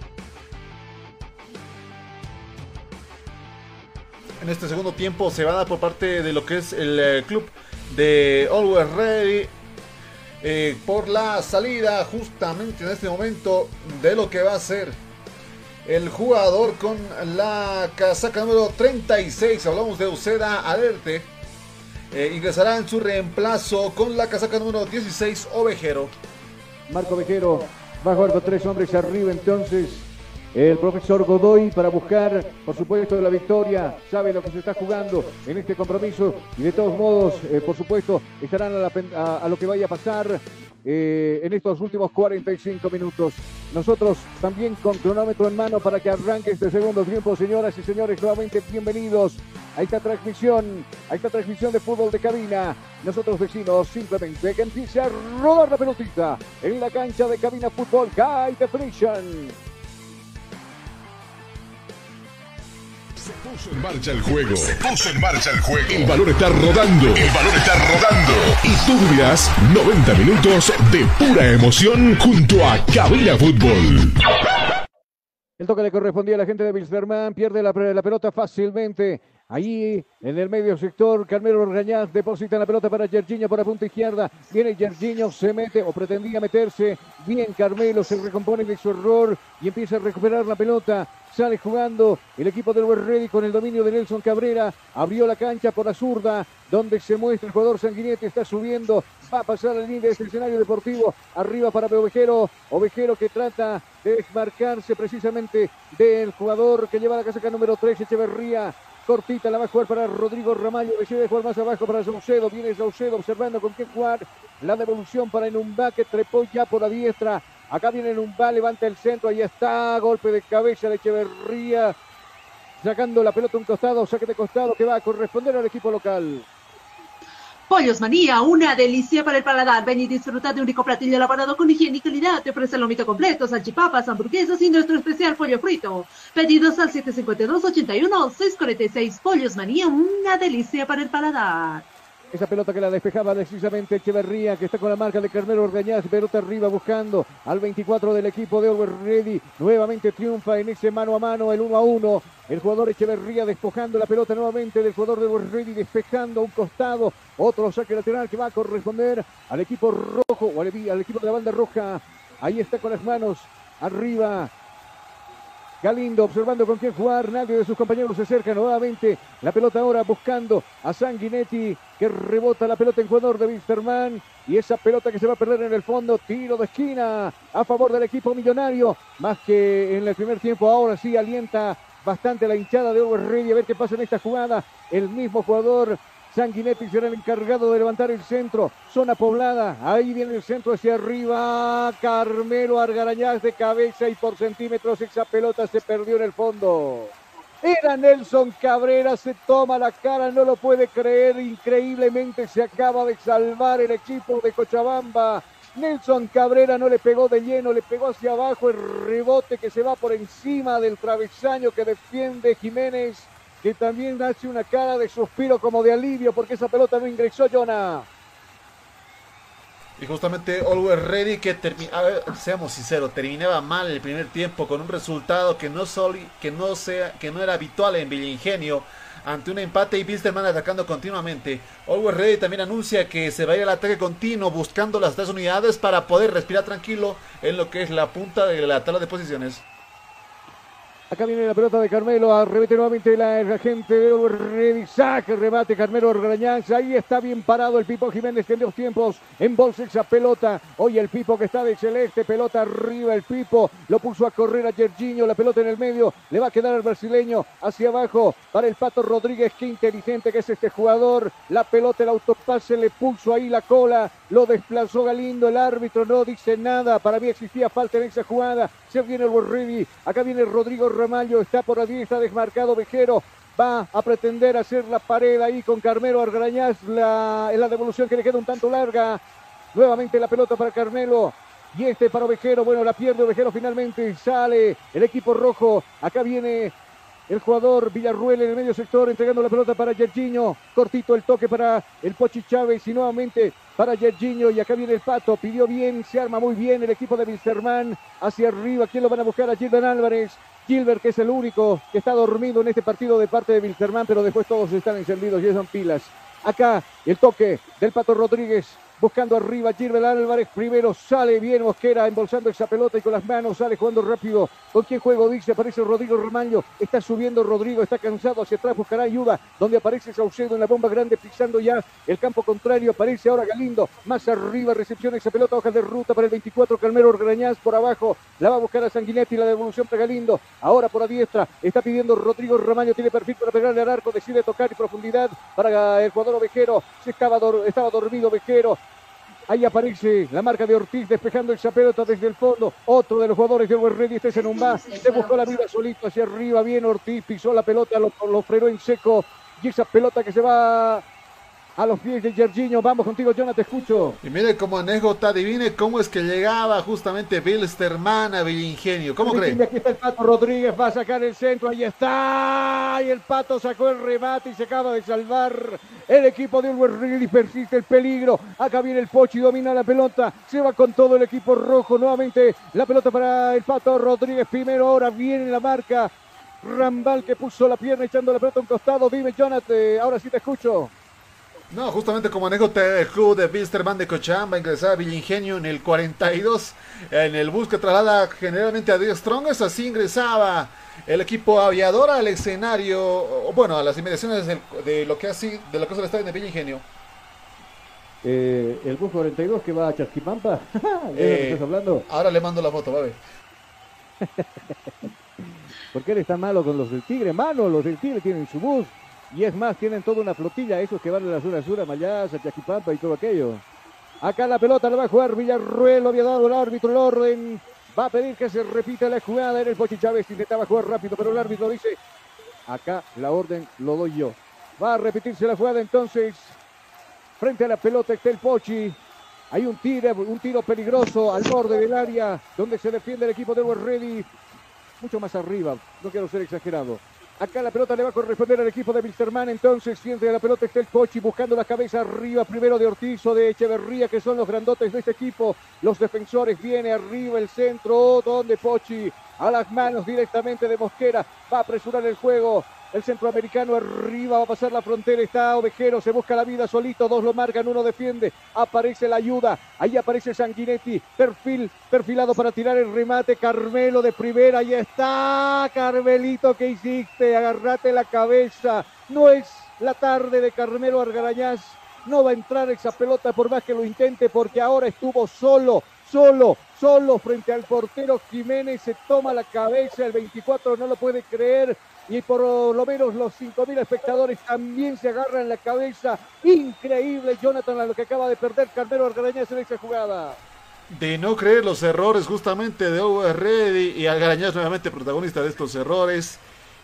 En este segundo tiempo se va a dar por parte de lo que es el club de Always Ready por la salida justamente en este momento de lo que va a ser el jugador con la casaca número 36. Hablamos de Uceda Alerte. Ingresará en su reemplazo con la casaca número 16, Ovejero. Marco Ovejero va a jugar con 3 hombres arriba, entonces el profesor Godoy, para buscar, por supuesto, la victoria. Sabe lo que se está jugando en este compromiso y de todos modos, por supuesto, estarán a lo que vaya a pasar en estos últimos 45 minutos. Nosotros también con cronómetro en mano para que arranque este segundo tiempo. Señoras y señores, nuevamente bienvenidos a esta transmisión de fútbol de cabina. Nosotros decimos simplemente que empiece a rodar la pelotita en la cancha de Cabina Fútbol High Definition. Se puso en marcha el juego. Se puso en marcha el juego. El balón está rodando. El balón está rodando. Y tú vivirás 90 minutos de pura emoción junto a Cabina Fútbol. El toque le correspondía a la gente de Wilstermann. Pierde la pelota fácilmente. Ahí en el medio sector, Carmelo Orgañaz deposita la pelota para Jorginho por la punta izquierda. Viene Jorginho, se mete o pretendía meterse. Bien, Carmelo se recompone de su error y empieza a recuperar la pelota. Sale jugando el equipo del Always Ready con el dominio de Nelson Cabrera. Abrió la cancha por la zurda, donde se muestra el jugador Sanguinetti. Está subiendo, va a pasar la línea de este escenario deportivo. Arriba para Ovejero. Ovejero que trata de desmarcarse precisamente del jugador que lleva la casaca número 3, Echeverría. Cortita la va a jugar para Rodrigo Ramallo. Decide jugar más abajo para Saucedo. Viene Saucedo observando con qué jugar. La devolución para Enumbá, que trepó ya por la diestra. Acá viene Enumbá, levanta el centro. Ahí está. Golpe de cabeza de Echeverría. Sacando la pelota a un costado. Saque de costado que va a corresponder al equipo local. Pollos Manía, una delicia para el paladar. Ven y disfruta de un rico platillo elaborado con higiene y calidad. Te ofrece el lomito completo, salchipapas, hamburguesas y nuestro especial pollo frito. Pedidos al 752-81-646. Pollos Manía, una delicia para el paladar. Esa pelota que la despejaba precisamente Echeverría, que está con la marca de Carmelo Orgañaz. Pelota arriba buscando al 24 del equipo de Always Ready. Nuevamente triunfa en ese mano a mano, el 1-1. El jugador Echeverría despojando la pelota nuevamente del jugador de Always Ready, despejando a un costado. Otro saque lateral que va a corresponder al equipo rojo o al equipo de la banda roja. Ahí está con las manos arriba Galindo, observando con quién jugar. Nadie de sus compañeros se acerca nuevamente. La pelota ahora buscando a Sanguinetti, que rebota la pelota en jugador de Wilstermann. Y esa pelota que se va a perder en el fondo. Tiro de esquina a favor del equipo millonario. Más que en el primer tiempo, ahora sí alienta bastante la hinchada de Always Ready. A ver qué pasa en esta jugada. El mismo jugador Sanguinetti será el encargado de levantar el centro. Zona poblada. Ahí viene el centro hacia arriba. Carmelo Orgañaz de cabeza y por centímetros esa pelota se perdió en el fondo. Era Nelson Cabrera, se toma la cara, no lo puede creer. Increíblemente se acaba de salvar el equipo de Cochabamba. Nelson Cabrera no le pegó de lleno, le pegó hacia abajo el rebote que se va por encima del travesaño que defiende Jiménez, que también hace una cara de suspiro como de alivio porque esa pelota no ingresó, Jonah. Y justamente Always Ready, que seamos sinceros, terminaba mal el primer tiempo con un resultado que no era habitual en Vilingenio, ante un empate y Wilstermann atacando continuamente. Always Ready también anuncia que se va a ir al ataque continuo buscando las 3 unidades para poder respirar tranquilo en lo que es la punta de la tabla de posiciones. Acá viene la pelota de Carmelo, arremete nuevamente la gente de Always Ready, saque, remate Carmelo Orgañaz. Ahí está bien parado el Pipo Jiménez, que en 2 tiempos embolsa esa pelota. Hoy el Pipo que está de celeste, pelota arriba el Pipo, lo puso a correr a Jorginho, la pelota en el medio, le va a quedar al brasileño, hacia abajo para el Pato Rodríguez, qué inteligente que es este jugador. La pelota, el autopase le puso ahí la cola, lo desplazó Galindo, el árbitro no dice nada. Para mí existía falta en esa jugada. Se viene el Always Ready, acá viene Rodrigo Ramallo, está por la diestra, desmarcado Vejero. Va a pretender hacer la pared ahí con Carmelo Argarañaz. En la devolución que le queda un tanto larga. Nuevamente la pelota para Carmelo. Y para Ovejero. Bueno, la pierde Ovejero finalmente. Sale el equipo rojo. Acá viene el jugador Villarruel en el medio sector entregando la pelota para Yerginho. Cortito el toque para el Pochi Chávez y nuevamente para Yerginho. Y acá viene el Pato. Pidió bien, se arma muy bien el equipo de Wilstermann. Hacia arriba, ¿quién lo van a buscar? A Gilbert Álvarez. Gilbert, que es el único que está dormido en este partido de parte de Wilstermann, pero después todos están encendidos y son pilas. Acá el toque del Pato Rodríguez. Buscando arriba Gilbert Álvarez, primero sale bien Mosquera embolsando esa pelota y con las manos sale jugando rápido. ¿Con quién juego? Dice, aparece Rodrigo Ramallo, está subiendo Rodrigo, está cansado, hacia atrás buscará ayuda, donde aparece Saucedo en la bomba grande pisando ya el campo contrario, aparece ahora Galindo, más arriba, recepciona esa pelota, hoja de ruta para el 24, Carmelo Argarañaz por abajo, la va a buscar a Sanguinetti, la devolución para Galindo, ahora por la diestra, está pidiendo Rodrigo Ramallo, tiene perfil para pegarle al arco, decide tocar y profundidad para el jugador Ovejero, estaba dormido Ovejero. Ahí aparece la marca de Ortiz despejando esa pelota desde el fondo. Otro de los jugadores de Always Ready, en un va. Se buscó la vida solito hacia arriba. Bien Ortiz, pisó la pelota, lo frenó en seco. Y esa pelota que se va a los pies de Yerginho. Vamos contigo, Jonathan, te escucho. Y mire como anécdota, adivine cómo es que llegaba justamente Wilstermann a Villingenio. ¿Cómo cree? Aquí está el Pato Rodríguez, va a sacar el centro, ahí está. Y el Pato sacó el remate y se acaba de salvar el equipo de Always Ready. Persiste el peligro. Acá viene el Pochi, domina la pelota. Se va con todo el equipo rojo. Nuevamente la pelota para el Pato Rodríguez. Primero ahora viene la marca. Rambal que puso la pierna echando la pelota a un costado. Dime, Jonathan, ahora sí te escucho. No, justamente como anécdota, el club de Wilstermann de Cochabamba ingresaba a Villingenio en el 42, en el bus que traslada generalmente a 10 Strongers, así ingresaba el equipo aviador al escenario, bueno, a las inmediaciones de lo que es el estadio de Villingenio. El bus 42 que va a Chasquipampa, ¿estás hablando? Ahora le mando la foto, va a ver. ¿Por qué él está malo con los del Tigre? Mano, los del Tigre tienen su bus. Y es más, tienen toda una flotilla, esos que van de la Sur, Mayasa, Chaquipampa y todo aquello. Acá la pelota la va a jugar Villarruel, lo había dado el árbitro el orden. Va a pedir que se repita la jugada en el Pochi Chávez, intentaba jugar rápido, pero el árbitro dice, acá la orden lo doy yo. Va a repetirse la jugada entonces. Frente a la pelota está el Pochi. Hay un tiro peligroso al borde del área, donde se defiende el equipo de Always Ready. Mucho más arriba, no quiero ser exagerado. Acá la pelota le va a corresponder al equipo de Wilstermann, entonces frente a la pelota está el Pochi buscando la cabeza arriba, primero de Ortiz o de Echeverría, que son los grandotes de este equipo. Los defensores, viene arriba el centro, donde Pochi a las manos directamente de Mosquera, va a apresurar el juego. El centroamericano arriba, va a pasar la frontera, está Ovejero, se busca la vida solito, dos lo marcan, uno defiende, aparece la ayuda, ahí aparece Sanguinetti, perfilado para tirar el remate, Carmelo de primera, ahí está, Carmelito, ¿qué hiciste? Agarrate la cabeza, no es la tarde de Carmelo Argarañaz, no va a entrar esa pelota por más que lo intente, porque ahora estuvo solo frente al portero Jiménez, se toma la cabeza, el 24 no lo puede creer, y por lo menos los 5.000 espectadores también se agarran la cabeza. Increíble, Jonathan, a lo que acaba de perder Carmelo Argarañaz en esa jugada. De no creer los errores justamente de Always Ready y Argarañaz nuevamente protagonista de estos errores.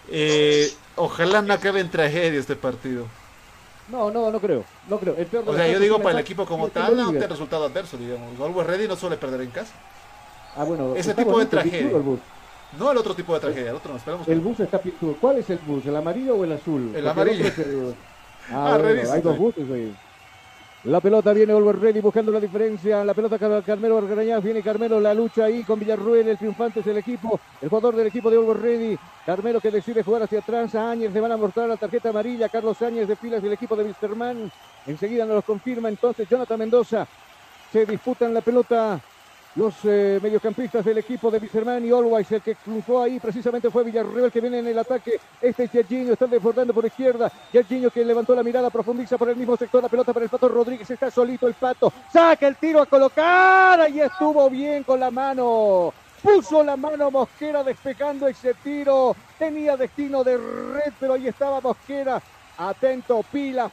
Ojalá no acabe en tragedia este partido. No creo. El peor o sea, yo digo para el equipo como tal, no tiene resultado adverso, digamos. Always Ready no suele perder en casa. Bueno, ese tipo de tragedia. No el otro tipo de tragedia, el otro no esperamos. El bus está pintudo. ¿Cuál es el bus? ¿El amarillo o el azul? El amarillo. Bueno, hay dos buses ahí. La pelota viene Always Ready buscando la diferencia. La pelota Carmelo Argarañaz. Viene Carmelo, la lucha ahí con Villarruel. El triunfante es el equipo. El jugador del equipo de Always Ready. Carmelo que decide jugar hacia atrás. A Áñez le van a mostrar la tarjeta amarilla. Carlos Áñez de filas del equipo de Wilstermann. Enseguida nos lo confirma entonces Jonathan Mendoza. Se disputan la pelota los mediocampistas del equipo de Wilstermann y Always. El que cruzó ahí precisamente fue Villarreal, que viene en el ataque. Este es Yerginho, están desbordando por izquierda. Yerginho que levantó la mirada, profundiza por el mismo sector. La pelota para el Pato Rodríguez, está solito el Pato. Saca el tiro a colocar. Ahí estuvo bien con la mano. Puso la mano Mosquera despejando ese tiro. Tenía destino de red, pero ahí estaba Mosquera. Atento, pilas,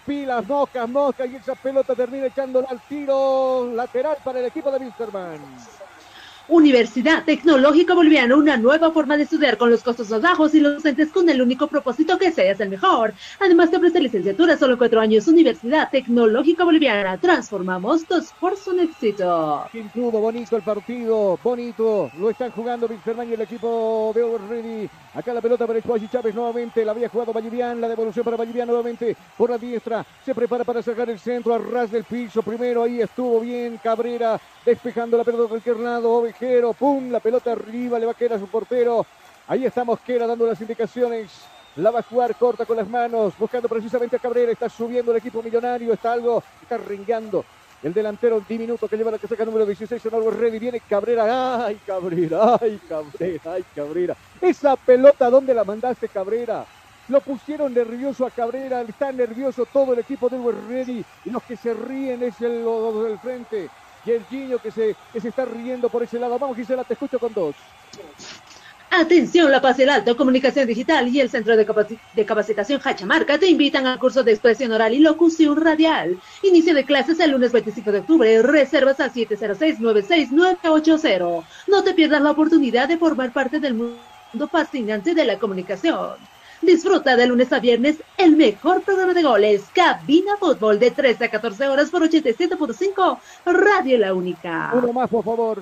moscas, y esa pelota termina echándola al tiro lateral para el equipo de Wilstermann. Universidad Tecnológica Boliviana, una nueva forma de estudiar con los costos más bajos y los docentes con el único propósito que seas el mejor. Además te ofrece licenciatura solo en 4 años. Universidad Tecnológica Boliviana, transformamos tu esfuerzo en éxito. Incluso bonito el partido, bonito, lo están jugando Wilstermann y el equipo de Overready. Acá la pelota para Esposi Chávez nuevamente, la había jugado Vallivian, la devolución para Vallivian nuevamente por la diestra, se prepara para sacar el centro a ras del piso, primero ahí estuvo bien Cabrera, despejando la pelota de cualquier lado, Ovejero, pum, la pelota arriba, le va a quedar a su portero, ahí está Mosquera dando las indicaciones, la va a jugar corta con las manos, buscando precisamente a Cabrera, está subiendo el equipo millonario, está ringando. El delantero diminuto que lleva la casaca número 16 en Overready, viene Cabrera, ¡ay Cabrera, ay Cabrera, ay Cabrera! Esa pelota, ¿dónde la mandaste Cabrera? Lo pusieron nervioso a Cabrera, está nervioso todo el equipo de Overready y los que se ríen es los del frente. Yerginho que se está riendo por ese lado. Vamos Gisela, te escucho con 2. Atención, La Paz y el Alto, Comunicación Digital y el Centro de Capacitación Hachamarca te invitan al curso de expresión oral y locución radial. Inicio de clases el lunes 25 de octubre. Reservas al 706-96980. No te pierdas la oportunidad de formar parte del mundo fascinante de la comunicación. Disfruta de lunes a viernes el mejor programa de goles, Cabina Fútbol, de 13 a 14 horas por 87.5, Radio La Única. Uno más, por favor.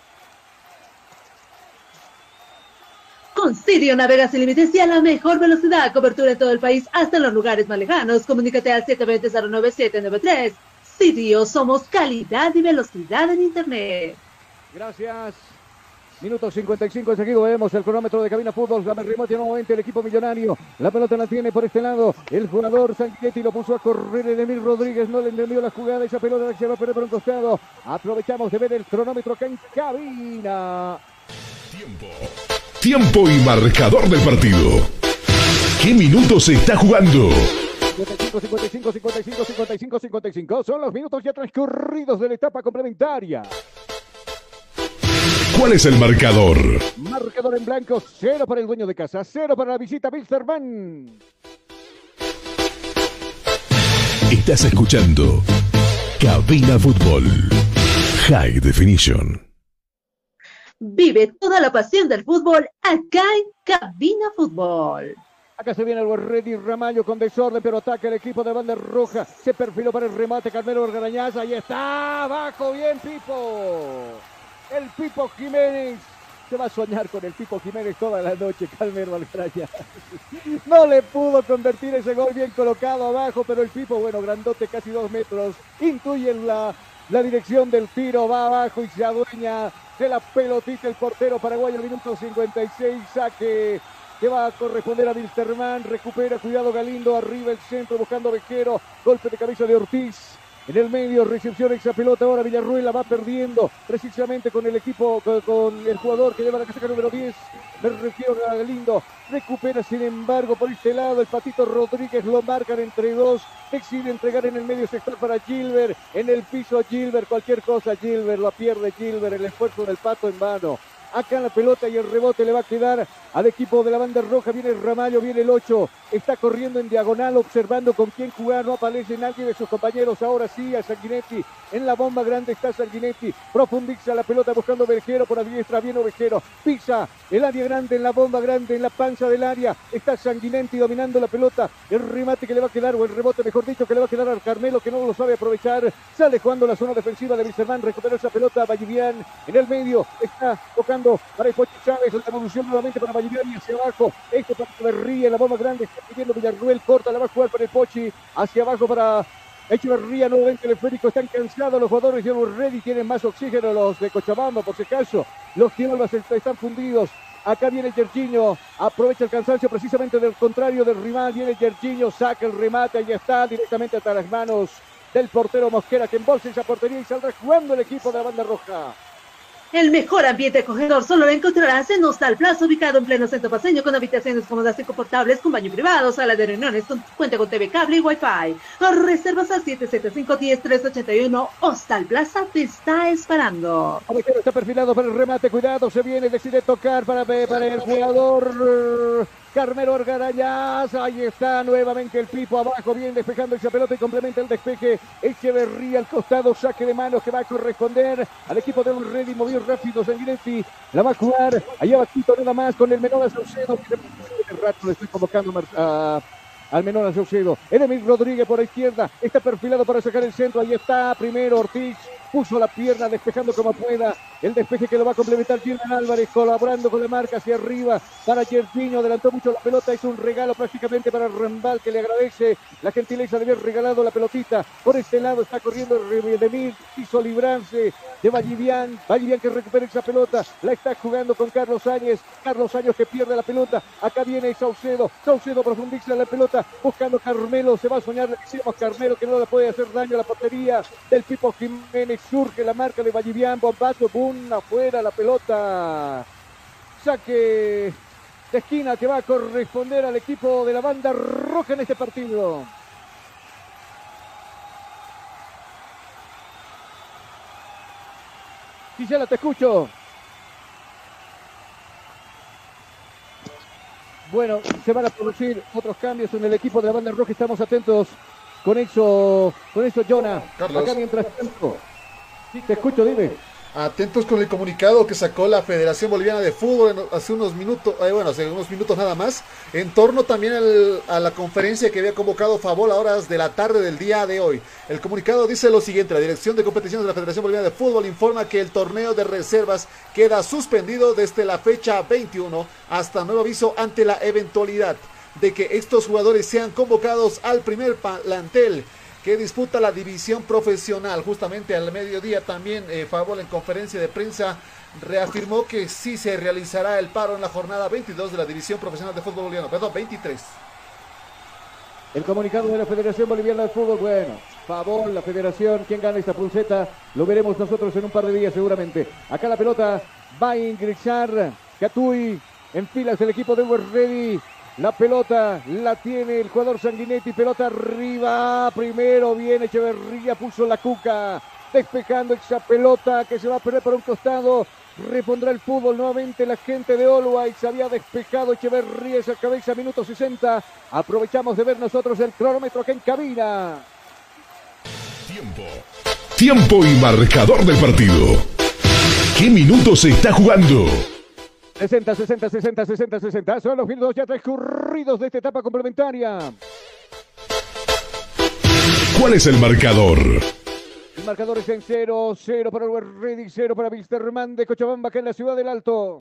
Con Sirio navegas sin límites y a la mejor velocidad, cobertura en todo el país, hasta en los lugares más lejanos. Comunícate al 720-09793. Sirio, somos calidad y velocidad en Internet. Gracias. Minuto 55 de seguido, vemos el cronómetro de Cabina Fútbol, la remate nuevamente el equipo millonario, la pelota la tiene por este lado, el jugador Sanguinetti lo puso a correr, Emil Rodríguez no le entendió la jugada, esa pelota la se va a perder por un costado, aprovechamos de ver el cronómetro acá en cabina. Tiempo y marcador del partido. ¿Qué minutos se está jugando? 55, son los minutos ya transcurridos de la etapa complementaria. ¿Cuál es el marcador? Marcador en blanco, 0 para el dueño de casa, 0 para la visita Wilstermann. Estás escuchando Cabina Fútbol High Definition. Vive toda la pasión del fútbol acá en Cabina Fútbol. Acá se viene el Overready, Ramallo con desorden, pero ataca el equipo de banda roja. Se perfiló para el remate, Carmelo Orgarañaza, ahí está, abajo, bien Pipo. El Pipo Jiménez, se va a soñar con el Pipo Jiménez toda la noche, Carmelo Orgarañaza. No le pudo convertir ese gol bien colocado abajo, pero el Pipo, bueno, grandote, casi 2 metros, intuyen la dirección del tiro, va abajo y se adueña de la pelotita el portero paraguayo, minuto 56, saque que va a corresponder a Wilstermann, recupera, cuidado Galindo, arriba el centro buscando Vejero, golpe de cabeza de Ortiz, en el medio recepción esa pelota, ahora Villarruel la va perdiendo, precisamente con el equipo, con el jugador que lleva la casaca número 10, me refiero a Galindo, recupera sin embargo por este lado, el Patito Rodríguez lo marcan entre 2, decide entregar en el medio sector para Gilbert, en el piso Gilbert, cualquier cosa Gilbert, la pierde Gilbert, el esfuerzo del Pato en vano. Acá la pelota y el rebote le va a quedar al equipo de la banda roja. Viene el Ramallo, viene el 8. Está corriendo en diagonal, observando con quién jugar. No aparece nadie de sus compañeros. Ahora sí, a Sanguinetti. En la bomba grande está Sanguinetti. Profundiza la pelota buscando Vejero por la diestra. Viene Vejero. Pisa el área grande, en la bomba grande, en la panza del área. Está Sanguinetti dominando la pelota. El remate que le va a quedar, o el rebote mejor dicho, que le va a quedar al Carmelo, que no lo sabe aprovechar. Sale jugando la zona defensiva de Wilstermann. Recuperó esa pelota a Vallivian. En el medio está tocando para Pochi Chávez, la devolución nuevamente para Vallivian y hacia abajo, para Echeverría, la bomba grande, está pidiendo Villarruel, corta, la va a jugar para el Pochi, hacia abajo para Echeverría, nuevamente el esférico, están cansados los jugadores de Overready, tienen más oxígeno los de Cochabamba, por si acaso, los Tiolvas están fundidos. Acá viene Yerginho, aprovecha el cansancio precisamente del contrario del rival, viene Yerginho, saca el remate, ahí está, directamente hasta las manos del portero Mosquera, que embolsa esa portería y saldrá jugando el equipo de la banda roja. El mejor ambiente acogedor solo lo encontrarás en Hostal Plaza, ubicado en pleno centro paseño, con habitaciones cómodas y confortables, con baño privado, sala de reuniones, cuenta con TV cable y Wi-Fi. Reservas al 775-10381. Hostal Plaza te está esperando. Está perfilado para el remate, cuidado, se viene, decide tocar para el jugador Carmelo Argarañaz, ahí está nuevamente el Pipo abajo, bien despejando esa pelota y complementa el despeje. Echeverría al costado, saque de manos que va a corresponder al equipo de Ready, movió rápido Sanguinetti, la va a jugar, allá bajito nada más con el menor a Saucedo, que de rato le estoy convocando al menor a Saucedo. Edemir Rodríguez por la izquierda, está perfilado para sacar el centro, ahí está, primero Ortiz, puso la pierna despejando como pueda, el despeje que lo va a complementar Gilman Álvarez, colaborando con la marca hacia arriba para Yerviño, adelantó mucho la pelota, es un regalo prácticamente para Rambal, que le agradece la gentileza de haber regalado la pelotita. Por este lado está corriendo Redemir, quiso librarse de Vallivian que recupera esa pelota, la está jugando con Carlos Áñez que pierde la pelota, acá viene Saucedo profundiza la pelota, buscando Carmelo, se va a soñar, le decíamos Carmelo que no le puede hacer daño a la portería del Pipo Jiménez, surge la marca de Vallivian, bombazo, boom, afuera la pelota, saque de esquina que va a corresponder al equipo de la banda roja en este partido. Gisela, te escucho. Bueno, se van a producir otros cambios en el equipo de la banda roja, estamos atentos con eso, Jonah. Carlos. Acá mientras tanto, sí, te escucho, dime. Atentos con el comunicado que sacó la Federación Boliviana de Fútbol hace unos minutos nada más, en torno también a la conferencia que había convocado Favol a horas de la tarde del día de hoy. El comunicado dice lo siguiente: la Dirección de Competiciones de la Federación Boliviana de Fútbol informa que el torneo de reservas queda suspendido desde la fecha 21 hasta nuevo aviso ante la eventualidad de que estos jugadores sean convocados al primer plantel que disputa la división profesional. Justamente al mediodía también Favol en conferencia de prensa reafirmó que sí se realizará el paro en la jornada 22 de la división profesional de fútbol boliviano, 23. El comunicado de la Federación Boliviana de Fútbol, bueno, Favol, la federación, quien gana esta pulseta, lo veremos nosotros en un par de días seguramente. Acá la pelota va a ingresar Catuy, en filas el equipo de We're Ready. La pelota la tiene el jugador Sanguinetti, pelota arriba, primero viene Echeverría, puso la cuca, despejando esa pelota que se va a perder por un costado, repondrá el fútbol nuevamente la gente de Always, se había despejado Echeverría esa cabeza, minuto 60, aprovechamos de ver nosotros el cronómetro que en cabina. Tiempo y marcador del partido. ¿Qué minutos se está jugando? 60. Son los minutos ya transcurridos de esta etapa complementaria. ¿Cuál es el marcador? El marcador es en 0-0 para el Ready, 0 para Wilstermann de Cochabamba, acá en la ciudad del Alto.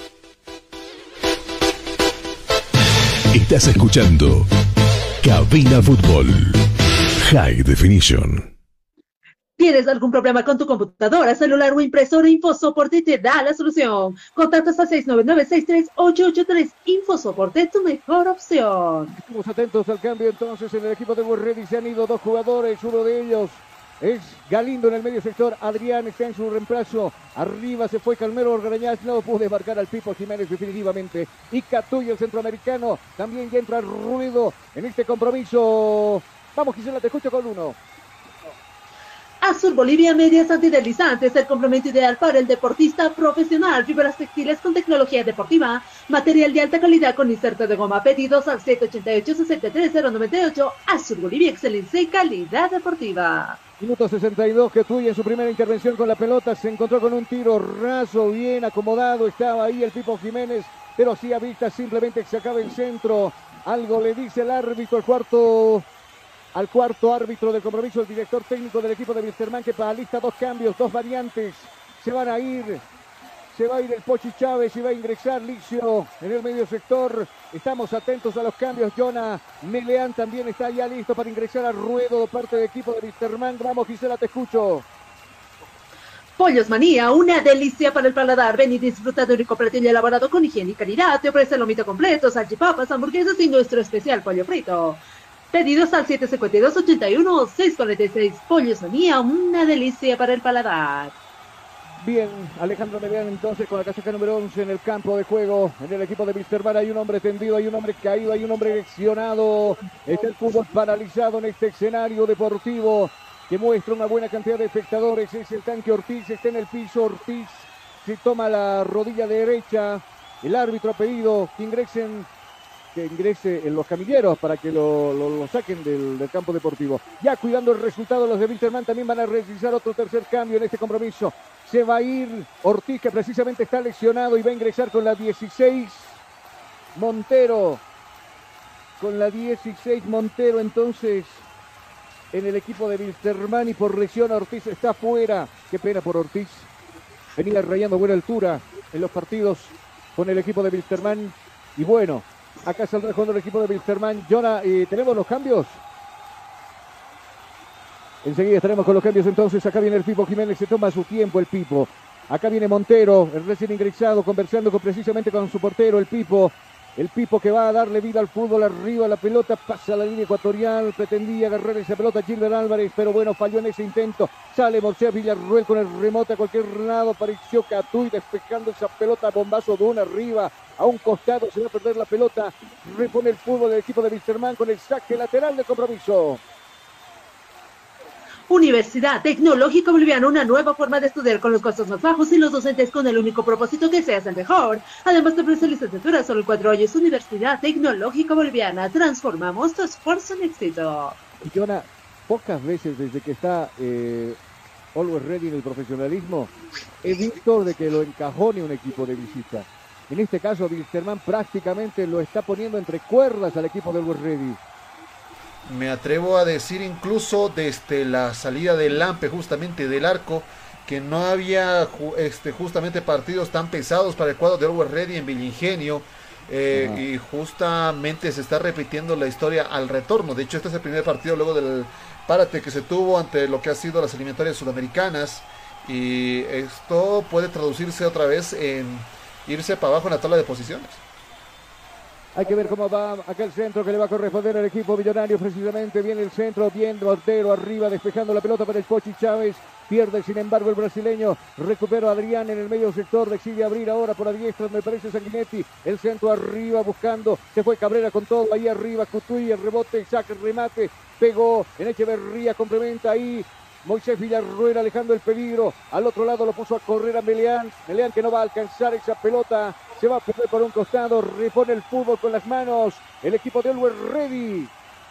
Estás escuchando Cabina Fútbol High Definition. ¿Tienes algún problema con tu computadora, celular o impresora? InfoSoporte te da la solución. Contactos al 699-63883. InfoSoporte, tu mejor opción. Estamos atentos al cambio entonces en el equipo de Ready. Se han ido dos jugadores, uno de ellos es Galindo en el medio sector. Adrián está en su reemplazo. Arriba se fue Carmelo Argarañaz, no pudo marcar al Pipo Jiménez definitivamente. Y Catuy, el centroamericano, también ya entra ruido en este compromiso. Vamos, Gisela, te escucho con uno. Azur Bolivia Medias Antideslizantes, el complemento ideal para el deportista profesional. Fibras textiles con tecnología deportiva, material de alta calidad con inserto de goma. Pedidos al 788-63098. Azur Bolivia, excelencia y calidad deportiva. Minuto 62, que Catuy en su primera intervención con la pelota se encontró con un tiro raso, bien acomodado. Estaba ahí el Pipo Jiménez, pero así a vista simplemente se acaba el centro. Algo le dice el árbitro, al cuarto árbitro del compromiso, el director técnico del equipo de Wilstermann, que alista dos cambios, dos variantes. Se va a ir el Pochi Chávez y va a ingresar Licio en el medio sector. Estamos atentos a los cambios. Jonah Meleán también está ya listo para ingresar a ruedo de parte del equipo de Wilstermann. Vamos, Gisela, te escucho. Pollos Manía, una delicia para el paladar. Ven y disfruta de un rico platillo elaborado con higiene y calidad. Te ofrece lomito completo, salchipapas, hamburguesas y nuestro especial pollo frito. Pedidos al 752-81-646. Pollos Manía, una delicia para el paladar. Bien, Alejandro Meleán entonces con la casaca número 11 en el campo de juego. En el equipo de Wilstermann hay un hombre tendido, hay un hombre caído, hay un hombre lesionado. Está el fútbol paralizado en este escenario deportivo que muestra una buena cantidad de espectadores. Es el tanque Ortiz, está en el piso. Ortiz se toma la rodilla derecha. El árbitro ha pedido que ingresen que ingrese en los camilleros para que lo saquen del campo deportivo. Ya cuidando el resultado, los de Wilstermann también van a realizar otro tercer cambio en este compromiso. Se va a ir Ortiz, que precisamente está lesionado, y va a ingresar con la 16 Montero. Con la 16 Montero, entonces, en el equipo de Wilstermann, y por lesión Ortiz está fuera. Qué pena por Ortiz. Venía rayando buena altura en los partidos con el equipo de Wilstermann. Y bueno, acá saldrá jugando el equipo de Wilstermann. Jonah, ¿tenemos los cambios? Enseguida estaremos con los cambios entonces. Acá viene el Pipo Jiménez, se toma su tiempo el Pipo. Acá viene Montero, el recién ingresado, conversando precisamente con su portero, el Pipo. El Pipo que va a darle vida al fútbol, arriba la pelota, pasa a la línea ecuatorial, pretendía agarrar esa pelota Gilbert Álvarez, pero bueno, falló en ese intento. Sale Moisés Villarruel con el remote a cualquier lado, apareció Catuy despejando esa pelota, bombazo de una arriba, a un costado, se va a perder la pelota, repone el fútbol del equipo de Wilstermann con el saque lateral de compromiso. Universidad Tecnológica Boliviana, una nueva forma de estudiar con los costos más bajos y los docentes con el único propósito que seas el mejor. Además de ofrecer licenciatura solo 4 años. Universidad Tecnológica Boliviana, transformamos tu esfuerzo en éxito. Y Jonah, pocas veces desde que está Always Ready en el profesionalismo, he visto de que lo encajone un equipo de visita. En este caso, Wilstermann prácticamente lo está poniendo entre cuerdas al equipo de Always Ready. Me atrevo a decir incluso desde la salida del Lampe, justamente del arco, que no había justamente partidos tan pesados para el cuadro de Always Ready en Villingenio. Y justamente se está repitiendo la historia al retorno. De hecho, este es el primer partido luego del párate que se tuvo ante lo que ha sido las eliminatorias sudamericanas. Y esto puede traducirse otra vez en irse para abajo en la tabla de posiciones. Hay que ver cómo va acá el centro que le va a corresponder al equipo millonario. Precisamente viene el centro, bien Montero arriba, despejando la pelota para el Pochi Chávez. Pierde, sin embargo, el brasileño. Recupera a Adrián en el medio sector. Decide abrir ahora por la diestra, me parece Sanguinetti. El centro arriba buscando. Se fue Cabrera con todo. Ahí arriba Cutuy, el rebote, saque, remate. Pegó en Echeverría, complementa ahí. Moisés Villarruel alejando el peligro. Al otro lado lo puso a correr a Meleán. Meleán que no va a alcanzar esa pelota. Se va a perder por un costado. Repone el fútbol con las manos. El equipo de Always Ready.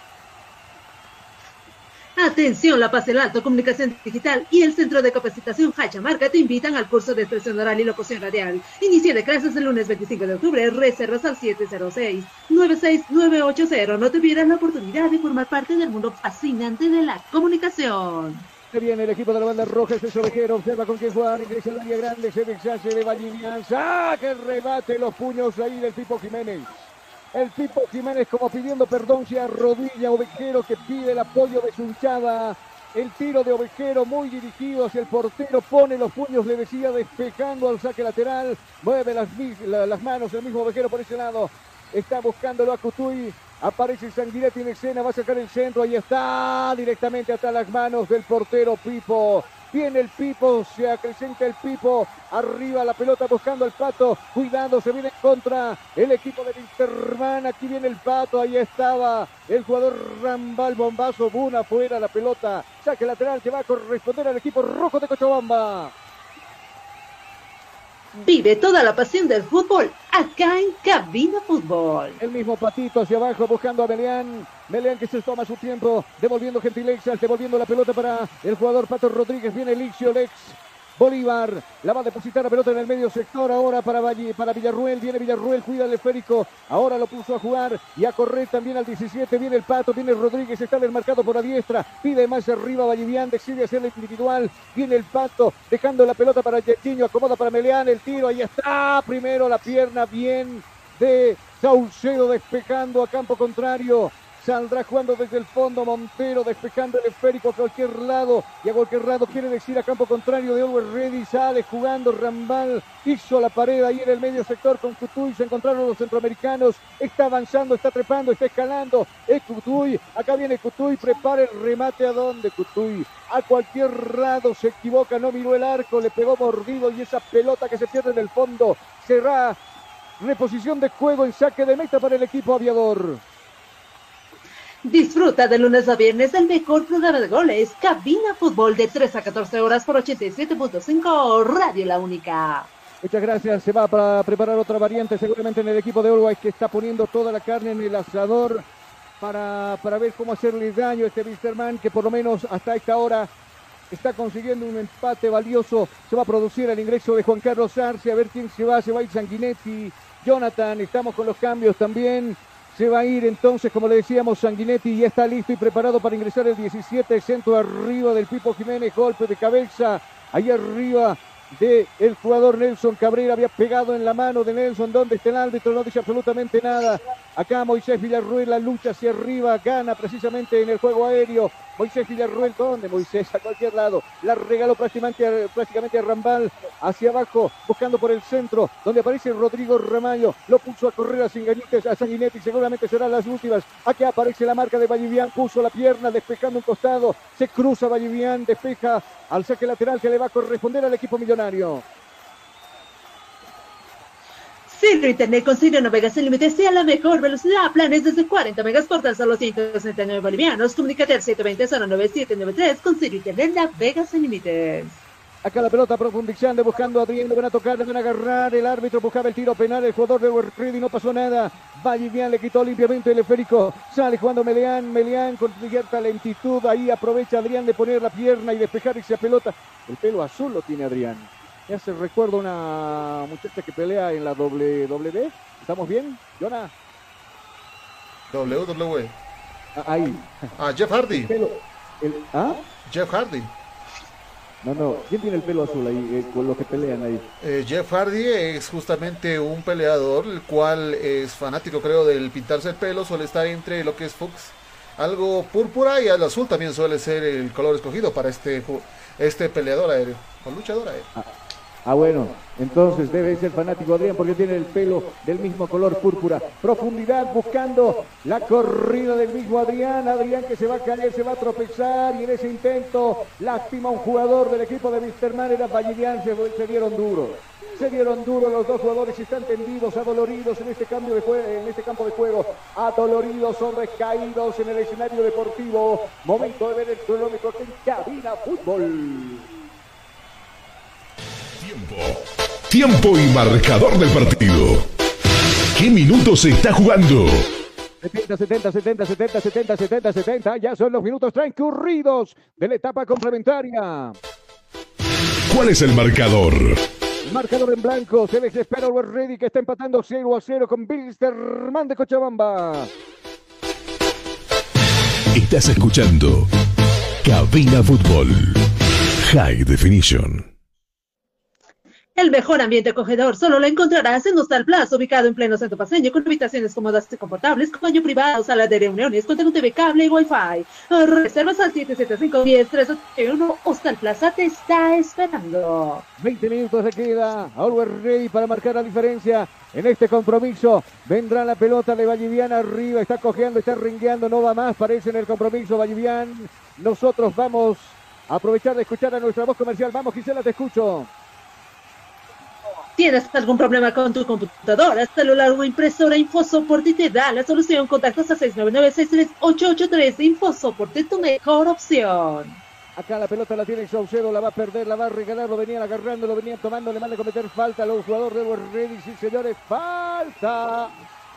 Atención, La Paz del Alto, Comunicación Digital y el Centro de Capacitación Hachamarca te invitan al curso de expresión oral y locución radial. Inicio de clases el lunes 25 de octubre. Reservas al 706-96980. No te pierdas la oportunidad de formar parte del mundo fascinante de la comunicación. Viene el equipo de la banda roja, es Ovejero, observa con quién jugar, ingresa al área grande, se deshace de Vallivian, ¡que rebate los puños ahí del Pipo Jiménez! El Pipo Jiménez como pidiendo perdón, se arrodilla Ovejero que pide el apoyo de su hinchada. El tiro de Ovejero muy dirigido hacia el portero, pone los puños, le decía, despejando al saque lateral, mueve las manos el mismo Ovejero por ese lado, está buscándolo a Cutuy. Aparece Sanguinetti en escena, va a sacar el centro, ahí está, directamente hasta las manos del portero Pipo. Viene el Pipo, se acrecenta el Pipo, arriba la pelota buscando al Pato, cuidado, se viene en contra el equipo de Wilstermann, aquí viene el Pato, ahí estaba el jugador Rambal, bombazo, Buna, fuera la pelota, saque lateral que va a corresponder al equipo rojo de Cochabamba. Vive toda la pasión del fútbol acá en Cabina Fútbol. El mismo Patito hacia abajo buscando a Meleán. Meleán que se toma su tiempo, devolviendo gentilezas, devolviendo la pelota para el jugador Pato Rodríguez. Viene Licio Lex Bolívar, la va a depositar la pelota en el medio sector ahora para Villarruel. Viene Villarruel, cuida el esférico, ahora lo puso a jugar y a correr también al 17. Viene el Pato, viene Rodríguez, está desmarcado por la diestra, pide más arriba Vallivian, decide hacerle individual. Viene el Pato, dejando la pelota para Yertinho, acomoda para Meleán, el tiro, ahí está, primero la pierna bien de Saucedo despejando a campo contrario. Saldrá jugando desde el fondo Montero, despejando el esférico a cualquier lado. Y a cualquier lado quiere decir a campo contrario de Always Ready. Sale jugando Rambal. Hizo la pared ahí en el medio sector con Cutuy. Se encontraron los centroamericanos. Está avanzando, está trepando, está escalando. Es Cutuy. Acá viene Cutuy. Prepara el remate. ¿A dónde Cutuy? A cualquier lado se equivoca. No miró el arco. Le pegó mordido. Y esa pelota que se pierde en el fondo. Será reposición de juego en saque de meta para el equipo aviador. Disfruta de lunes a viernes el mejor programa de goles, Cabina Fútbol, de 3 a 14 horas por 87.5 Radio La Única. Muchas gracias. Se va para preparar otra variante seguramente en el equipo de Uruguay, que está poniendo toda la carne en el asador para ver cómo hacerle daño a este Wilstermann, que por lo menos hasta esta hora está consiguiendo un empate valioso. Se va a producir el ingreso de Juan Carlos Arce. A ver quién se va. Se va a ir Sanguinetti, Jonathan. Estamos con los cambios también. Se va a ir entonces, como le decíamos, Sanguinetti ya está listo y preparado para ingresar el 17. Centro arriba del Pipo Jiménez. Golpe de cabeza. Ahí arriba del jugador Nelson Cabrera. Había pegado en la mano de Nelson. ¿Dónde está el árbitro? No dice absolutamente nada. Acá Moisés Villarruel, la lucha hacia arriba. Gana precisamente en el juego aéreo. Moisés Villarruel, ¿dónde? Moisés a cualquier lado. La regaló prácticamente a Rambal. Hacia abajo, buscando por el centro, donde aparece Rodrigo Ramallo. Lo puso a correr a Sanguinetti. Seguramente serán las últimas. Aquí aparece la marca de Vallivian. Puso la pierna, despejando un costado. Se cruza Vallivian, despeja al saque lateral que le va a corresponder al equipo millonario. Ciro Internet con Ciro Navegas sin límites, sea la mejor velocidad, planes desde 40 megas por tan solo 169 bolivianos. Comunícate al 720-09793 con Ciro Internet Navegas sin límites. Acá la pelota profundizando, buscando a Adrián, le van a tocar, le van a agarrar, el árbitro buscaba el tiro penal, el jugador de Ready, no pasó nada. Vallivian le quitó limpiamente el esférico, sale jugando Meleán con cierta lentitud, ahí aprovecha Adrián de poner la pierna y despejar esa pelota. El pelo azul lo tiene Adrián. Me hace recuerdo una muchacha que pelea en la WWE. ¿Estamos bien, Jonah? WWE. Ahí. Jeff Hardy. Jeff Hardy. No. ¿Quién tiene el pelo azul ahí, con los que pelean ahí? Jeff Hardy es justamente un peleador, el cual es fanático, creo, del pintarse el pelo. Suele estar entre lo que es Fox, algo púrpura, y el azul también suele ser el color escogido para este peleador aéreo, o luchador aéreo. Bueno, entonces debe ser fanático Adrián porque tiene el pelo del mismo color púrpura. Profundidad buscando la corrida del mismo Adrián. Adrián que se va a caer, se va a tropezar y en ese intento lastima a un jugador del equipo de Wilstermann. Era Vallivian, se dieron duro. Se dieron duro los dos jugadores, están tendidos, adoloridos en este campo de juego, adoloridos, sobrecaídos en el escenario deportivo. Momento de ver el cronómetro en Cabina Fútbol. Tiempo y marcador del partido. ¿Qué minutos se está jugando? 70. Ya son los minutos transcurridos de la etapa complementaria. ¿Cuál es el marcador? Marcador en blanco. Se desespera el Ready, que está empatando 0-0 con Wilstermann de Cochabamba. Estás escuchando Cabina Fútbol High Definition. El mejor ambiente acogedor solo lo encontrarás en Hostal Plaza, ubicado en pleno centro paseño, con habitaciones cómodas y confortables, con baño privado, sala de reuniones, cuenta con TV cable y Wi-Fi. Reservas al 775-10-381. Hostal Plaza te está esperando. 20 minutos de queda. Always Ready para marcar la diferencia en este compromiso. Vendrá la pelota de Vallivian arriba, está cojeando, está ringueando, no va más, parece en el compromiso Vallivian. Nosotros vamos a aprovechar de escuchar a nuestra voz comercial. Vamos, Gisela, te escucho. ¿Tienes algún problema con tu computadora, celular o impresora? InfoSoporte te da la solución. Contactos a 699-63883. InfoSoporte, tu mejor opción. Acá la pelota la tiene Saucedo, la va a perder, la va a regalar, lo venían agarrando, lo venían tomando, le van a cometer falta a los jugadores de Ready, sí señores, falta.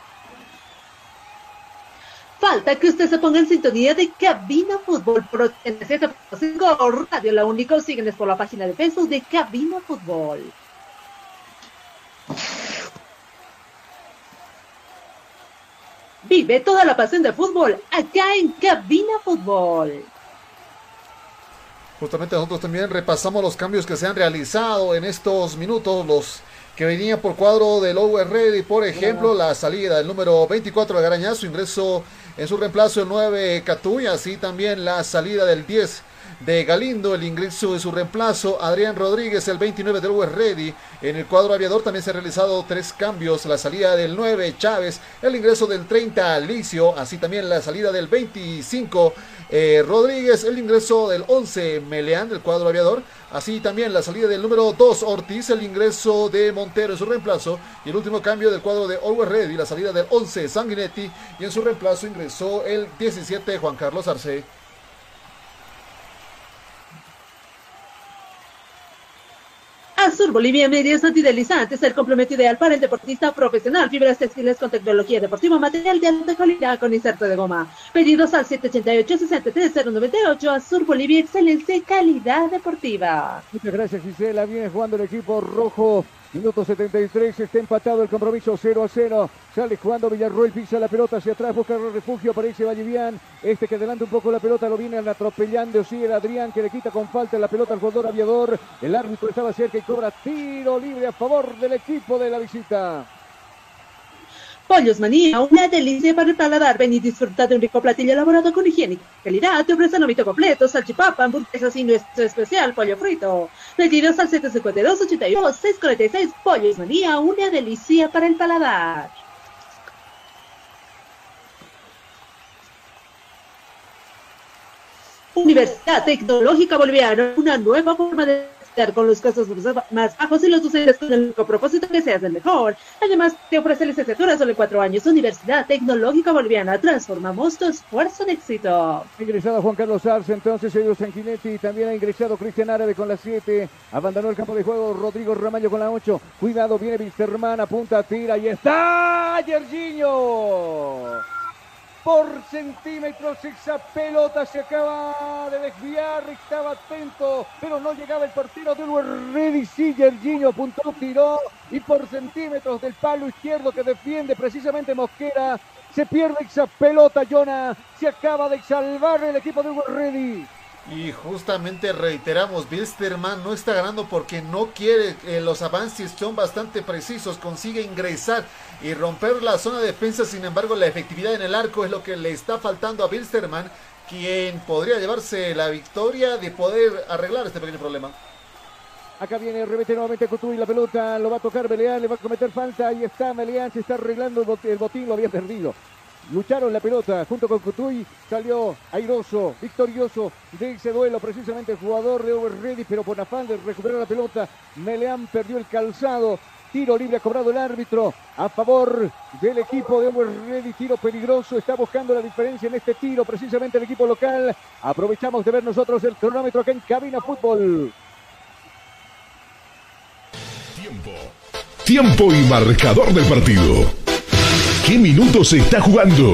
Falta que usted se ponga en sintonía de Cabina Fútbol Pro en 7.5 Radio La Única. Síguenos por la página de Facebook de Cabina Fútbol. Vive toda la pasión de fútbol acá en Cabina Fútbol. Justamente nosotros también repasamos los cambios que se han realizado en estos minutos, los que venían por cuadro del Always Ready. Por ejemplo, la salida del número 24 de Garañazo, ingreso en su reemplazo el 9 Catuy, así también la salida del 10 de Galindo, el ingreso de su reemplazo Adrián Rodríguez, el 29 del Always Ready. En el cuadro aviador también se han realizado 3 cambios, la salida del 9 Chávez, el ingreso del 30 Alicio, así también la salida del 25 Rodríguez, el ingreso del 11 Meleán del cuadro aviador, así también la salida del número 2 Ortiz, el ingreso de Montero en su reemplazo, y el último cambio del cuadro de Always Ready, la salida del 11 Sanguinetti, y en su reemplazo ingresó el 17 Juan Carlos Arce. Azur Bolivia Medias Antideslizantes, el complemento ideal para el deportista profesional. Fibras textiles con tecnología deportiva, material de alta calidad con inserto de goma. Pedidos al 788-63098. Azur Bolivia, excelencia y calidad deportiva. Muchas gracias, Gisela. Viene jugando el equipo rojo. Minuto 73, está empatado el compromiso 0-0. Sale jugando Villarroel, pisa la pelota hacia atrás, busca el refugio, aparece Vallivian. Este que adelanta un poco la pelota, lo vienen atropellando. Sí, el Adrián que le quita con falta la pelota al jugador Aviador. El árbitro estaba cerca y cobra tiro libre a favor del equipo de la visita. Pollos Manía, una delicia para el paladar. Ven y disfruta de un rico platillo elaborado con higiene y calidad. Te ofrecen lomito completo, salchipapa, hamburguesas y nuestro especial pollo frito. Pedidos al 752-82-646. Pollos Manía, una delicia para el paladar. Universidad Tecnológica Boliviana, una nueva forma de con los costos más bajos y los docentes con el único propósito que seas el mejor. Además, te ofrece licenciatura solo en 4 años. Universidad Tecnológica Boliviana. Transformamos tu esfuerzo en éxito. Ha ingresado Juan Carlos Arce, entonces Edu Sanguinetti. También ha ingresado Cristian Árabe con la 7. Abandonó el campo de juego Rodrigo Ramallo con la 8. Cuidado, viene Wilstermann, apunta, tira y está Yerginho. Por centímetros esa pelota se acaba de desviar, estaba atento, pero no llegaba el portero de Ready. Sí, Yerginho apuntó, tiró y por centímetros del palo izquierdo que defiende precisamente Mosquera, se pierde esa pelota, Jonah, se acaba de salvar el equipo de Ready. Y justamente reiteramos, Wilstermann no está ganando porque no quiere, los avances son bastante precisos, consigue ingresar y romper la zona de defensa, sin embargo la efectividad en el arco es lo que le está faltando a Wilstermann, quien podría llevarse la victoria de poder arreglar este pequeño problema. Acá viene, remete nuevamente Cotuí, la pelota, lo va a tocar Meleán, le va a cometer falta, ahí está Meleán, se está arreglando el botín, lo había perdido. Lucharon la pelota junto con Cotuí, salió airoso, victorioso de ese duelo, precisamente el jugador de Overready, pero por afán de recuperar la pelota, Meleán perdió el calzado, tiro libre ha cobrado el árbitro a favor del equipo de Overready, tiro peligroso, está buscando la diferencia en este tiro, precisamente el equipo local. Aprovechamos de ver nosotros el cronómetro acá en Cabina Fútbol. Tiempo y marcador del partido. ¿Qué minutos se está jugando?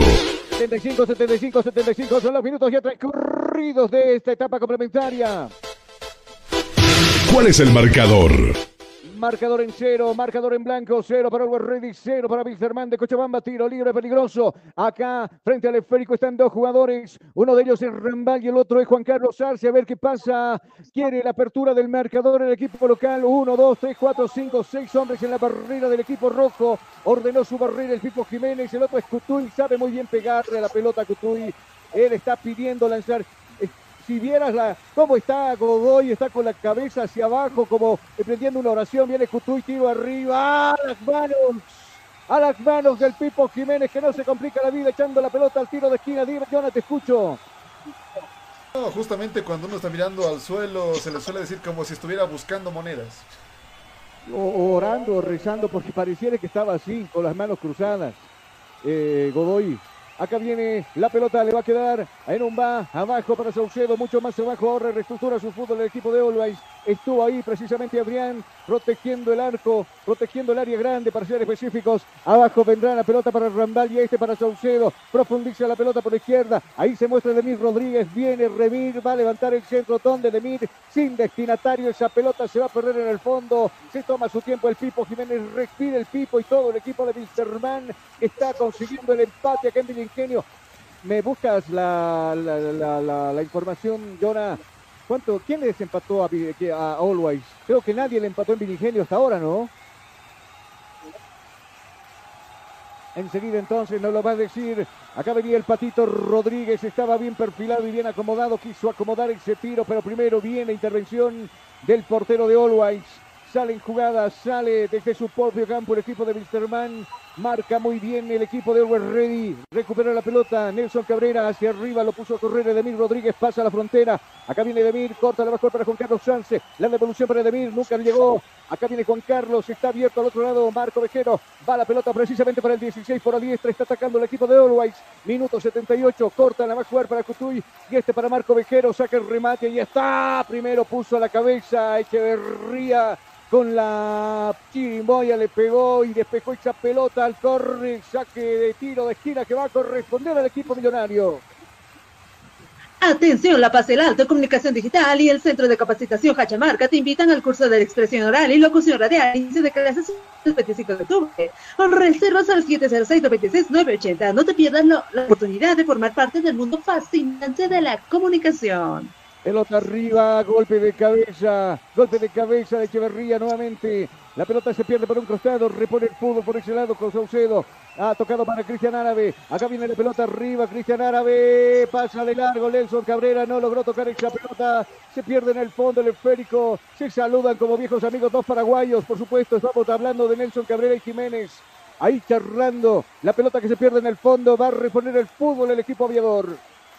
75 son los minutos ya transcurridos de esta etapa complementaria. ¿Cuál es el marcador? Marcador en 0, marcador en blanco, 0 para Overready, 0 para Wilstermann de Cochabamba, tiro libre peligroso. Acá, frente al esférico, están 2 jugadores. Uno de ellos es Rambal y el otro es Juan Carlos Arce. A ver qué pasa. Quiere la apertura del marcador el equipo local. 1, 2, 3, 4, 5, 6 hombres en la barrera del equipo rojo. Ordenó su barrera el Pipo Jiménez. El otro es Cotuí. Sabe muy bien pegarle a la pelota a Cotuí. Él está pidiendo lanzar. Si vieras cómo está Godoy, está con la cabeza hacia abajo, como emprendiendo una oración, viene Cotuí, tiro arriba, a las manos del Pipo Jiménez, que no se complica la vida, echando la pelota al tiro de esquina. Dime, Jonah, te escucho. No, justamente cuando uno está mirando al suelo, se le suele decir como si estuviera buscando monedas. Orando, rezando, porque pareciera que estaba así, con las manos cruzadas. Godoy. Acá viene la pelota, le va a quedar en un va abajo para Saucedo, mucho más abajo, ahora reestructura su fútbol el equipo de Always. Estuvo ahí precisamente Adrián, protegiendo el arco, protegiendo el área grande para ser específicos. Abajo vendrá la pelota para Rambal y para Saucedo. Profundiza la pelota por la izquierda. Ahí se muestra Demir Rodríguez, viene Remir, va a levantar el centro, donde Demir, sin destinatario, esa pelota se va a perder en el fondo. Se toma su tiempo el Pipo Jiménez, respira el Pipo y todo el equipo de Wilstermann está consiguiendo el empate acá en Villingenio. ¿Me buscas la información, Jonah? ¿Quién le desempató a Always? Creo que nadie le empató en Villingenio hasta ahora, ¿no? Enseguida entonces nos lo va a decir. Acá venía el Patito Rodríguez, estaba bien perfilado y bien acomodado, quiso acomodar ese tiro, pero primero viene intervención del portero de Always. Sale en jugada, sale desde su propio campo el equipo de Wilstermann. Marca muy bien el equipo de Overready. Recupera la pelota. Nelson Cabrera hacia arriba. Lo puso a correr Edemir Rodríguez. Pasa a la frontera. Acá viene Edemir. Corta la mejor para Juan Carlos Sánchez. La devolución para Edemir. Nunca llegó. Acá viene Juan Carlos. Está abierto al otro lado. Marco Vejero. Va la pelota precisamente para el 16 por la diestra. Está atacando el equipo de Always. Minuto 78. Corta. La va a jugar para Cotuí. Y para Marco Vejero. Saca el remate. Y está. Primero puso a la cabeza Echeverría. con la chirimboya, le pegó y despejó esa pelota al córner, saque de tiro de esquina que va a corresponder al equipo millonario. Atención, La Paz del Alto, Comunicación Digital y el Centro de Capacitación Hachamarca te invitan al curso de expresión oral y locución radial, inicio de clases el 25 de octubre. Reservas al 706-96-980. No te pierdas la oportunidad de formar parte del mundo fascinante de la comunicación. Pelota arriba, golpe de cabeza de Echeverría nuevamente. La pelota se pierde por un costado, repone el fútbol por ese lado con Saucedo. Ha tocado para Cristian Árabe. Acá viene la pelota arriba, Cristian Árabe. Pasa de largo, Nelson Cabrera no logró tocar esa pelota. Se pierde en el fondo el esférico. Se saludan como viejos amigos dos paraguayos. Por supuesto, estamos hablando de Nelson Cabrera y Jiménez. Ahí charlando. La pelota que se pierde en el fondo. Va a reponer el fútbol el equipo aviador.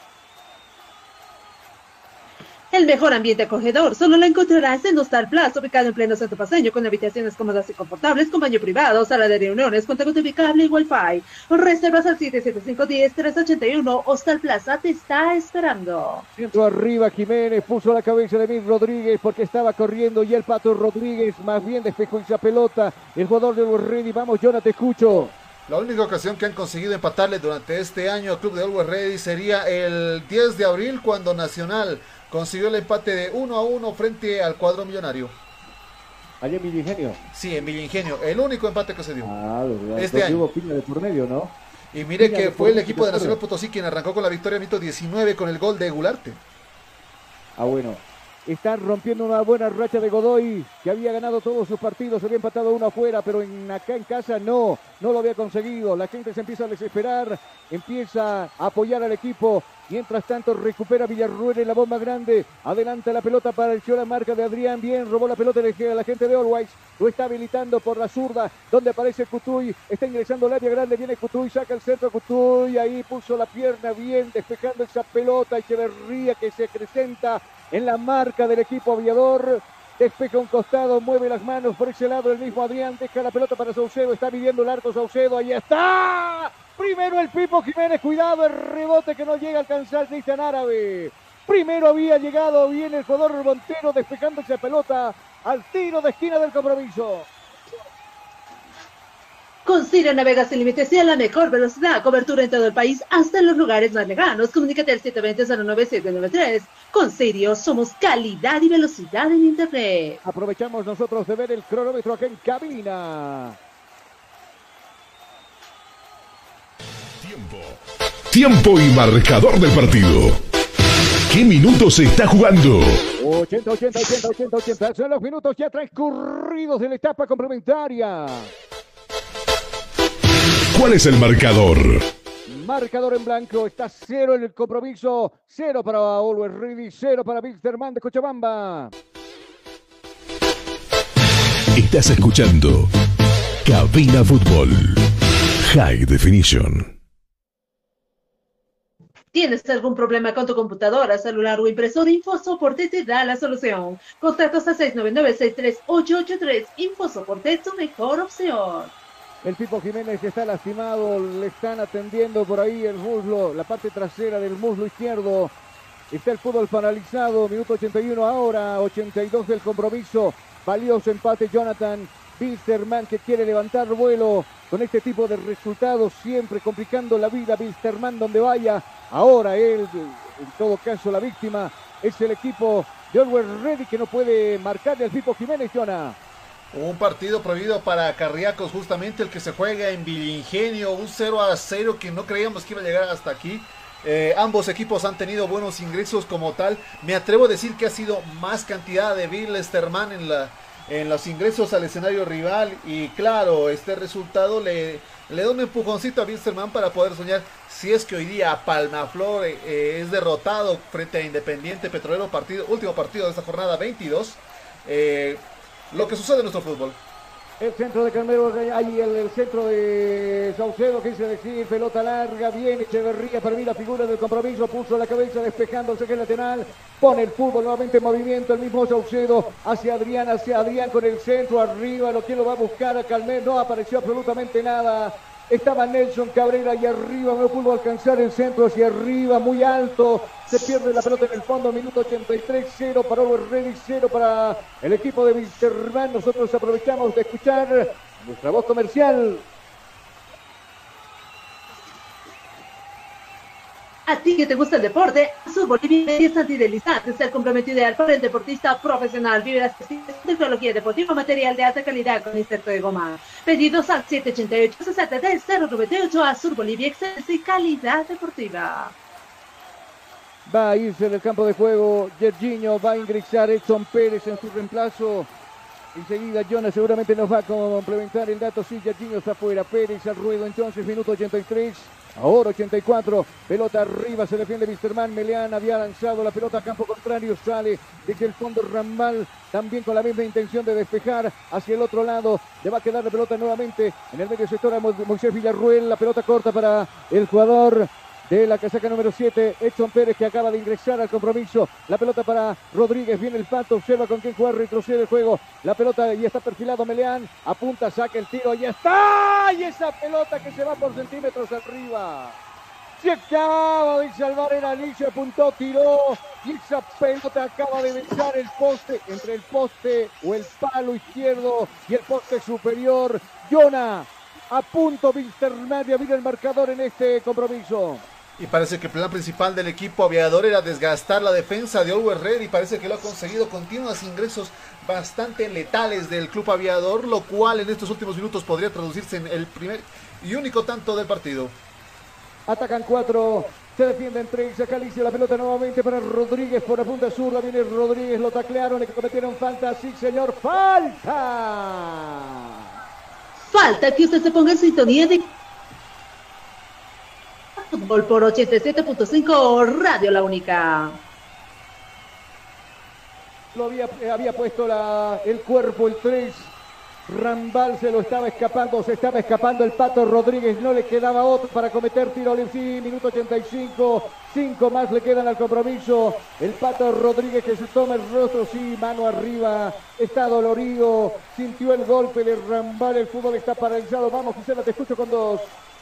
El mejor ambiente acogedor solo lo encontrarás en Hostal Plaza, ubicado en pleno centro paseño, con habitaciones cómodas y confortables, con baño privado, sala de reuniones, cuenta con TV cable y Wi-Fi. Reservas al 775-10-381. Hostal Plaza te está esperando. Centro arriba, Jiménez puso la cabeza de Mir Rodríguez porque estaba corriendo y el Pato Rodríguez más bien despejó esa pelota. El jugador de Always Ready, vamos, Jonathan, te escucho. La única ocasión que han conseguido empatarle durante este año al club de Always Ready sería el 10 de abril, cuando Nacional consiguió el empate de 1-1 frente al cuadro millonario. Allá en Villingenio. Sí, en Villingenio. El único empate que se dio. Este año. Hubo piña de por medio, ¿no? Y mire que fue el equipo de Nacional Potosí quien arrancó con la victoria en minuto 19 con el gol de Gularte. Bueno. Están rompiendo una buena racha de Godoy, que había ganado todos sus partidos, había empatado uno afuera, pero acá en casa no lo había conseguido. La gente se empieza a desesperar, empieza a apoyar al equipo. Mientras tanto recupera Villarruel en la bomba grande, adelanta la pelota para el la marca de Adrián, bien, robó la pelota a la gente de Always, lo está habilitando por la zurda, donde aparece Cutuy, está ingresando al área grande, viene Cutuy, saca el centro Cutuy, ahí puso la pierna bien, despejando esa pelota, Echeverría que se acrecenta en la marca del equipo aviador, despeja un costado, mueve las manos por ese lado el mismo Adrián, deja la pelota para Saucedo, está midiendo el arco Saucedo, ahí está, primero el Pipo Jiménez, cuidado el rebote que no llega a alcanzar Cristian Árabe, primero había llegado bien el jugador Montero despejando esa pelota al tiro de esquina del compromiso. Con Sirio navegas sin límites y a la mejor velocidad, cobertura en todo el país, hasta en los lugares más lejanos. Comunícate al 720-09793. Con Sirio somos calidad y velocidad en internet. Aprovechamos nosotros de ver el cronómetro acá en cabina. Tiempo y marcador del partido. ¿Qué minutos se está jugando? 80. Son los minutos ya transcurridos de la etapa complementaria. ¿Cuál es el marcador? Marcador en blanco, está 0 en el compromiso, 0 para Always Ready, 0 para Wilstermann de Cochabamba. Estás escuchando Cabina Fútbol High Definition. ¿Tienes algún problema con tu computadora, celular o impresora? InfoSoporte te da la solución. Contactos a 699-63883. InfoSoporte es tu mejor opción. El Pipo Jiménez que está lastimado, le están atendiendo por ahí el muslo, la parte trasera del muslo izquierdo. Está el fútbol paralizado, minuto 81 ahora, 82 del compromiso. Valioso empate, Jonathan. Wilstermann que quiere levantar vuelo con este tipo de resultados, siempre complicando la vida. Wilstermann donde vaya. Ahora él, en todo caso la víctima, es el equipo de Always Ready que no puede marcarle al Pipo Jiménez, Jonah. Un partido prohibido para Carriacos, justamente el que se juega en Villingenio, un 0-0 que no creíamos que iba a llegar hasta aquí. Ambos equipos han tenido buenos ingresos como tal. Me atrevo a decir que ha sido más cantidad de Wilstermann en los ingresos al escenario rival. Y claro, este resultado le da un empujoncito a Wilstermann para poder soñar. Si es que hoy día Palmaflor es derrotado frente a Independiente Petrolero, último partido de esta jornada 22. Lo que sucede en nuestro fútbol. El centro de Carmelo, ahí el centro de Saucedo, que se decide, pelota larga, viene Echeverría, para mí la figura del compromiso, puso la cabeza despejando el saque lateral, pone el fútbol nuevamente en movimiento, el mismo Saucedo hacia Adrián con el centro arriba, lo que lo va a buscar a Calmer, no apareció absolutamente nada. Estaba Nelson Cabrera y arriba no pudo alcanzar el centro hacia arriba, muy alto. Se pierde la pelota en el fondo, minuto 83, 0 para Always Ready, 0 para el equipo de Wilstermann. Nosotros aprovechamos de escuchar nuestra voz comercial. A ti que te gusta el deporte, Azur Bolivia es antideslizante, es el complemento ideal para el deportista profesional. Vive la tecnología deportiva, material de alta calidad con inserto de goma. Pedidos al 788-63-098. Azur Bolivia, excelencia y calidad deportiva. Va a irse del campo de juego Jorginho, va a ingresar Edson Pérez en su reemplazo. Enseguida Jonas seguramente nos va a complementar el dato. Sí, Jorginho está afuera, Pérez al ruedo entonces, minuto 83. Ahora 84, pelota arriba, se defiende Wilstermann. Meleán había lanzado la pelota a campo contrario, sale desde el fondo Rambal, también con la misma intención de despejar hacia el otro lado. Le va a quedar la pelota nuevamente en el medio sector a Moisés Villarruel. La pelota corta para el jugador de la casaca número 7, Edson Pérez, que acaba de ingresar al compromiso. La pelota para Rodríguez, viene el Pato, observa con quién jugar, retrocede el juego. La pelota y está perfilado Meleán, apunta, saca el tiro, ya está. Y esa pelota que se va por centímetros arriba. Se acaba de salvar el anillo, apuntó, tiró. Y esa pelota acaba de besar el poste, entre el poste o el palo izquierdo y el poste superior. Jonah, a punto Wilstermann de abrir el marcador en este compromiso. Y parece que el plan principal del equipo aviador era desgastar la defensa de Always Ready, y parece que lo ha conseguido. Continuos ingresos bastante letales del club aviador, lo cual en estos últimos minutos podría traducirse en el primer y único tanto del partido. Atacan 4, se defienden 3, acaricia la pelota nuevamente para Rodríguez por la punta zurda, viene Rodríguez, lo taclearon, le cometieron falta, sí señor, falta. Falta que usted se ponga en sintonía de fútbol por 87.5 Radio La Única. Lo había puesto el cuerpo, el 3. Rambal se estaba escapando el Pato Rodríguez, no le quedaba otro para cometer tiro libre. Sí, minuto 85, 5 más le quedan al compromiso. El Pato Rodríguez que se toma el rostro, sí, mano arriba, está dolorido, sintió el golpe de Rambal, el fútbol está paralizado. Vamos, Gisela, te escucho con 2.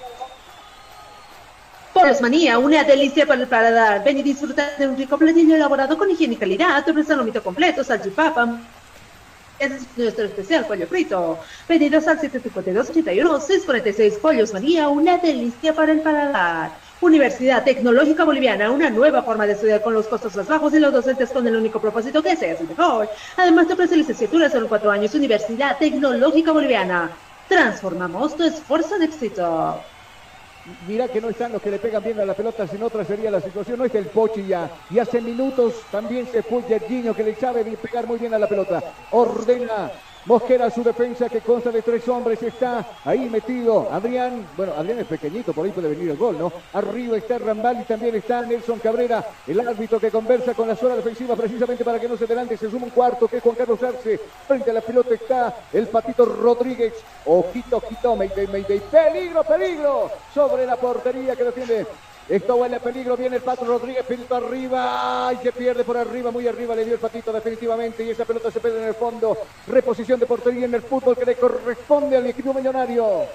Pollos Manía, una delicia para el paladar. Ven y disfruta de un rico platillo elaborado con higiene y calidad. Te ofrecen lomito completo, salchipapa. Ese es nuestro especial pollo frito. Pedidos al 752-81-646. Pollos Manía, una delicia para el paladar. Universidad Tecnológica Boliviana, una nueva forma de estudiar con los costos más bajos y los docentes con el único propósito que seas el mejor. Además te ofrece licenciaturas en 4 años. Universidad Tecnológica Boliviana. Transformamos tu esfuerzo en éxito. Mira que no están los que le pegan bien a la pelota, sin otra sería la situación. No está el Pochi ya. Y hace minutos también se fue Jorginho, que le sabe pegar muy bien a la pelota. Ordena Mosquera su defensa, que consta de 3 hombres. Está ahí metido Adrián. Bueno, Adrián es pequeñito, por ahí puede venir el gol, ¿no? Arriba está Rambal y también está Nelson Cabrera, el árbitro que conversa con la zona defensiva precisamente para que no se adelante. Se suma un cuarto, que es Juan Carlos Arce. Frente a la pelota está el Patito Rodríguez. Ojito, Mayday. Peligro sobre la portería que defiende. Esto huele a peligro, viene el Pato Rodríguez, pinto arriba, y se pierde por arriba, muy arriba le dio el Patito definitivamente, y esa pelota se pierde en el fondo. Reposición de portería en el fútbol que le corresponde al equipo millonario.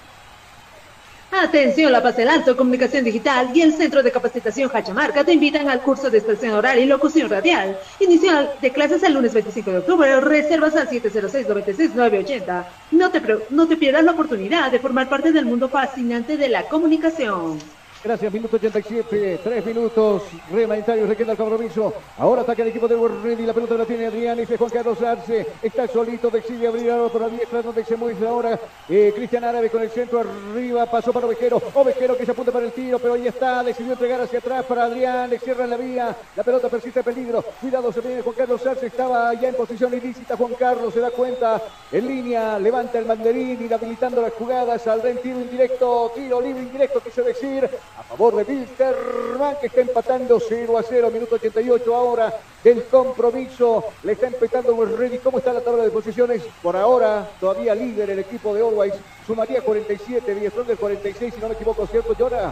Atención, La Paz del Alto, Comunicación Digital y el Centro de Capacitación Hachamarca te invitan al curso de expresión oral y locución radial. Inicio de clases el lunes 25 de octubre, reservas al 706-96-980. No te pierdas la oportunidad de formar parte del mundo fascinante de la comunicación. Gracias, minuto 87, 3 minutos reglamentarios, le queda el compromiso. Ahora ataca el equipo de Ready, la pelota la tiene Adrián, ese Juan Carlos Arce, está solito, decide abrir ahora por la diestra, donde se mueve ahora Cristian Árabe con el centro arriba, pasó para Ovejero que se apunta para el tiro, pero ahí está, decidió entregar hacia atrás para Adrián, le cierran la vía, la pelota persiste peligro, cuidado, se viene Juan Carlos Arce, estaba ya en posición ilícita, Juan Carlos se da cuenta, en línea, levanta el banderín, inhabilitando las jugadas, saldrá en tiro libre indirecto, quiso decir, a favor de Wilstermann, que está empatando 0-0, minuto 88 ahora del compromiso. Le está empezando Ready. ¿Cómo está la tabla de posiciones? Por ahora, todavía líder el equipo de Always. Sumaría 47, Diestrón del 46, si no me equivoco, ¿cierto, Jonah?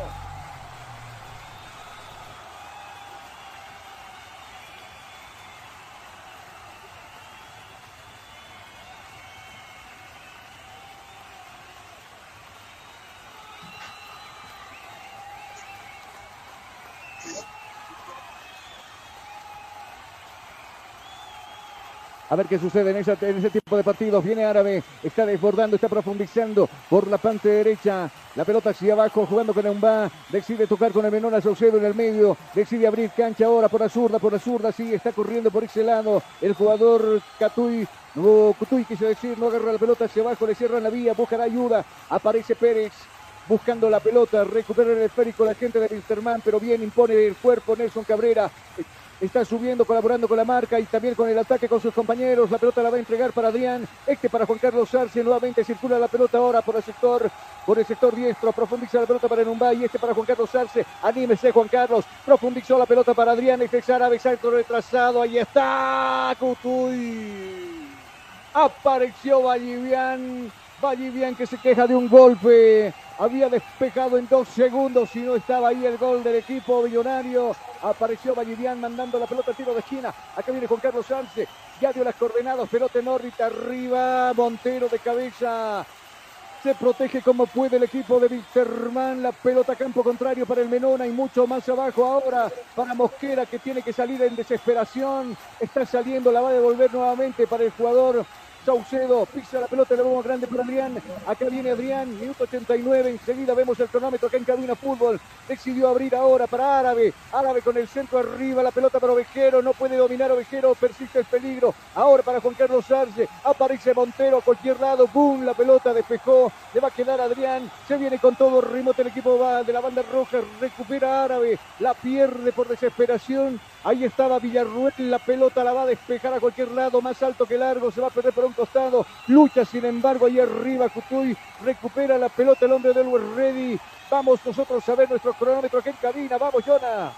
A ver qué sucede en ese tipo de partidos. Viene Árabe, está desbordando, está profundizando por la parte derecha. La pelota hacia abajo, jugando con Eumba. Decide tocar con el Menona Saucedo en el medio. Decide abrir cancha ahora por la zurda. Sí, está corriendo por ese lado. El jugador Cutuy, quise decir, no agarra la pelota hacia abajo, le cierran la vía, busca la ayuda. Aparece Pérez buscando la pelota, recupera el esférico la gente de Wilstermann, pero bien impone el cuerpo Nelson Cabrera. Está subiendo, colaborando con la marca y también con el ataque con sus compañeros. La pelota la va a entregar para Adrián. Para Juan Carlos Arce. Nuevamente circula la pelota ahora por el sector diestro. Profundiza la pelota para Enumbay y para Juan Carlos Arce. Anímese, Juan Carlos. Profundizó la pelota para Adrián. Es Árabe, salto retrasado. Ahí está Cutuy. Apareció Vallivian que se queja de un golpe. Había despejado en 2 segundos y no estaba ahí el gol del equipo millonario. Apareció Vallivian mandando la pelota a tiro de esquina. Acá viene Juan Carlos Arce. Ya dio las coordenadas. Pelota en órbita arriba. Montero de cabeza. Se protege como puede el equipo de Wilstermann. La pelota a campo contrario para el Menona y mucho más abajo ahora para Mosquera, que tiene que salir en desesperación. Está saliendo, la va a devolver nuevamente para el jugador Saucedo. Pisa la pelota, le vamos grande para Adrián. Acá viene Adrián, minuto 89. Enseguida vemos el cronómetro acá en Cabina Fútbol. Decidió abrir ahora para Árabe. Árabe con el centro arriba, la pelota para Ovejero. No puede dominar Ovejero, persiste el peligro. Ahora para Juan Carlos Arce. Aparece Montero a cualquier lado. ¡Bum! La pelota despejó. Le va a quedar Adrián. Se viene con todo remote el equipo de la banda roja. Recupera Árabe. La pierde por desesperación. Ahí estaba Villarruel, la pelota la va a despejar a cualquier lado, más alto que largo, se va a perder por un costado, lucha sin embargo ahí arriba Cutuy, recupera la pelota el hombre de Always Ready. Vamos nosotros a ver nuestro cronómetro aquí en cabina, vamos Jonah.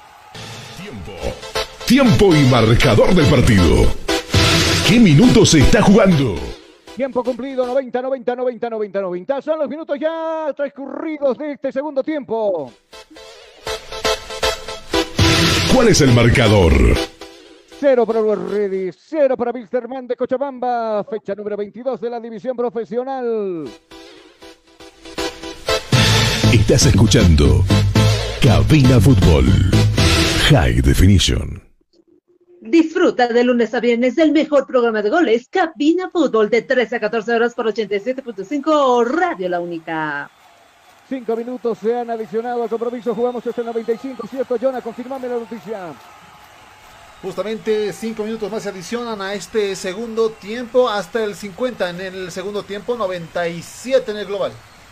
Tiempo y marcador del partido. ¿Qué minutos se está jugando? Tiempo cumplido, 90. Son los minutos ya transcurridos de este segundo tiempo. ¿Cuál es el marcador? 0 para Always Ready, 0 para Wilstermann de Cochabamba, fecha número 22 de la división profesional. Estás escuchando Cabina Fútbol High Definition. Disfruta de lunes a viernes del mejor programa de goles, Cabina Fútbol, de 13 a 14 horas por 87.5 Radio La Única. 5 minutos se han adicionado al compromiso, jugamos hasta el 95, ¿cierto, Jonah? Confirmame la noticia. Justamente 5 minutos más se adicionan a este segundo tiempo, hasta el 50 en el segundo tiempo, 97 en el global.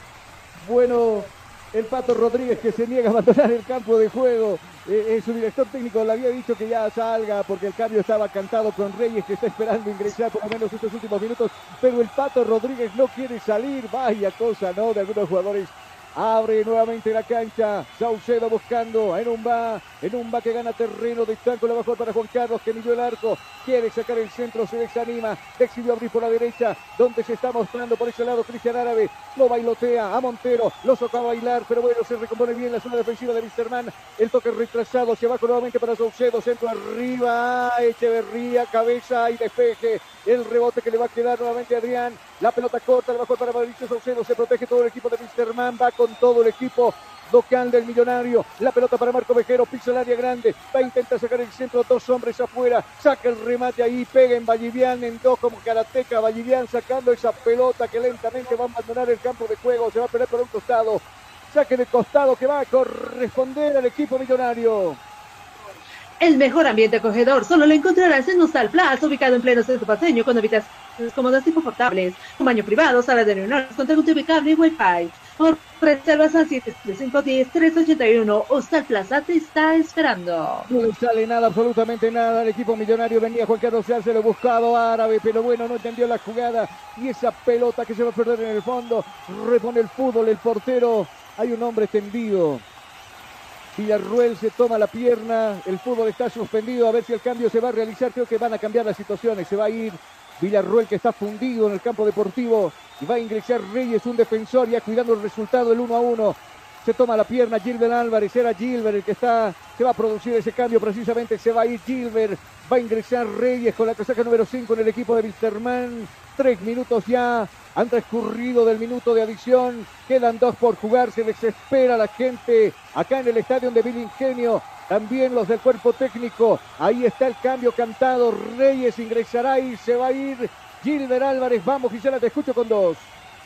Bueno, el Pato Rodríguez que se niega a abandonar el campo de juego. Su director técnico le había dicho que ya salga porque el cambio estaba cantado con Reyes, que está esperando ingresar por lo menos estos últimos minutos, pero el Pato Rodríguez no quiere salir. Vaya cosa, ¿no? De algunos jugadores. Abre nuevamente la cancha, Saucedo buscando a Enumba que gana terreno, de tanco la bajó para Juan Carlos, que midió el arco, quiere sacar el centro, se desanima, decidió abrir por la derecha, donde se está mostrando por ese lado Cristian Árabe, lo bailotea a Montero, lo soca a bailar, pero bueno, se recompone bien la zona defensiva de Wilstermann, el toque retrasado hacia abajo nuevamente para Saucedo, centro arriba, Echeverría, cabeza y despeje, el rebote que le va a quedar nuevamente a Adrián, la pelota corta, la bajó para Mauricio Saucedo, se protege todo el equipo de Wilstermann, va con todo el equipo local del Millonario, la pelota para Marco Vejero, pisa el área grande, va a intentar sacar el centro, 2 hombres afuera, saca el remate ahí, pega en Vallivian, en 2 como karateca, Vallivian sacando esa pelota que lentamente va a abandonar el campo de juego, se va a perder por un costado, saque de costado que va a corresponder al equipo Millonario. El mejor ambiente acogedor solo lo encontrarás en Hostal Plaza, ubicado en pleno centro paseño, con habitaciones cómodas y confortables, con baño privado, sala de reuniones, con TV cable y Wi-Fi. Por reservas al 735-10-381, Hostal Plaza te está esperando. No le sale nada, absolutamente nada. El equipo Millonario venía Juan Carlos Arce, lo buscado Árabe, pero bueno, no entendió la jugada. Y esa pelota que se va a perder en el fondo, repone el fútbol, el portero. Hay un hombre tendido. Villarruel se toma la pierna, el fútbol está suspendido, a ver si el cambio se va a realizar, creo que van a cambiar las situaciones, se va a ir Villarruel que está fundido en el campo deportivo y va a ingresar Reyes, un defensor ya cuidando el resultado, el 1-1, se toma la pierna Gilbert Álvarez, era Gilbert el que se va a producir ese cambio precisamente, se va a ir Gilbert, va a ingresar Reyes con la casaca número 5 en el equipo de Wilstermann, 3 minutos ya han transcurrido del minuto de adición, quedan 2 por jugar, se desespera la gente acá en el estadio de Vil Ingenio, también los del cuerpo técnico. Ahí está el cambio cantado. Reyes ingresará y se va a ir Gilbert Álvarez. Vamos, Gisela, te escucho con 2.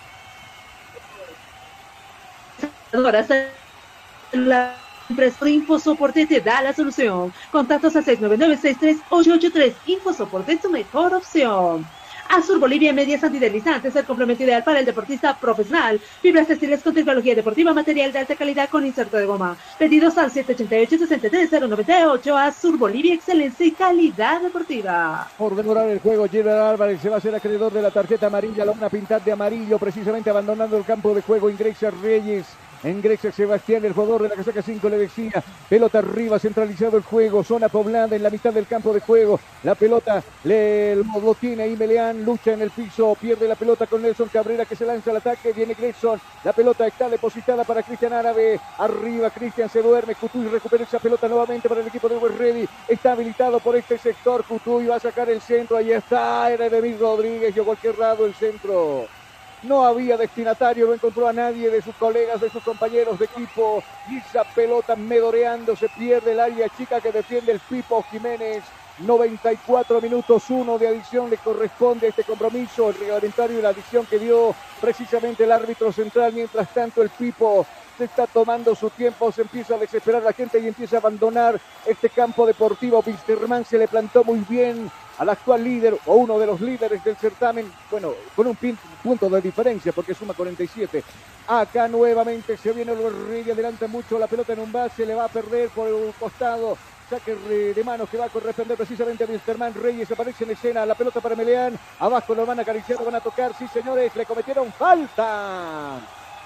La empresa InfoSoporte te da la solución. Contactos a 699-63883. InfoSoporte es tu mejor opción. Azur Bolivia Medias Antideslizantes, el complemento ideal para el deportista profesional. Fibras textiles con tecnología deportiva, material de alta calidad con inserto de goma. Pedidos al 788-63098. Azur Bolivia, excelencia y calidad deportiva. Por demorar el juego, Gilbert Álvarez se va a ser acreedor de la tarjeta amarilla. La una pintada de amarillo, precisamente abandonando el campo de juego. Ingresa Reyes. Ingresa Sebastián, el jugador de la casaca 5, le decía, pelota arriba, centralizado el juego, zona poblada en la mitad del campo de juego, la pelota lo tiene ahí Meleán, lucha en el piso, pierde la pelota con Nelson Cabrera que se lanza al ataque, viene Grayson, la pelota está depositada para Cristian Árabe, arriba Cristian se duerme, Cutuy recupera esa pelota nuevamente para el equipo de West Ready, está habilitado por este sector, Cutuy va a sacar el centro, ahí está, era Edemir Rodríguez, llegó al cerrado el centro. No había destinatario, no encontró a nadie de sus colegas, de sus compañeros de equipo. Y esa pelota medoreando, se pierde el área chica que defiende el Pipo Jiménez. 94 minutos, 1 de adición le corresponde a este compromiso. El reglamentario y la adición que dio precisamente el árbitro central. Mientras tanto el Pipo se está tomando su tiempo, se empieza a desesperar la gente y empieza a abandonar este campo deportivo. Wilstermann se le plantó muy bien al actual líder o uno de los líderes del certamen, bueno, con un punto de diferencia porque suma 47. Acá nuevamente se viene el Rey, adelanta mucho la pelota en un base, le va a perder por el costado. Saque de manos que va a corresponder precisamente a Wilstermann. Reyes aparece en escena, la pelota para Meleán, abajo lo van a acariciar, lo van a tocar, sí señores, le cometieron falta.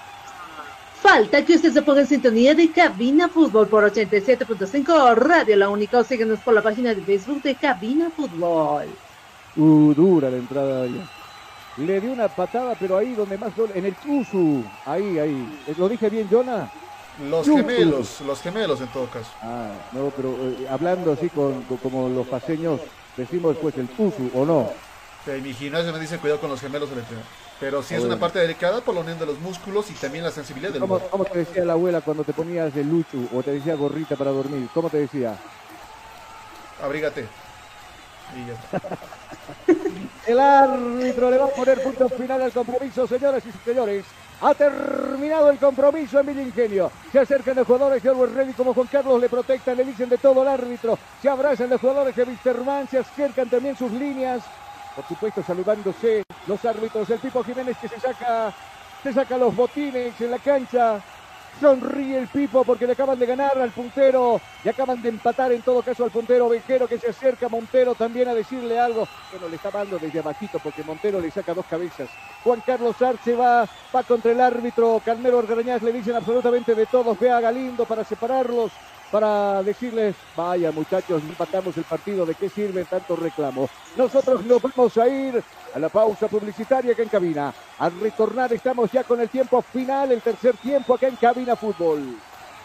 Falta que usted se ponga en sintonía de Cabina Fútbol por 87.5 Radio La Única, o síguenos por la página de Facebook de Cabina Fútbol. Dura la entrada ahí. Le dio una patada, pero ahí donde más duele, en el Tuzu. Ahí. ¿Lo dije bien, Jonah? Los gemelos en todo caso. No, pero hablando así como los paseños, decimos después el Tuzu, ¿o no? En mi gimnasio me dicen cuidado con los gemelos del entrenador. Pero sí es una parte delicada por la unión de los músculos y también la sensibilidad del músculo. ¿Cómo te decía la abuela cuando te ponías el luchu o te decía gorrita para dormir? ¿Cómo te decía? Abrígate. Y ya está. El árbitro le va a poner punto final al compromiso, señoras y señores. Ha terminado el compromiso en Villingenio. Se acercan los jugadores de Always Ready como Juan Carlos, le protestan, le dicen de todo al árbitro. Se abrazan los jugadores de Wilstermann, se acercan también sus líneas. Por supuesto, saludándose los árbitros. El Pipo Jiménez que se saca los botines en la cancha. Sonríe el Pipo porque le acaban de ganar al puntero. Y acaban de empatar en todo caso al puntero Vejero que se acerca a Montero también a decirle algo. Bueno, le está dando desde abajito porque Montero le saca 2 cabezas. Juan Carlos Arce va contra el árbitro. Carmelo Argarañaz le dicen absolutamente de todos. Ve a Galindo para separarlos. Para decirles, vaya muchachos, empatamos el partido, ¿de qué sirve tanto reclamo? Nosotros nos vamos a ir a la pausa publicitaria acá en cabina. Al retornar estamos ya con el tiempo final, el tercer tiempo acá en Cabina Fútbol.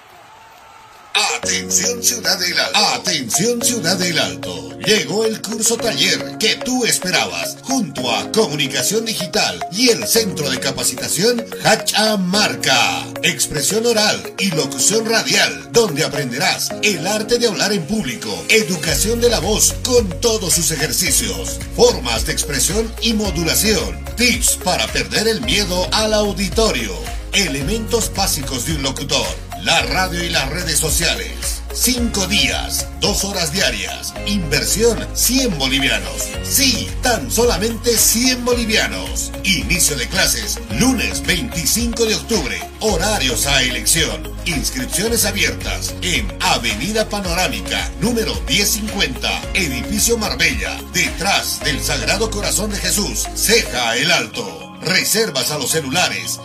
Atención Ciudad del Alto. Atención Ciudad del Alto. Llegó el curso taller que tú esperabas junto a Comunicación Digital y el Centro de Capacitación Hachamarca. Expresión oral y locución radial, donde aprenderás el arte de hablar en público, educación de la voz con todos sus ejercicios, formas de expresión y modulación, tips para perder el miedo al auditorio, elementos básicos de un locutor, la radio y las redes sociales. 5 días, 2 horas diarias. Inversión 100 bolivianos. Sí, tan solamente 100 bolivianos. Inicio de clases lunes 25 de octubre. Horarios a elección. Inscripciones abiertas en Avenida Panorámica, número 1050, Edificio Marbella, detrás del Sagrado Corazón de Jesús, Ceja el Alto. Reservas a los celulares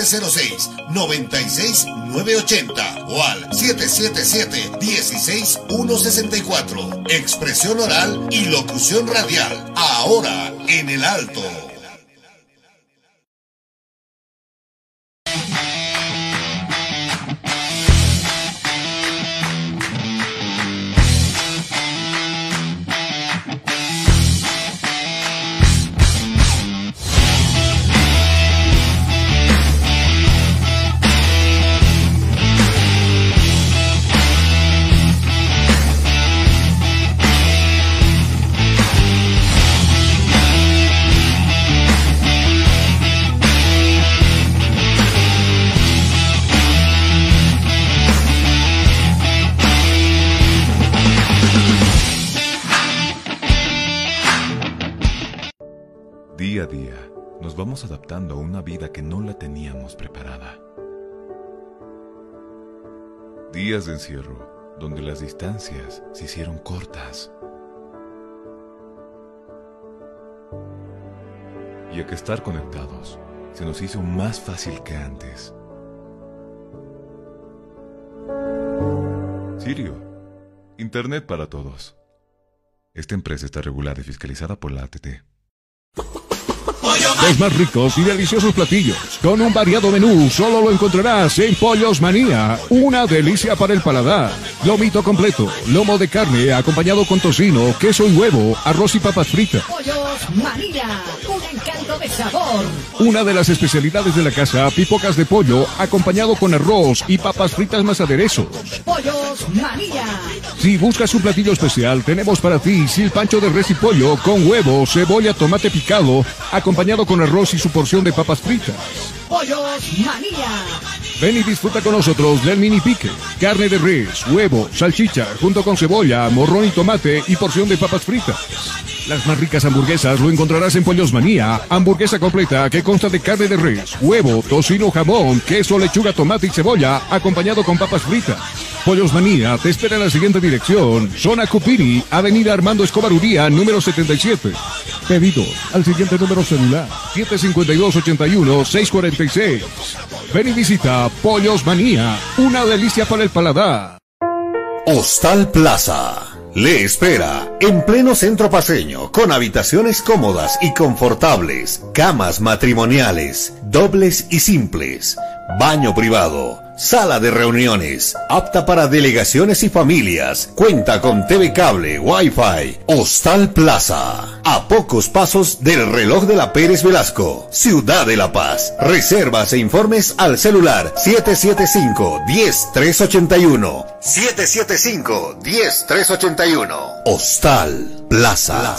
706-96-980 o al 777-16164. Expresión oral y locución radial. Ahora en el Alto. a día nos vamos adaptando a una vida que no la teníamos preparada. Días de encierro, donde las distancias se hicieron cortas. Y a que estar conectados se nos hizo más fácil que antes. Sirio, Internet para todos. Esta empresa está regulada y fiscalizada por la ATT. Los más ricos y deliciosos platillos, con un variado menú, solo lo encontrarás en Pollos Manía. Una delicia para el paladar. Lomito completo, lomo de carne acompañado con tocino, queso y huevo, arroz y papas fritas. Pollos Manía, un encanto de sabor. Una de las especialidades de la casa, pipocas de pollo, acompañado con arroz y papas fritas más aderezos. Pollos Manía. Si buscas un platillo especial, tenemos para ti silpancho de res y pollo con huevo, cebolla, tomate picado, acompañado con arroz y su porción de papas fritas. Pollos Manía. Ven y disfruta con nosotros del mini pique. Carne de res, huevo, salchicha, junto con cebolla, morrón y tomate y porción de papas fritas. Las más ricas hamburguesas lo encontrarás en Pollos Manía. Hamburguesa completa que consta de carne de res, huevo, tocino, jamón, queso, lechuga, tomate y cebolla, acompañado con papas fritas. Pollos Manía te espera en la siguiente dirección: Zona Cupiri, Avenida Armando Escobar Uría, número 77. Pedidos al siguiente número celular: 752-81-646. Ven y visita Pollos Manía, una delicia para el paladar. Hostal Plaza le espera en pleno centro paceño, con habitaciones cómodas y confortables, camas matrimoniales, dobles y simples, baño privado, sala de reuniones, apta para delegaciones y familias, cuenta con TV cable, Wi-Fi. Hostal Plaza, a pocos pasos del reloj de la Pérez Velasco, Ciudad de La Paz. Reservas e informes al celular 775-10381. 775-10381. Hostal Plaza.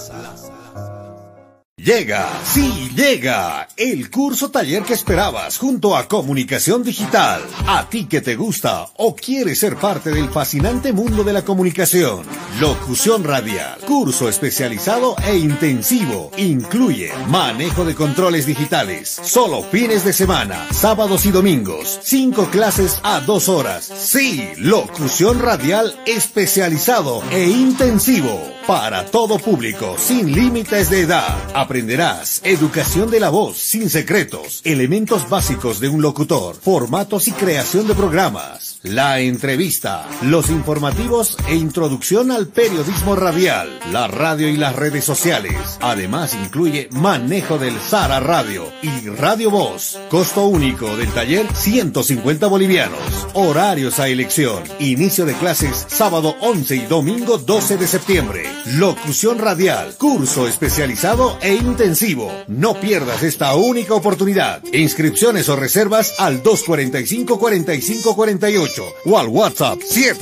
Llega, sí, llega el curso taller que esperabas junto a Comunicación Digital. A ti que te gusta o quieres ser parte del fascinante mundo de la comunicación. Locución radial, curso especializado e intensivo. Incluye manejo de controles digitales, solo fines de semana, sábados y domingos. 5 clases a 2 horas. Sí, locución radial especializado e intensivo. Para todo público, sin límites de edad. Aprenderás educación de la voz sin secretos, elementos básicos de un locutor, formatos y creación de programas, la entrevista, los informativos e introducción al periodismo radial, la radio y las redes sociales. Además incluye manejo del Sara Radio y Radio Voz. Costo único del taller 150 bolivianos. Horarios a elección. Inicio de clases sábado 11 y domingo 12 de septiembre. Locución radial, curso especializado e intensivo. No pierdas esta única oportunidad. Inscripciones o reservas al 245-4548 o al WhatsApp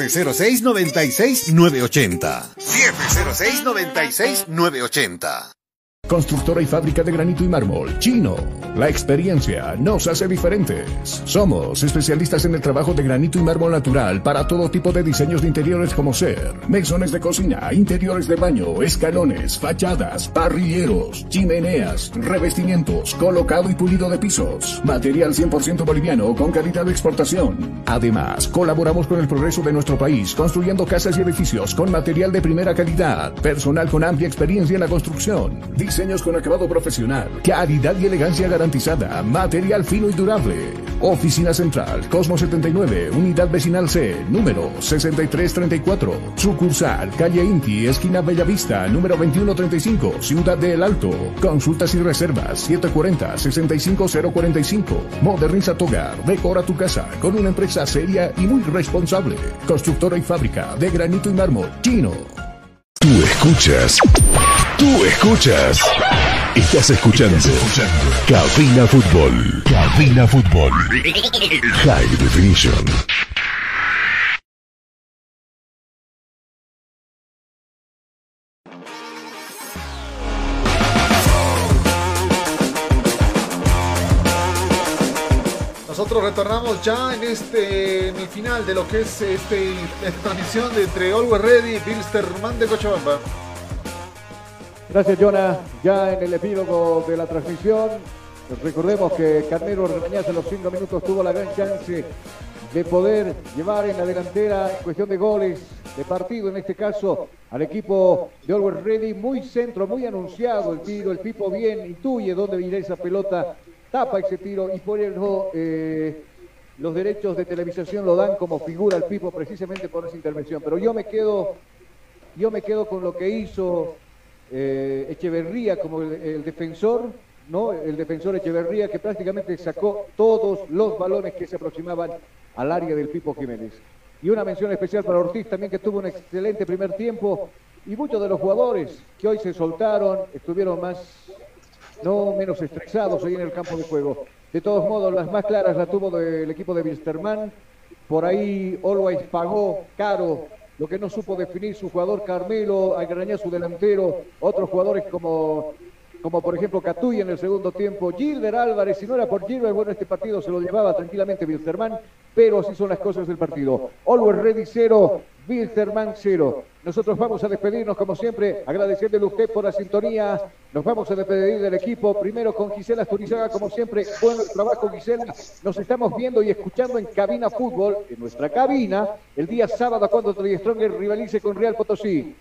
706-96-980. 706-96-980. Constructora y fábrica de granito y mármol, Chino. La experiencia nos hace diferentes. Somos especialistas en el trabajo de granito y mármol natural para todo tipo de diseños de interiores, como ser mesones de cocina, interiores de baño, escalones, fachadas, parrilleros, chimeneas, revestimientos, colocado y pulido de pisos. Material 100% boliviano con calidad de exportación. Además, colaboramos con el progreso de nuestro país, construyendo casas y edificios con material de primera calidad, personal con amplia experiencia en la construcción, diseños con acabado profesional, calidad y elegancia garantizada, material fino y durable. Oficina Central, Cosmo 79, Unidad Vecinal C, número 6334. Sucursal, Calle Inti, esquina Bellavista, número 2135, Ciudad de El Alto. Consultas y reservas 740-65045. Moderniza tu hogar, decora tu casa con una empresa seria y muy responsable. Constructora y fábrica de granito y mármol, Chino. Tú escuchas. Estás escuchando. Cabina Fútbol. Cabina Fútbol. High Definition. Nosotros retornamos ya en el final de lo que es esta transmisión de entre Always Ready y Bilsterman de Cochabamba. Gracias, Jonah. Ya en el epílogo de la transmisión, recordemos que Carnero Regañaz en los 5 minutos tuvo la gran chance de poder llevar en la delantera en cuestión de goles de partido, en este caso al equipo de Always Ready. Muy centro, muy anunciado el tiro, el Pipo bien intuye dónde irá esa pelota, tapa ese tiro y por eso los derechos de televisación lo dan como figura al Pipo precisamente por esa intervención. Pero yo me quedo con lo que hizo Echeverría como el defensor, ¿no? El defensor Echeverría, que prácticamente sacó todos los balones que se aproximaban al área del Pipo Jiménez. Y una mención especial para Ortiz también, que tuvo un excelente primer tiempo, y muchos de los jugadores que hoy se soltaron estuvieron menos estresados ahí en el campo de juego. De todos modos, las más claras la tuvo del equipo de Wilstermann. Por ahí Always pagó caro lo que no supo definir su jugador Carmelo, Algarañá su delantero, otros jugadores como por ejemplo Catuy en el segundo tiempo, Gilder Álvarez. Si no era por Gilder, bueno, este partido se lo llevaba tranquilamente Wilstermann, pero así son las cosas del partido. Always Ready 0, Wilstermann 0. Nosotros vamos a despedirnos como siempre, agradeciéndole a usted por la sintonía. Nos vamos a despedir del equipo, primero con Gisela Asturizaga, como siempre. Bueno trabajo, Gisela. Nos estamos viendo y escuchando en Cabina Fútbol, en nuestra cabina, el día sábado cuando Die Stronger rivalice con Real Potosí.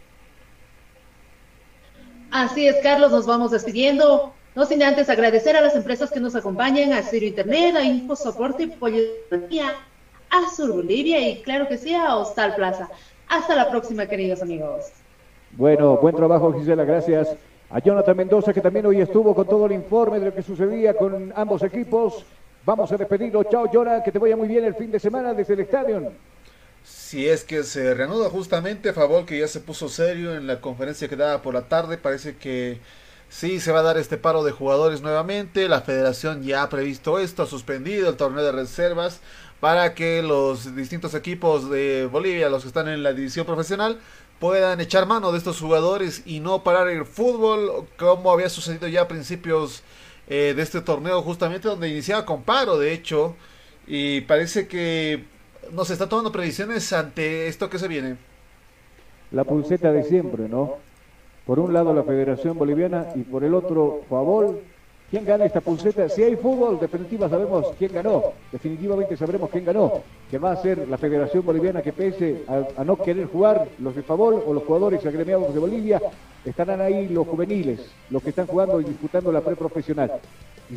Así es, Carlos, nos vamos despidiendo. No sin antes agradecer a las empresas que nos acompañan, a Ciro Internet, a Infosoporte, Pollos Manía, a Sur Bolivia y claro que sí, a Hostal Plaza. Hasta la próxima, queridos amigos. Bueno, buen trabajo, Gisela, gracias. A Jonathan Mendoza, que también hoy estuvo con todo el informe de lo que sucedía con ambos equipos. Vamos a despedirlo. Chao, Jonathan, que te vaya muy bien el fin de semana desde el estadio. Si es que se reanuda justamente, a favor que ya se puso serio en la conferencia que daba por la tarde, parece que sí se va a dar este paro de jugadores nuevamente. La federación ya ha previsto esto, ha suspendido el torneo de reservas para que los distintos equipos de Bolivia, los que están en la división profesional, puedan echar mano de estos jugadores y no parar el fútbol como había sucedido ya a principios de este torneo, justamente donde iniciaba con paro, de hecho, y parece que nos está tomando previsiones ante esto que se viene. La pulseta de siempre, ¿no? Por un lado la Federación Boliviana y por el otro Favol. ¿Quién gana esta pulseta? Si hay fútbol, definitivamente sabemos quién ganó. Definitivamente sabremos quién ganó. Que va a ser la Federación Boliviana, que pese a no querer jugar, los de Favol o los jugadores agremiados de Bolivia, estarán ahí los juveniles, los que están jugando y disputando la preprofesional. Y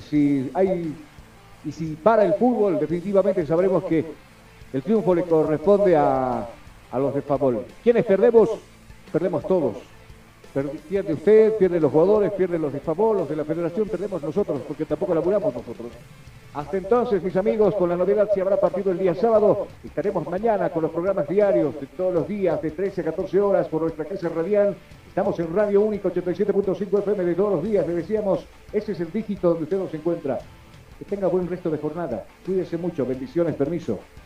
si para el fútbol, definitivamente sabremos que el triunfo le corresponde a los de Favol. ¿Quiénes perdemos? Perdemos todos. Pierde usted, pierden los jugadores, pierden los de Favol, los de la Federación, perdemos nosotros, porque tampoco laburamos nosotros. Hasta entonces, mis amigos, con la novedad si habrá partido el día sábado, estaremos mañana con los programas diarios de todos los días, de 13 a 14 horas, por nuestra casa radial. Estamos en Radio Único 87.5 FM de todos los días, le decíamos, ese es el dígito donde usted nos encuentra. Que tenga buen resto de jornada, cuídese mucho, bendiciones, permiso.